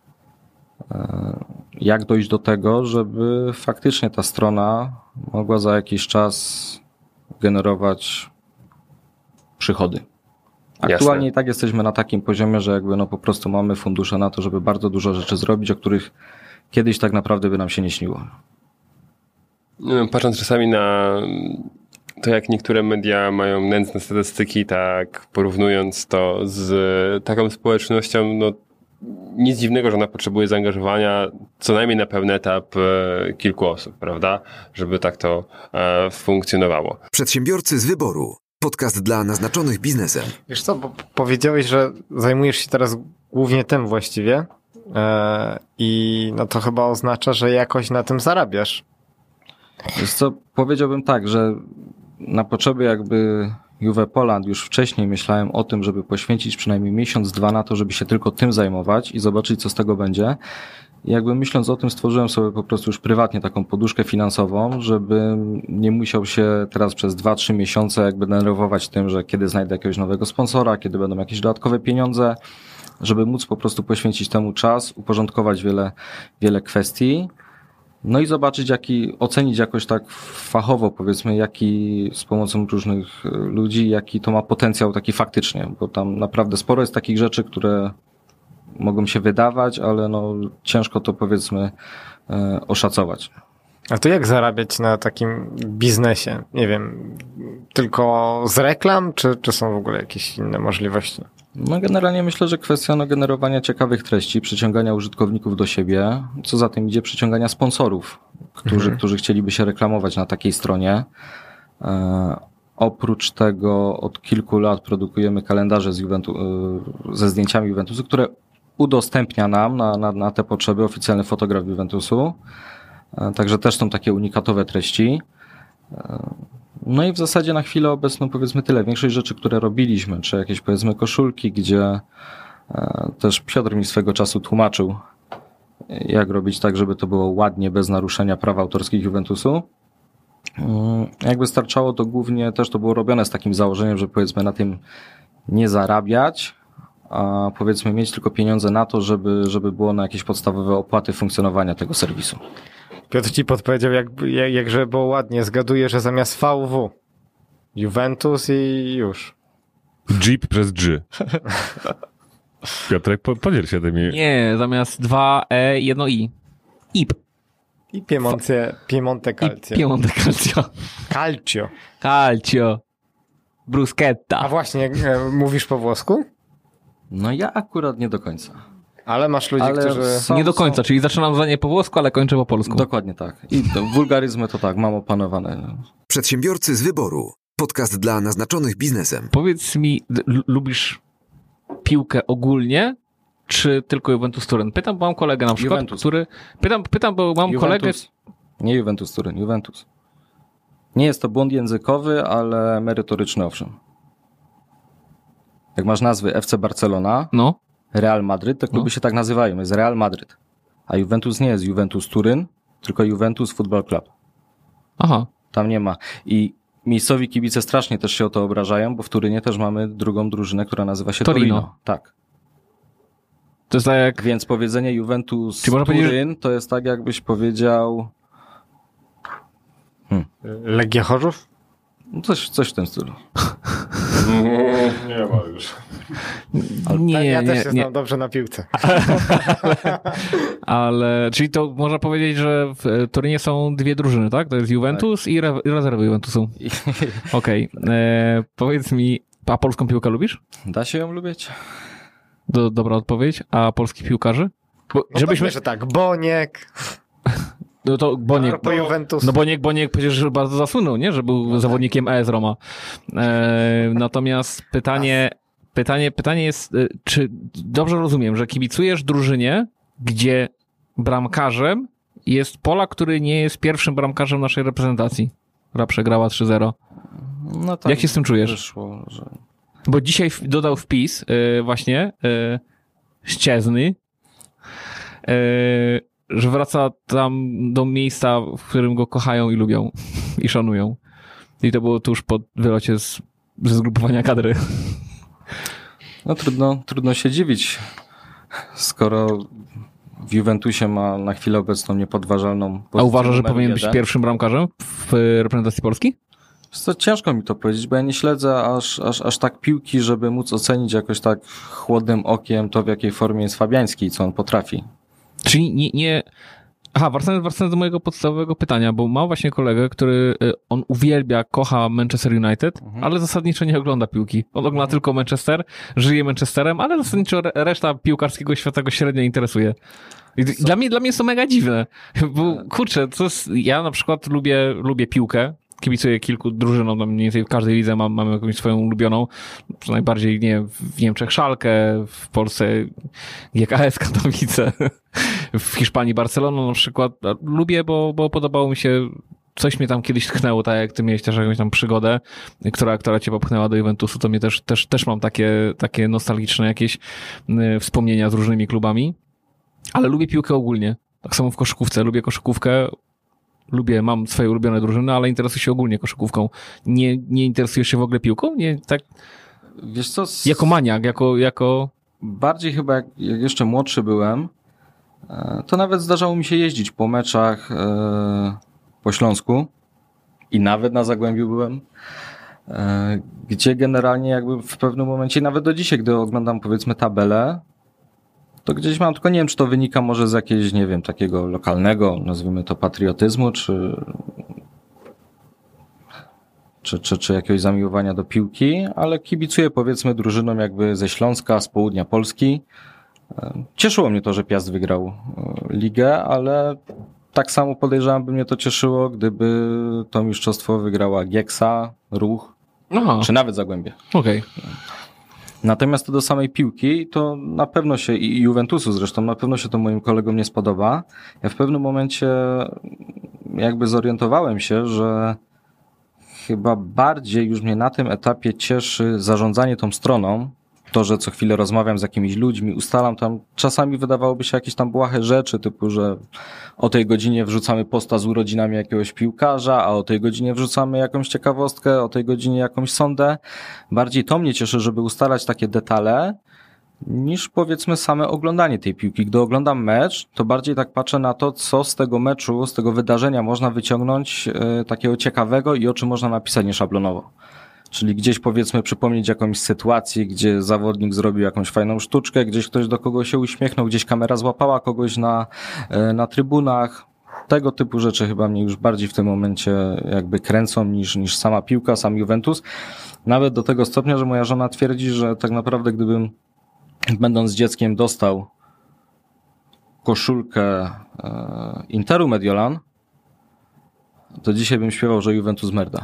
jak dojść do tego, żeby faktycznie ta strona mogła za jakiś czas generować przychody. Aktualnie i tak jesteśmy na takim poziomie, że jakby no po prostu mamy fundusze na to, żeby bardzo dużo rzeczy zrobić, o których kiedyś tak naprawdę by nam się nie śniło. Patrząc czasami na to, jak niektóre media mają nędzne statystyki, tak porównując to z taką społecznością, no nic dziwnego, że ona potrzebuje zaangażowania co najmniej na pewien etap e, kilku osób, prawda? Żeby tak to e, funkcjonowało. Przedsiębiorcy z wyboru. Podcast dla naznaczonych biznesem. Wiesz co, bo powiedziałeś, że zajmujesz się teraz głównie tym właściwie e, i no to chyba oznacza, że jakoś na tym zarabiasz. Wiesz co, powiedziałbym tak, że na potrzeby jakby Juve Poland już wcześniej myślałem o tym, żeby poświęcić przynajmniej miesiąc, dwa na to, żeby się tylko tym zajmować i zobaczyć, co z tego będzie. I jakby myśląc o tym, stworzyłem sobie po prostu już prywatnie taką poduszkę finansową, żeby nie musiał się teraz przez dwa trzy miesiące jakby denerwować tym, że kiedy znajdę jakiegoś nowego sponsora, kiedy będą jakieś dodatkowe pieniądze, żeby móc po prostu poświęcić temu czas, uporządkować wiele, wiele kwestii. No i zobaczyć, jaki, ocenić jakoś tak fachowo, powiedzmy, jaki z pomocą różnych ludzi, jaki to ma potencjał taki faktycznie, bo tam naprawdę sporo jest takich rzeczy, które mogą się wydawać, ale no ciężko to powiedzmy oszacować. A to jak zarabiać na takim biznesie? Nie wiem, tylko z reklam, czy, czy są w ogóle jakieś inne możliwości? No generalnie myślę, że kwestia no, generowania ciekawych treści, przyciągania użytkowników do siebie, co za tym idzie przyciągania sponsorów, którzy, mhm. którzy chcieliby się reklamować na takiej stronie. E, oprócz tego od kilku lat produkujemy kalendarze z Juventu, e, ze zdjęciami Juventusu, które udostępnia nam na, na, na te potrzeby oficjalny fotograf Juventusu. E, także też są takie unikatowe treści. E, No i w zasadzie na chwilę obecną powiedzmy tyle. Większość rzeczy, które robiliśmy, czy jakieś powiedzmy koszulki, gdzie e, też Piotr mi swego czasu tłumaczył, jak robić tak, żeby to było ładnie, bez naruszenia praw autorskich Juventusu. Mm, jak wystarczało, to głównie też to było robione z takim założeniem, że powiedzmy na tym nie zarabiać, a powiedzmy mieć tylko pieniądze na to, żeby, żeby było na jakieś podstawowe opłaty funkcjonowania tego serwisu. Piotr ci podpowiedział, jak, jak, jakże było ładnie. Zgaduję, że zamiast V W Juventus i już. Jeep przez G. Piotrek, po, podziel się tymi... Nie, zamiast dwa E, jedno I. I P. I Piemonte, Piemonte Calcio. I Piemonte Calcio. Calcio. Calcio. Bruschetta. A właśnie, e, mówisz po włosku? No ja akurat nie do końca. Ale masz ludzi, Ale którzy... są, nie do końca, są... czyli zaczynam zdanie po włosku, ale kończę po polsku. Dokładnie tak. I to, wulgaryzmy to tak, mam opanowane. Przedsiębiorcy z wyboru. Podcast dla naznaczonych biznesem. Powiedz mi, l- lubisz piłkę ogólnie, czy tylko Juventus Turyn? Pytam, bo mam kolegę na przykład, Juventus. który... Pytam, pytam, bo mam Juventus, kolegę... Nie Juventus Turyn, Juventus. Nie jest to błąd językowy, ale merytoryczny owszem. Jak masz nazwy F C Barcelona, No. Real Madryt, te kluby No. się tak nazywają, jest Real Madryt. A Juventus nie jest Juventus Turyn, tylko Juventus Football Club. Aha. Tam nie ma. I miejscowi kibice strasznie też się o to obrażają, bo w Turynie też mamy drugą drużynę, która nazywa się Torino. Torino. Tak. To jest tak jak... Więc powiedzenie Juventus Czy można Turyn powiedzieć, to jest tak jakbyś powiedział Hmm. Legia Chorzów? coś, coś w tym stylu. Nie ma już. Nie, ja nie, też się nie. znam dobrze na piłce. Ale, czyli to można powiedzieć, że w Turynie są dwie drużyny, tak? To jest Juventus tak. i, re, i rezerwy Juventusu. Okej. Okay. Powiedz mi, a polską piłkę lubisz? Da się ją lubić? Do, dobra odpowiedź. A polskich piłkarzy? Bo, no żebyśmy... pewnie, że tak. Boniek. No to Boniek, po Juventus. No Boniek, Boniek przecież bardzo zasłynął, nie? Że był no tak. zawodnikiem A S Roma. E, natomiast pytanie, pytanie, pytanie jest, czy dobrze rozumiem, że kibicujesz drużynie, gdzie bramkarzem jest Polak, który nie jest pierwszym bramkarzem naszej reprezentacji, która przegrała trzy zero. No tak. Jak się z tym czujesz? Wyszło, że... Bo dzisiaj dodał wpis yy, właśnie yy, Szczęsny, yy, że wraca tam do miejsca, w którym go kochają i lubią i szanują. I to było tuż po wylocie z, ze zgrupowania kadry. No trudno, trudno się dziwić, skoro w Juventusie ma na chwilę obecną niepodważalną pozycję. A uważasz, że powinien jeden. być pierwszym bramkarzem w reprezentacji Polski? To ciężko mi to powiedzieć, bo ja nie śledzę aż, aż, aż tak piłki, żeby móc ocenić jakoś tak chłodnym okiem to, w jakiej formie jest Fabiański i co on potrafi. Czyli nie... nie... Aha, wracając, wracając do mojego podstawowego pytania, bo mam właśnie kolegę, który on uwielbia, kocha Manchester United, mhm. ale zasadniczo nie ogląda piłki. On ogląda mhm. tylko Manchester, żyje Manchesterem, ale zasadniczo reszta piłkarskiego świata go średnio interesuje. I dla mnie, dla mnie jest to mega dziwne, bo kurczę, to jest, ja na przykład lubię, lubię piłkę, kibicuję kilku drużynom, tam mniej więcej w każdej lidze mam, mam jakąś swoją ulubioną, najbardziej, nie wiem, w Niemczech Szalkę, w Polsce G K S Katowice, w Hiszpanii Barcelonę na przykład. Lubię, bo, bo podobało mi się, coś mnie tam kiedyś tknęło, tak jak ty miałeś też jakąś tam przygodę, która, która cię popchnęła do Juventusu, to mnie też, też, też mam takie, takie nostalgiczne jakieś wspomnienia z różnymi klubami, ale lubię piłkę ogólnie. Tak samo w koszykówce, lubię koszykówkę, lubię, mam swoje ulubione drużyny, ale interesuję się ogólnie koszykówką. Nie, nie interesujesz się w ogóle piłką? Nie, tak. Wiesz co? Z... Jako maniak, jako, jako... Bardziej chyba jak, jak jeszcze młodszy byłem, to nawet zdarzało mi się jeździć po meczach e, po Śląsku i nawet na Zagłębiu byłem, e, gdzie generalnie jakby w pewnym momencie, nawet do dzisiaj, gdy oglądam powiedzmy tabelę, to gdzieś mam, tylko nie wiem, czy to wynika może z jakiegoś, nie wiem, takiego lokalnego, nazwijmy to patriotyzmu, czy, czy, czy, czy jakiegoś zamiłowania do piłki, ale kibicuję powiedzmy drużynom jakby ze Śląska, z południa Polski. Cieszyło mnie to, że Piast wygrał ligę, ale tak samo podejrzewam, by mnie to cieszyło, gdyby to mistrzostwo wygrała Gieksa, Ruch, Aha. czy nawet Zagłębie. Okej. Okay. Natomiast to do samej piłki, to na pewno się, i Juventusu zresztą, na pewno się to moim kolegom nie spodoba. Ja w pewnym momencie jakby zorientowałem się, że chyba bardziej już mnie na tym etapie cieszy zarządzanie tą stroną, to, że co chwilę rozmawiam z jakimiś ludźmi, ustalam tam, czasami wydawałoby się jakieś tam błahe rzeczy, typu, że o tej godzinie wrzucamy posta z urodzinami jakiegoś piłkarza, a o tej godzinie wrzucamy jakąś ciekawostkę, o tej godzinie jakąś sondę. Bardziej to mnie cieszy, żeby ustalać takie detale, niż powiedzmy same oglądanie tej piłki. Gdy oglądam mecz, to bardziej tak patrzę na to, co z tego meczu, z tego wydarzenia można wyciągnąć e, takiego ciekawego i o czym można napisać nieszablonowo. Czyli gdzieś powiedzmy przypomnieć jakąś sytuację, gdzie zawodnik zrobił jakąś fajną sztuczkę, gdzieś ktoś do kogoś się uśmiechnął, gdzieś kamera złapała kogoś na, na trybunach. Tego typu rzeczy chyba mnie już bardziej w tym momencie jakby kręcą niż, niż sama piłka, sam Juventus. Nawet do tego stopnia, że moja żona twierdzi, że tak naprawdę gdybym będąc dzieckiem dostał koszulkę Interu Mediolan, to dzisiaj bym śpiewał, że Juventus merda.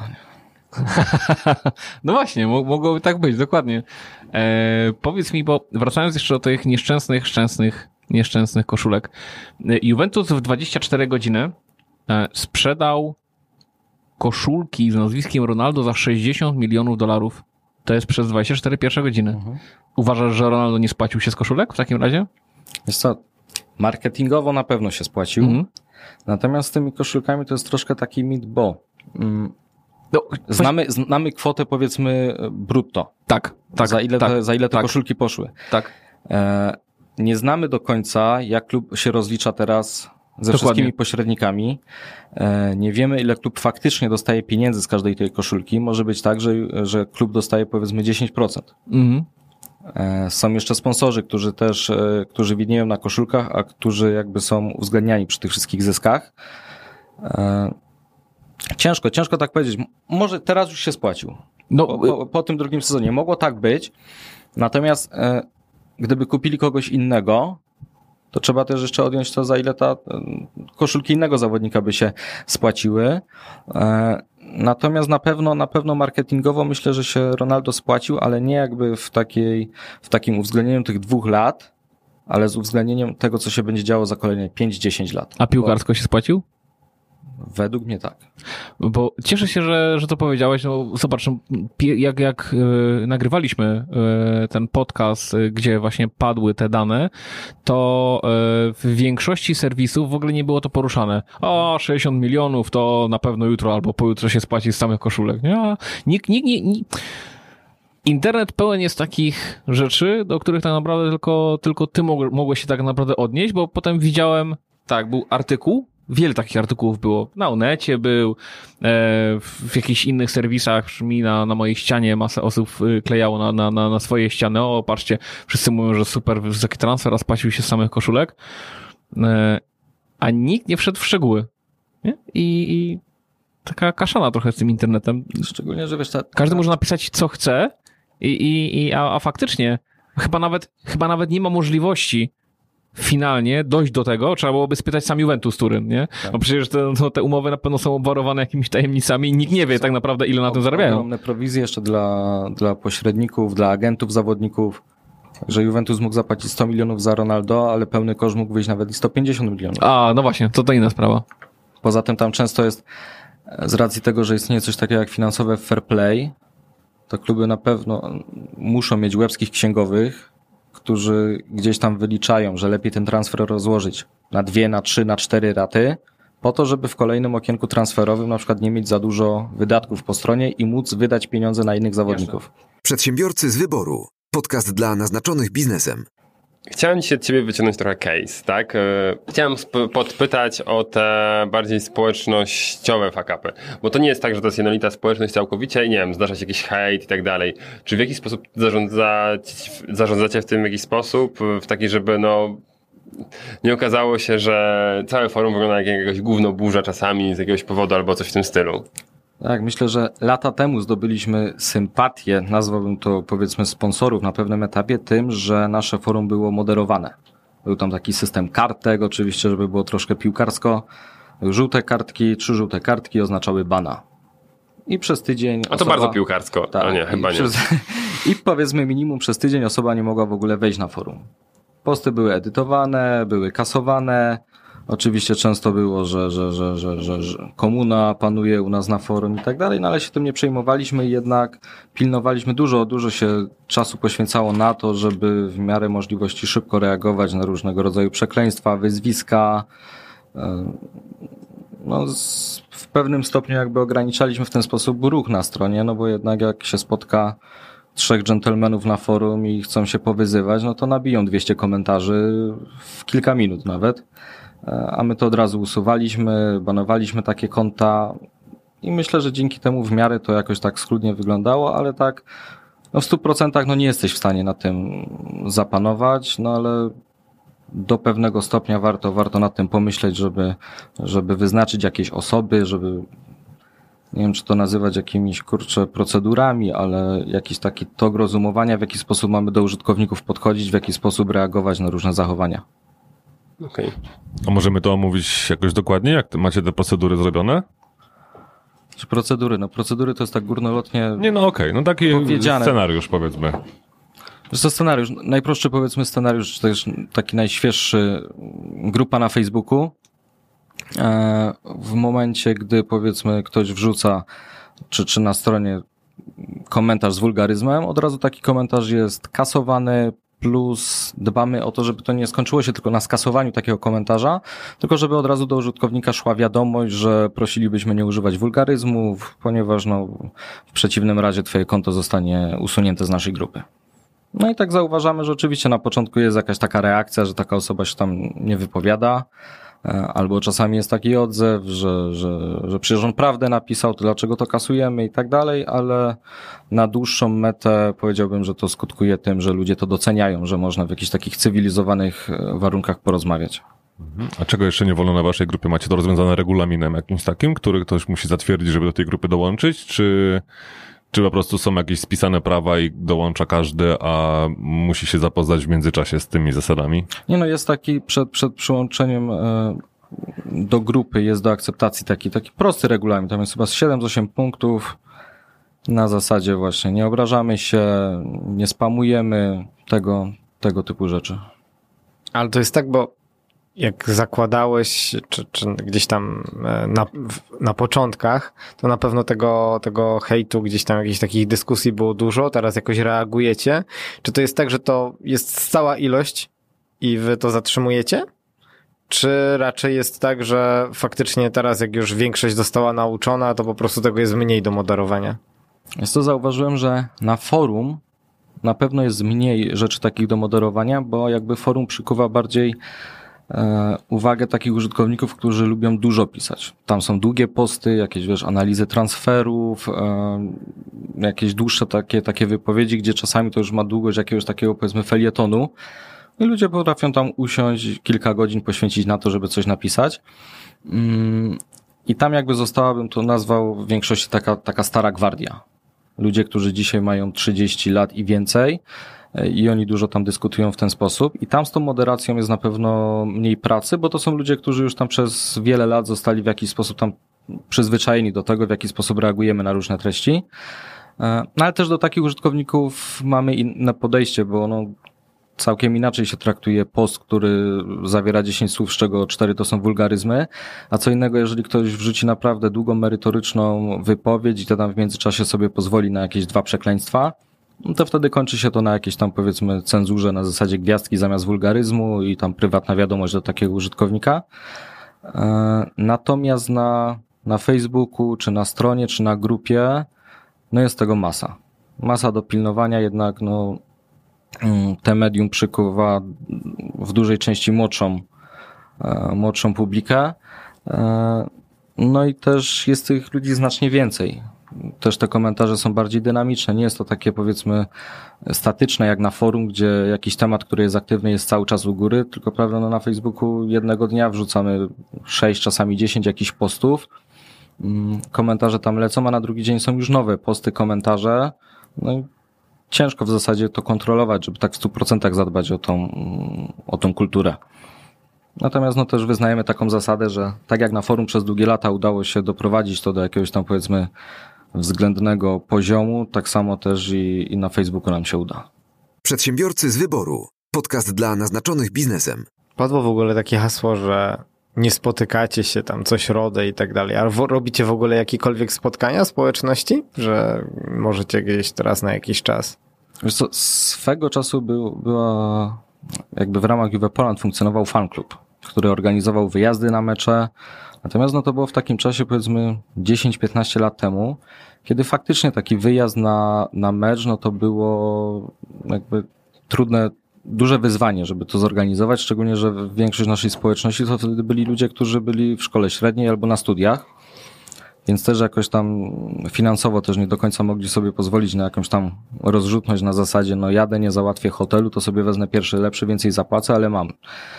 No właśnie, mogłoby tak być, dokładnie. E, powiedz mi, bo wracając jeszcze do tych nieszczęsnych, szczęsnych, nieszczęsnych koszulek. Juventus w dwadzieścia cztery godziny sprzedał koszulki z nazwiskiem Ronaldo za sześćdziesiąt milionów dolarów. To jest przez dwadzieścia cztery pierwsze godziny. Mhm. Uważasz, że Ronaldo nie spłacił się z koszulek w takim razie? Wiesz co, marketingowo na pewno się spłacił. Mhm. Natomiast z tymi koszulkami to jest troszkę taki mit, bo... Mm, No, znamy, znamy kwotę powiedzmy brutto. Tak, tak. Za ile tak, te, za ile te tak, koszulki poszły. Tak. E, nie znamy do końca, jak klub się rozlicza teraz ze Dokładnie. wszystkimi pośrednikami. E, nie wiemy, ile klub faktycznie dostaje pieniędzy z każdej tej koszulki. Może być tak, że, że klub dostaje powiedzmy dziesięć procent. Mhm. E, są jeszcze sponsorzy, którzy też, e, którzy widnieją na koszulkach, a którzy jakby są uwzględniani przy tych wszystkich zyskach. E, Ciężko, ciężko tak powiedzieć. Może teraz już się spłacił. No, po, po, po tym drugim sezonie mogło tak być. Natomiast e, gdyby kupili kogoś innego, to trzeba też jeszcze odjąć to, za ile ta e, koszulki innego zawodnika by się spłaciły. E, natomiast na pewno, na pewno marketingowo myślę, że się Ronaldo spłacił, ale nie jakby w takiej, w takim uwzględnieniu tych dwóch lat, ale z uwzględnieniem tego, co się będzie działo za kolejne pięć dziesięć lat. A piłkarsko się spłacił? Według mnie tak. Bo cieszę się, że, że to powiedziałeś. No, zobacz, jak, jak yy, nagrywaliśmy yy, ten podcast, yy, gdzie właśnie padły te dane, to yy, w większości serwisów w ogóle nie było to poruszane. O, sześćdziesiąt milionów to na pewno jutro albo pojutrze się spłaci z samych koszulek. Nie? Nikt, nikt, nie, nie. Internet pełen jest takich rzeczy, do których tak naprawdę tylko, tylko ty mog, mogłeś się tak naprawdę odnieść, bo potem widziałem, tak, był artykuł, wiele takich artykułów było. Na Onecie był, e, w jakichś innych serwisach, mi na, na mojej ścianie masę osób klejało na, na, na, na swoje ściany. O, patrzcie, wszyscy mówią, że super wysoki transfer, a spłacił się z samych koszulek. E, a nikt nie wszedł w szczegóły. Nie? I, I taka kaszana trochę z tym internetem. Szczególnie, że wiesz... Ta... Każdy może napisać, co chce, i, i, i, a, a faktycznie chyba nawet, chyba nawet nie ma możliwości finalnie dojść do tego, trzeba byłoby spytać sam Juventus Turyn, nie? Tak. Bo przecież te, to, te umowy na pewno są obwarowane jakimiś tajemnicami i nikt nie wie tak naprawdę, ile na tym zarabiają. Ogromne prowizje jeszcze dla, dla pośredników, dla agentów, zawodników, że Juventus mógł zapłacić sto milionów za Ronaldo, ale pełny koszt mógł wyjść nawet i sto pięćdziesiąt milionów. A, no właśnie, to to inna sprawa. Poza tym tam często jest, z racji tego, że istnieje coś takiego jak finansowe fair play, to kluby na pewno muszą mieć łebskich księgowych, którzy gdzieś tam wyliczają, że lepiej ten transfer rozłożyć na dwie, na trzy, na cztery raty, po to, żeby w kolejnym okienku transferowym na przykład nie mieć za dużo wydatków po stronie i móc wydać pieniądze na innych zawodników. Przedsiębiorcy z wyboru. Podcast dla naznaczonych biznesem. Chciałem się od ciebie wyciągnąć trochę case, tak? Chciałem sp- podpytać o te bardziej społecznościowe fuck-upy, bo to nie jest tak, że to jest jednolita społeczność całkowicie i nie wiem, zdarza się jakiś hejt i tak dalej. Czy w jakiś sposób zarządzać, zarządzacie w tym w jakiś sposób, w taki, żeby no nie okazało się, że całe forum wygląda jak jakaś gówno burza czasami z jakiegoś powodu albo coś w tym stylu? Tak, myślę, że lata temu zdobyliśmy sympatię, nazwałbym to powiedzmy sponsorów na pewnym etapie tym, że nasze forum było moderowane. Był tam taki system kartek, oczywiście, żeby było troszkę piłkarsko. Żółte kartki, trzy żółte kartki oznaczały bana. I przez tydzień A to osoba... bardzo piłkarsko, tak, ale nie, chyba i nie. Przez... I powiedzmy minimum przez tydzień osoba nie mogła w ogóle wejść na forum. Posty były edytowane, były kasowane. Oczywiście często było, że, że, że, że, że, że komuna panuje u nas na forum i tak dalej, no ale się tym nie przejmowaliśmy i jednak pilnowaliśmy dużo, dużo się czasu poświęcało na to, żeby w miarę możliwości szybko reagować na różnego rodzaju przekleństwa, wyzwiska. No, z, w pewnym stopniu jakby ograniczaliśmy w ten sposób ruch na stronie, no bo jednak jak się spotka trzech dżentelmenów na forum i chcą się powyzywać, no to nabiją dwieście komentarzy w kilka minut nawet. A my to od razu usuwaliśmy, banowaliśmy takie konta i myślę, że dzięki temu w miarę to jakoś tak schludnie wyglądało, ale tak no w stu procentach no nie jesteś w stanie na tym zapanować, no ale do pewnego stopnia warto, warto nad tym pomyśleć, żeby, żeby wyznaczyć jakieś osoby, żeby nie wiem, czy to nazywać jakimiś, kurczę, procedurami, ale jakiś taki tok rozumowania, w jaki sposób mamy do użytkowników podchodzić, w jaki sposób reagować na różne zachowania. Okej. A możemy to omówić jakoś dokładnie? Jak te, macie te procedury zrobione? Czy procedury? No procedury to jest tak górnolotnie... Nie, no okej, okay. No taki powiedziane. Scenariusz powiedzmy. Jest to scenariusz. Najprostszy powiedzmy scenariusz, czy też taki najświeższy, grupa na Facebooku. W momencie, gdy powiedzmy ktoś wrzuca, czy, czy na stronie komentarz z wulgaryzmem, od razu taki komentarz jest kasowany, plus dbamy o to, żeby to nie skończyło się tylko na skasowaniu takiego komentarza, tylko żeby od razu do użytkownika szła wiadomość, że prosilibyśmy nie używać wulgaryzmów, ponieważ no, w przeciwnym razie twoje konto zostanie usunięte z naszej grupy. No i tak zauważamy, że oczywiście na początku jest jakaś taka reakcja, że taka osoba się tam nie wypowiada, albo czasami jest taki odzew, że, że, że przecież on prawdę napisał, to dlaczego to kasujemy i tak dalej, ale na dłuższą metę powiedziałbym, że to skutkuje tym, że ludzie to doceniają, że można w jakichś takich cywilizowanych warunkach porozmawiać. A czego jeszcze nie wolno na waszej grupie? Macie to rozwiązane regulaminem jakimś takim, który ktoś musi zatwierdzić, żeby do tej grupy dołączyć, czy... Czy po prostu są jakieś spisane prawa i dołącza każdy, a musi się zapoznać w międzyczasie z tymi zasadami? Nie no, jest taki przed, przed przyłączeniem do grupy, jest do akceptacji taki, taki prosty regulamin. Tam jest chyba z siedem z osiem punktów na zasadzie właśnie nie obrażamy się, nie spamujemy, tego, tego typu rzeczy. Ale to jest tak, bo jak zakładałeś, czy, czy gdzieś tam na, na początkach, to na pewno tego, tego hejtu, gdzieś tam jakichś takich dyskusji było dużo, teraz jakoś reagujecie. Czy to jest tak, że to jest cała ilość i wy to zatrzymujecie? Czy raczej jest tak, że faktycznie teraz jak już większość została nauczona, to po prostu tego jest mniej do moderowania? Jest to zauważyłem, że na forum na pewno jest mniej rzeczy takich do moderowania, bo jakby forum przykuwa bardziej uwagę takich użytkowników, którzy lubią dużo pisać. Tam są długie posty, jakieś wiesz, analizy transferów, jakieś dłuższe takie, takie wypowiedzi, gdzie czasami to już ma długość jakiegoś takiego powiedzmy felietonu i ludzie potrafią tam usiąść, kilka godzin poświęcić na to, żeby coś napisać. I tam jakby zostałabym to nazwał w większości taka, taka stara gwardia. Ludzie, którzy dzisiaj mają trzydzieści lat i więcej, i oni dużo tam dyskutują w ten sposób i tam z tą moderacją jest na pewno mniej pracy, bo to są ludzie, którzy już tam przez wiele lat zostali w jakiś sposób tam przyzwyczajeni do tego, w jaki sposób reagujemy na różne treści. No ale też do takich użytkowników mamy inne podejście, bo no całkiem inaczej się traktuje post, który zawiera dziesięć słów, z czego cztery to są wulgaryzmy, a co innego, jeżeli ktoś wrzuci naprawdę długą, merytoryczną wypowiedź i to tam w międzyczasie sobie pozwoli na jakieś dwa przekleństwa, no to wtedy kończy się to na jakiejś tam powiedzmy cenzurze na zasadzie gwiazdki zamiast wulgaryzmu i tam prywatna wiadomość do takiego użytkownika. Natomiast na, na Facebooku, czy na stronie, czy na grupie, no jest tego masa. Masa do pilnowania, jednak no te medium przykuwa w dużej części młodszą, młodszą publikę. No i też jest tych ludzi znacznie więcej. Też te komentarze są bardziej dynamiczne. Nie jest to takie, powiedzmy, statyczne jak na forum, gdzie jakiś temat, który jest aktywny, jest cały czas u góry, tylko prawda, no na Facebooku jednego dnia wrzucamy sześć, czasami dziesięć jakichś postów. Komentarze tam lecą, a na drugi dzień są już nowe posty, komentarze. No i ciężko w zasadzie to kontrolować, żeby tak w stu procentach zadbać o tą, o tą kulturę. Natomiast no też wyznajemy taką zasadę, że tak jak na forum przez długie lata udało się doprowadzić to do jakiegoś tam, powiedzmy, względnego poziomu, tak samo też i, i na Facebooku nam się uda. Przedsiębiorcy z wyboru. Podcast dla naznaczonych biznesem. Padło w ogóle takie hasło, że nie spotykacie się tam co środę i tak dalej. A robicie w ogóle jakiekolwiek spotkania społeczności? Że możecie gdzieś teraz na jakiś czas? Wiesz co, swego czasu był, była, jakby w ramach Juve Poland funkcjonował fanklub, który organizował wyjazdy na mecze. Natomiast no to było w takim czasie, powiedzmy dziesięć piętnaście lat temu, kiedy faktycznie taki wyjazd na, na mecz, no to było jakby trudne, duże wyzwanie, żeby to zorganizować, szczególnie, że większość naszej społeczności to wtedy byli ludzie, którzy byli w szkole średniej albo na studiach, więc też jakoś tam finansowo też nie do końca mogli sobie pozwolić na jakąś tam rozrzutność na zasadzie, no jadę, nie załatwię hotelu, to sobie wezmę pierwszy lepszy, więcej zapłacę, ale mam.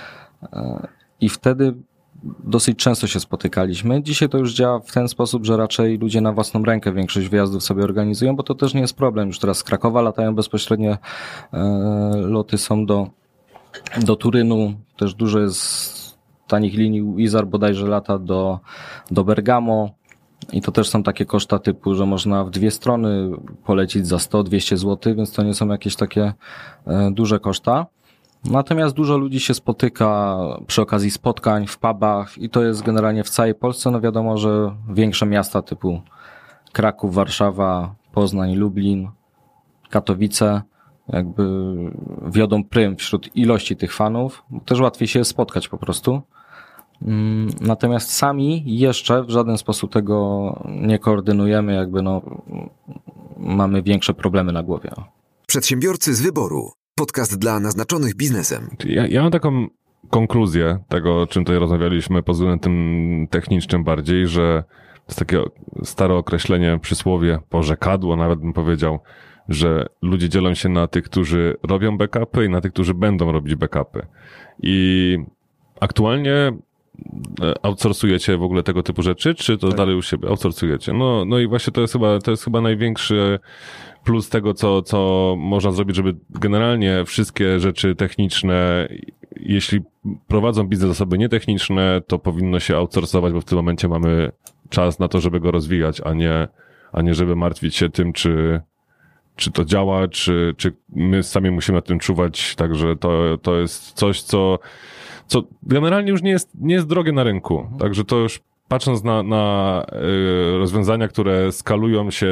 I wtedy dosyć często się spotykaliśmy. Dzisiaj to już działa w ten sposób, że raczej ludzie na własną rękę większość wyjazdów sobie organizują, bo to też nie jest problem. Już teraz z Krakowa latają bezpośrednie e, loty są do, do Turynu. Też dużo jest tanich linii. Wizz Air bodajże lata do, do Bergamo. I to też są takie koszta typu, że można w dwie strony polecić za sto dwieście złotych, więc to nie są jakieś takie e, duże koszta. Natomiast dużo ludzi się spotyka przy okazji spotkań w pubach i to jest generalnie w całej Polsce. No wiadomo, że większe miasta typu Kraków, Warszawa, Poznań, Lublin, Katowice jakby wiodą prym wśród ilości tych fanów. Też łatwiej się spotkać po prostu. Natomiast sami jeszcze w żaden sposób tego nie koordynujemy, jakby no mamy większe problemy na głowie. Przedsiębiorcy z wyboru. Podcast dla naznaczonych biznesem. Ja, ja mam taką konkluzję tego, o czym tutaj rozmawialiśmy pod względem tym technicznym bardziej, że to jest takie stare określenie, przysłowie, porzekadło nawet bym powiedział, że ludzie dzielą się na tych, którzy robią backupy i na tych, którzy będą robić backupy. I aktualnie outsourcujecie w ogóle tego typu rzeczy, czy to tak. Dalej u siebie outsourcujecie? No, no i właśnie to jest chyba, to jest chyba największy plus tego, co, co można zrobić, żeby generalnie wszystkie rzeczy techniczne, jeśli prowadzą biznes osoby nietechniczne, to powinno się outsourcować, bo w tym momencie mamy czas na to, żeby go rozwijać, a nie, a nie żeby martwić się tym, czy, czy to działa, czy, czy my sami musimy nad tym czuwać. Także to, to jest coś, co, co generalnie już nie jest, nie jest drogie na rynku. Także to już patrząc na, na y, rozwiązania, które skalują się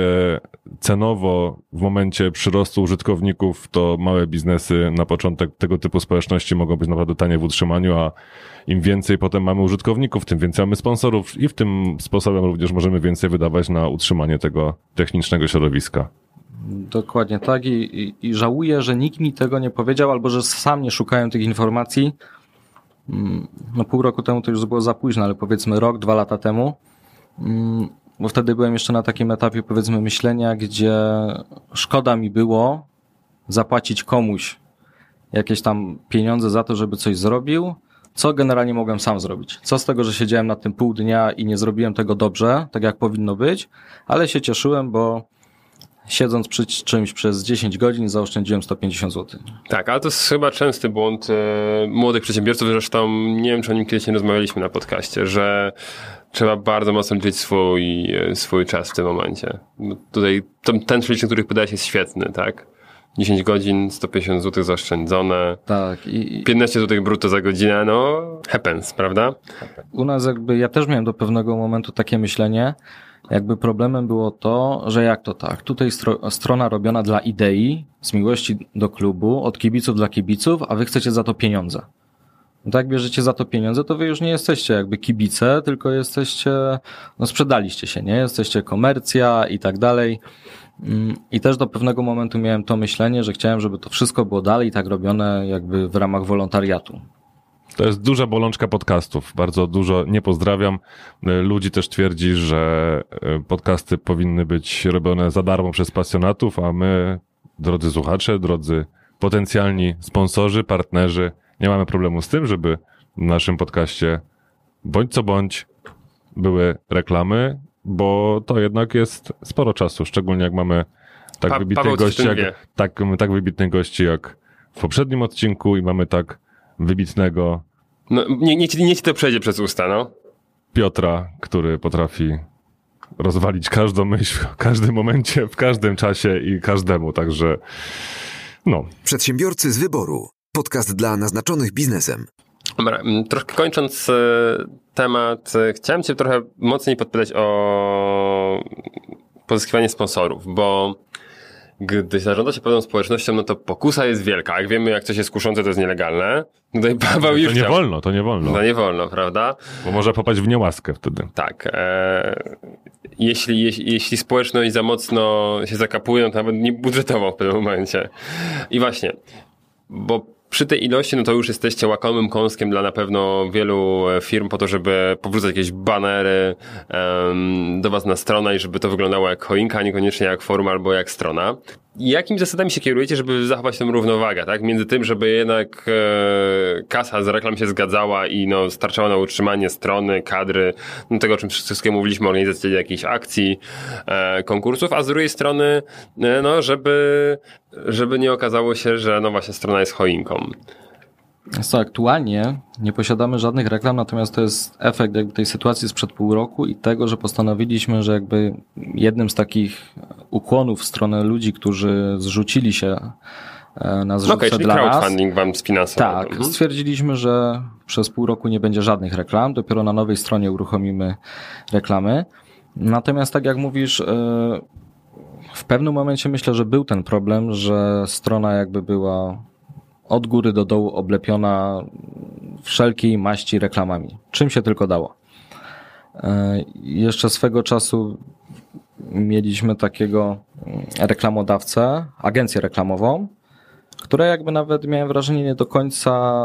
cenowo w momencie przyrostu użytkowników, to małe biznesy na początek tego typu społeczności mogą być naprawdę tanie w utrzymaniu, a im więcej potem mamy użytkowników, tym więcej mamy sponsorów i w tym sposobem również możemy więcej wydawać na utrzymanie tego technicznego środowiska. Dokładnie tak i, i, i żałuję, że nikt mi tego nie powiedział, albo że sam nie szukałem tych informacji. No pół roku temu to już było za późno, ale powiedzmy rok, dwa lata temu, bo wtedy byłem jeszcze na takim etapie powiedzmy myślenia, gdzie szkoda mi było zapłacić komuś jakieś tam pieniądze za to, żeby coś zrobił, co generalnie mogłem sam zrobić. Co z tego, że siedziałem nad tym pół dnia i nie zrobiłem tego dobrze, tak jak powinno być, ale się cieszyłem, bo siedząc przy czymś przez dziesięć godzin zaoszczędziłem sto pięćdziesiąt złotych. Tak, ale to jest chyba częsty błąd e, młodych przedsiębiorców, zresztą nie wiem, czy o nim kiedyś nie rozmawialiśmy na podcaście, że trzeba bardzo mocno liczyć swój, swój czas w tym momencie. Bo tutaj ten, ten przelicznik, który podałeś, jest świetny, tak? dziesięć godzin, sto pięćdziesiąt złotych zaoszczędzone. Tak. I, piętnaście złotych brutto za godzinę, no happens, prawda? U nas jakby, ja też miałem do pewnego momentu takie myślenie, jakby problemem było to, że jak to tak, tutaj stro, strona robiona dla idei, z miłości do klubu, od kibiców dla kibiców, a wy chcecie za to pieniądze. No tak, jak bierzecie za to pieniądze, to wy już nie jesteście jakby kibice, tylko jesteście, no sprzedaliście się, nie? Jesteście komercja i tak dalej. I też do pewnego momentu miałem to myślenie, że chciałem, żeby to wszystko było dalej tak robione jakby w ramach wolontariatu. To jest duża bolączka podcastów. Bardzo dużo nie pozdrawiam. Ludzi też twierdzi, że podcasty powinny być robione za darmo przez pasjonatów, a my, drodzy słuchacze, drodzy potencjalni sponsorzy, partnerzy, nie mamy problemu z tym, żeby w naszym podcaście bądź co bądź były reklamy, bo to jednak jest sporo czasu, szczególnie jak mamy tak Pa- wybitnych Paweł, gości, jak, tak, tak wybitnych gości jak w poprzednim odcinku i mamy tak wybitnego No, nie, nie, ci, nie ci to przejdzie przez usta, no. Piotra, który potrafi rozwalić każdą myśl w każdym momencie, w każdym czasie i każdemu, także no. Przedsiębiorcy z wyboru. Podcast dla naznaczonych biznesem. Dobra, troszkę kończąc temat, chciałem cię trochę mocniej podpytać o pozyskiwanie sponsorów, bo gdy zarządza się pewną społecznością, no to pokusa jest wielka. Jak wiemy, jak coś jest kuszące, to jest nielegalne. Tutaj Paweł już To nie chciał. wolno, to nie wolno. No nie wolno, prawda? Bo może popaść w niełaskę wtedy. Tak. E, jeśli, jeśli, jeśli społeczność za mocno się zakapuje, to nawet nie budżetowo w pewnym momencie. I właśnie, bo przy tej ilości, no to już jesteście łakomym kąskiem dla na pewno wielu firm po to, żeby powrócać jakieś banery um, do was na stronę i żeby to wyglądało jak choinka, a niekoniecznie jak forum albo jak strona. Jakimi zasadami się kierujecie, żeby zachować tę równowagę, tak? Między tym, żeby jednak e, kasa z reklam się zgadzała i no, starczała na utrzymanie strony, kadry, no, tego o czym wszystkiego mówiliśmy, organizacji jakichś akcji, e, konkursów, a z drugiej strony, e, no, żeby, żeby nie okazało się, że no właśnie strona jest choinką. Co, aktualnie nie posiadamy żadnych reklam, natomiast to jest efekt jakby tej sytuacji sprzed pół roku i tego, że postanowiliśmy, że jakby jednym z takich ukłonów w stronę ludzi, którzy zrzucili się na zrzutce Okej, czyli dla nas. crowdfunding wam sfinansował. Tak, Mhm. stwierdziliśmy, że przez pół roku nie będzie żadnych reklam, dopiero na nowej stronie uruchomimy reklamy. Natomiast tak jak mówisz, w pewnym momencie myślę, że był ten problem, że strona jakby była od góry do dołu oblepiona wszelkiej maści reklamami. Czym się tylko dało. Jeszcze swego czasu mieliśmy takiego reklamodawcę, agencję reklamową, która jakby nawet miałem wrażenie nie do końca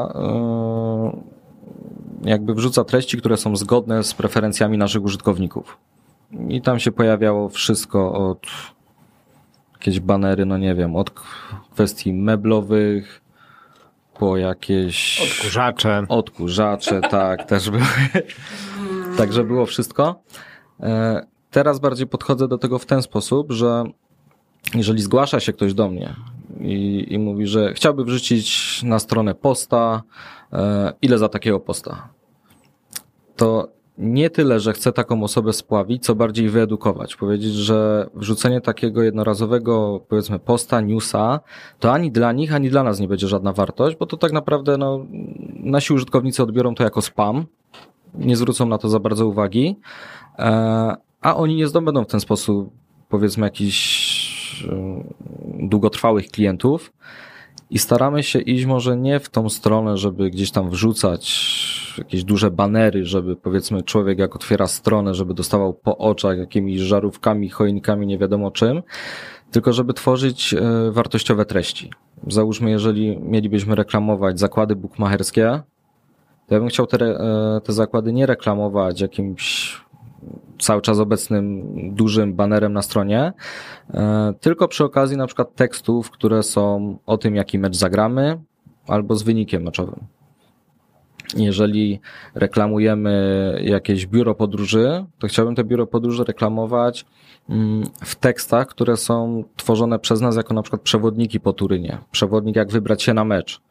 jakby wrzuca treści, które są zgodne z preferencjami naszych użytkowników. I tam się pojawiało wszystko od jakieś banery, no nie wiem, od kwestii meblowych, po jakieś... Odkurzacze. Odkurzacze, tak, też były. Także było wszystko. Teraz bardziej podchodzę do tego w ten sposób, że jeżeli zgłasza się ktoś do mnie i, i mówi, że chciałby wrzucić na stronę posta, ile za takiego posta, to nie tyle, że chcę taką osobę spławić, co bardziej wyedukować. Powiedzieć, że wrzucenie takiego jednorazowego, powiedzmy, posta, newsa, to ani dla nich, ani dla nas nie będzie żadna wartość, bo to tak naprawdę no, nasi użytkownicy odbiorą to jako spam, nie zwrócą na to za bardzo uwagi, a oni nie zdobędą w ten sposób, powiedzmy, jakichś długotrwałych klientów. I staramy się iść może nie w tą stronę, żeby gdzieś tam wrzucać jakieś duże banery, żeby powiedzmy człowiek jak otwiera stronę, żeby dostawał po oczach jakimiś żarówkami, choinkami, nie wiadomo czym, tylko żeby tworzyć wartościowe treści. Załóżmy, jeżeli mielibyśmy reklamować zakłady bukmacherskie, to ja bym chciał te, te zakłady nie reklamować jakimś cały czas obecnym dużym banerem na stronie, tylko przy okazji na przykład tekstów, które są o tym, jaki mecz zagramy, albo z wynikiem meczowym. Jeżeli reklamujemy jakieś biuro podróży, to chciałbym te biuro podróży reklamować w tekstach, które są tworzone przez nas jako na przykład przewodniki po Turynie. Przewodnik, jak wybrać się na mecz.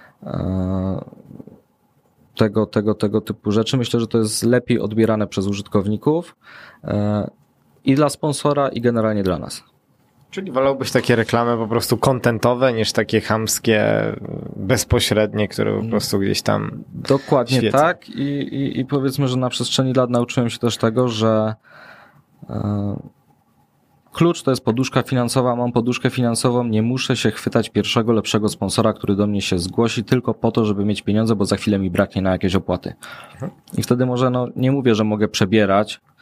Tego, tego, tego typu rzeczy. Myślę, że to jest lepiej odbierane przez użytkowników i dla sponsora, i generalnie dla nas. Czyli wolałbyś takie reklamy po prostu kontentowe, niż takie chamskie, bezpośrednie, które po prostu gdzieś tam Dokładnie świecą. tak i, i, i powiedzmy, że na przestrzeni lat nauczyłem się też tego, że e, klucz to jest poduszka finansowa, mam poduszkę finansową, nie muszę się chwytać pierwszego lepszego sponsora, który do mnie się zgłosi tylko po to, żeby mieć pieniądze, bo za chwilę mi braknie na jakieś opłaty. I wtedy może, no nie mówię, że mogę przebierać,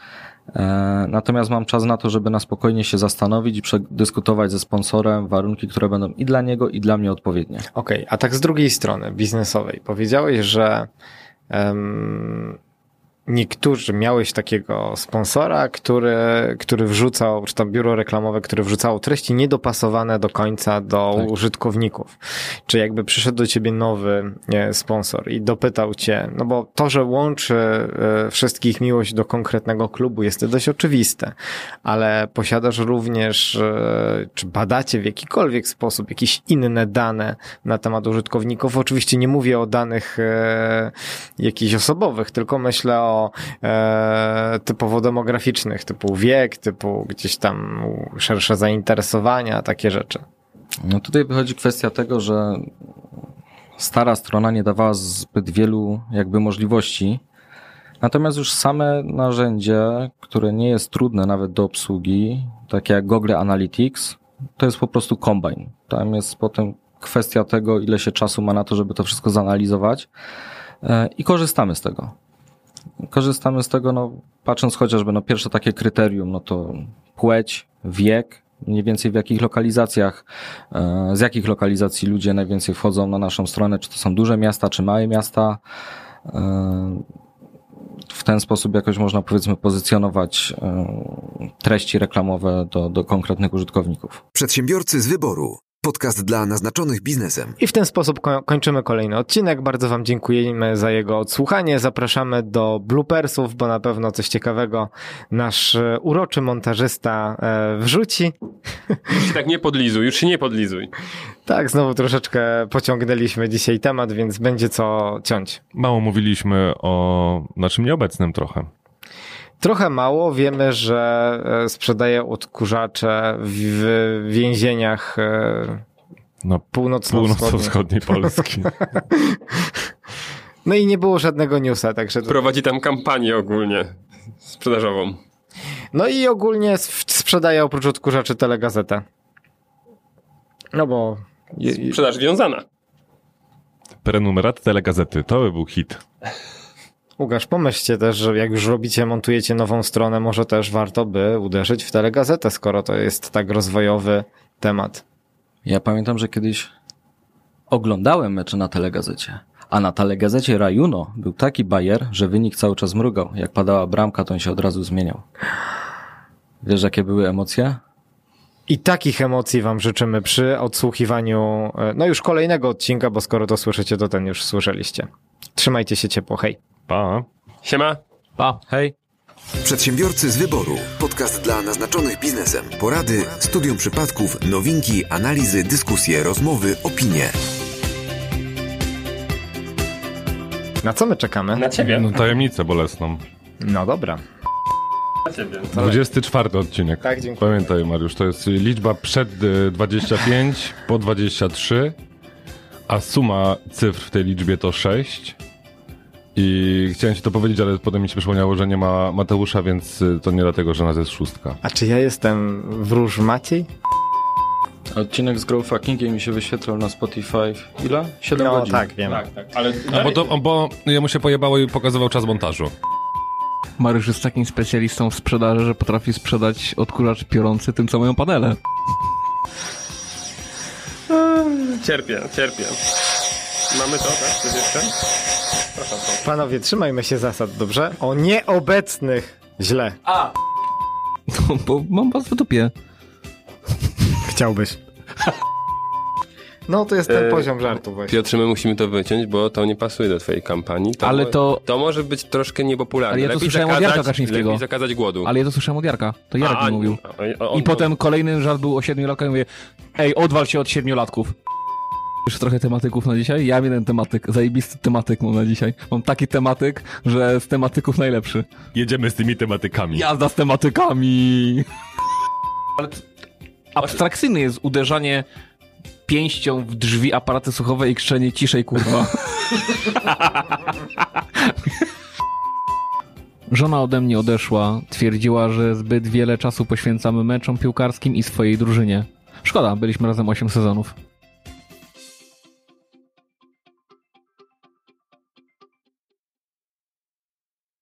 Natomiast mam czas na to, żeby na spokojnie się zastanowić i przedyskutować ze sponsorem warunki, które będą i dla niego, i dla mnie odpowiednie. Okej, okay, a tak z drugiej strony biznesowej. Powiedziałeś, że um, niektórzy miałeś takiego sponsora, który, który wrzucał, czy tam biuro reklamowe, które wrzucało treści niedopasowane do końca do tak. użytkowników. Czy jakby przyszedł do ciebie nowy nie, sponsor i dopytał cię, no bo to, że łączy y, wszystkich miłość do konkretnego klubu jest dość oczywiste, ale posiadasz również, y, czy badacie w jakikolwiek sposób jakieś inne dane na temat użytkowników. Oczywiście nie mówię o danych y, jakichś osobowych, tylko myślę o E, typowo demograficznych, typu wiek, typu gdzieś tam szersze zainteresowania, takie rzeczy. No tutaj wychodzi kwestia tego, że stara strona nie dawała zbyt wielu jakby możliwości, natomiast już same narzędzie, które nie jest trudne nawet do obsługi, takie jak Google Analytics, to jest po prostu kombajn. Tam jest potem kwestia tego, ile się czasu ma na to, żeby to wszystko zanalizować e, i korzystamy z tego. Korzystamy z tego, no, patrząc chociażby, no, pierwsze takie kryterium, no to płeć, wiek, mniej więcej w jakich lokalizacjach, z jakich lokalizacji ludzie najwięcej wchodzą na naszą stronę, czy to są duże miasta, czy małe miasta. W ten sposób jakoś można, powiedzmy, pozycjonować treści reklamowe do, do konkretnych użytkowników. Przedsiębiorcy z wyboru. Podcast dla naznaczonych biznesem. I w ten sposób kończymy kolejny odcinek. Bardzo wam dziękujemy za jego odsłuchanie. Zapraszamy do bloopersów, bo na pewno coś ciekawego nasz uroczy montażysta wrzuci. Już się tak nie podlizuj, już się nie podlizuj. Tak, znowu troszeczkę pociągnęliśmy dzisiaj temat, więc będzie co ciąć. Mało mówiliśmy o naszym nieobecnym trochę. Trochę mało. Wiemy, że sprzedaje odkurzacze w więzieniach no, północno-wschodniej. północno-wschodniej Polski. No i nie było żadnego newsa, także... Prowadzi tam kampanię ogólnie sprzedażową. No i ogólnie sprzedaje oprócz odkurzaczy telegazetę. No bo... Sprzedaż wiązana. Prenumerat telegazety, to by był hit. Łukasz, pomyślcie też, że jak już robicie, montujecie nową stronę, może też warto by uderzyć w telegazetę, skoro to jest tak rozwojowy temat. Ja pamiętam, że kiedyś oglądałem mecze na telegazecie, a na telegazecie Rajuno był taki bajer, że wynik cały czas mrugał. Jak padała bramka, to on się od razu zmieniał. Wiesz, jakie były emocje? I takich emocji wam życzymy przy odsłuchiwaniu, no już kolejnego odcinka, bo skoro to słyszycie, to ten już słyszeliście. Trzymajcie się ciepło, hej. Pa. Siema. Pa. Hej. Przedsiębiorcy z wyboru. Podcast dla naznaczonych biznesem. Porady, studium przypadków, nowinki, analizy, dyskusje, rozmowy, opinie. Na co my czekamy? Na ciebie. No, tajemnicę bolesną. No dobra. Na ciebie. dwudziesty czwarty odcinek. Tak, dziękuję. Pamiętaj, Mariusz, to jest liczba przed dwadzieścia pięć, po dwadzieścia trzy, a suma cyfr w tej liczbie to sześć. I chciałem ci to powiedzieć, ale potem mi się przypomniało, że nie ma Mateusza, więc to nie dlatego, że nas jest szóstka. A czy ja jestem wróż Maciej? Odcinek z Growfuckingiem mi się wyświetlał na Spotify. Ile? siedem no, godzin. tak, wiem. Tak, tak. Ale No, bo, to, bo jemu się pojebało i pokazywał czas montażu. Mariusz jest takim specjalistą w sprzedaży, że potrafi sprzedać odkurzacz piorący tym, co mają panele. Cierpię, cierpię. Mamy to, tak? Coś jeszcze? Proszę, proszę. Panowie, trzymajmy się zasad, dobrze? O nieobecnych. Źle. A! No, bo mam was w dupie. Chciałbyś. No to jest ten E, poziom żartu właśnie. Piotrze, my musimy to wyciąć, bo to nie pasuje do twojej kampanii. To Ale mo- to- To może być troszkę niepopularne. Ale ja to lepiej słyszałem od zakazać, Jarka Kaczyńskiego. lepiej zakazać głodu. Ale ja to słyszałem od Jarka. To Jarek A, mi mówił. a, a on I to- potem kolejny żart był o siedmiolatkach i mówię, ej, odwal się od siedmiolatków. Już trochę tematyków na dzisiaj? Ja mam jeden tematyk, zajebisty tematyk mam na dzisiaj. Mam taki tematyk, że z tematyków najlepszy. Jedziemy z tymi tematykami. Jazda z tematykami! Ale t- abstrakcyjne jest uderzanie pięścią w drzwi aparaty słuchowe i krzyczenie ciszej, kurwa. Żona ode mnie odeszła. Twierdziła, że zbyt wiele czasu poświęcamy meczom piłkarskim i swojej drużynie. Szkoda, byliśmy razem osiem sezonów.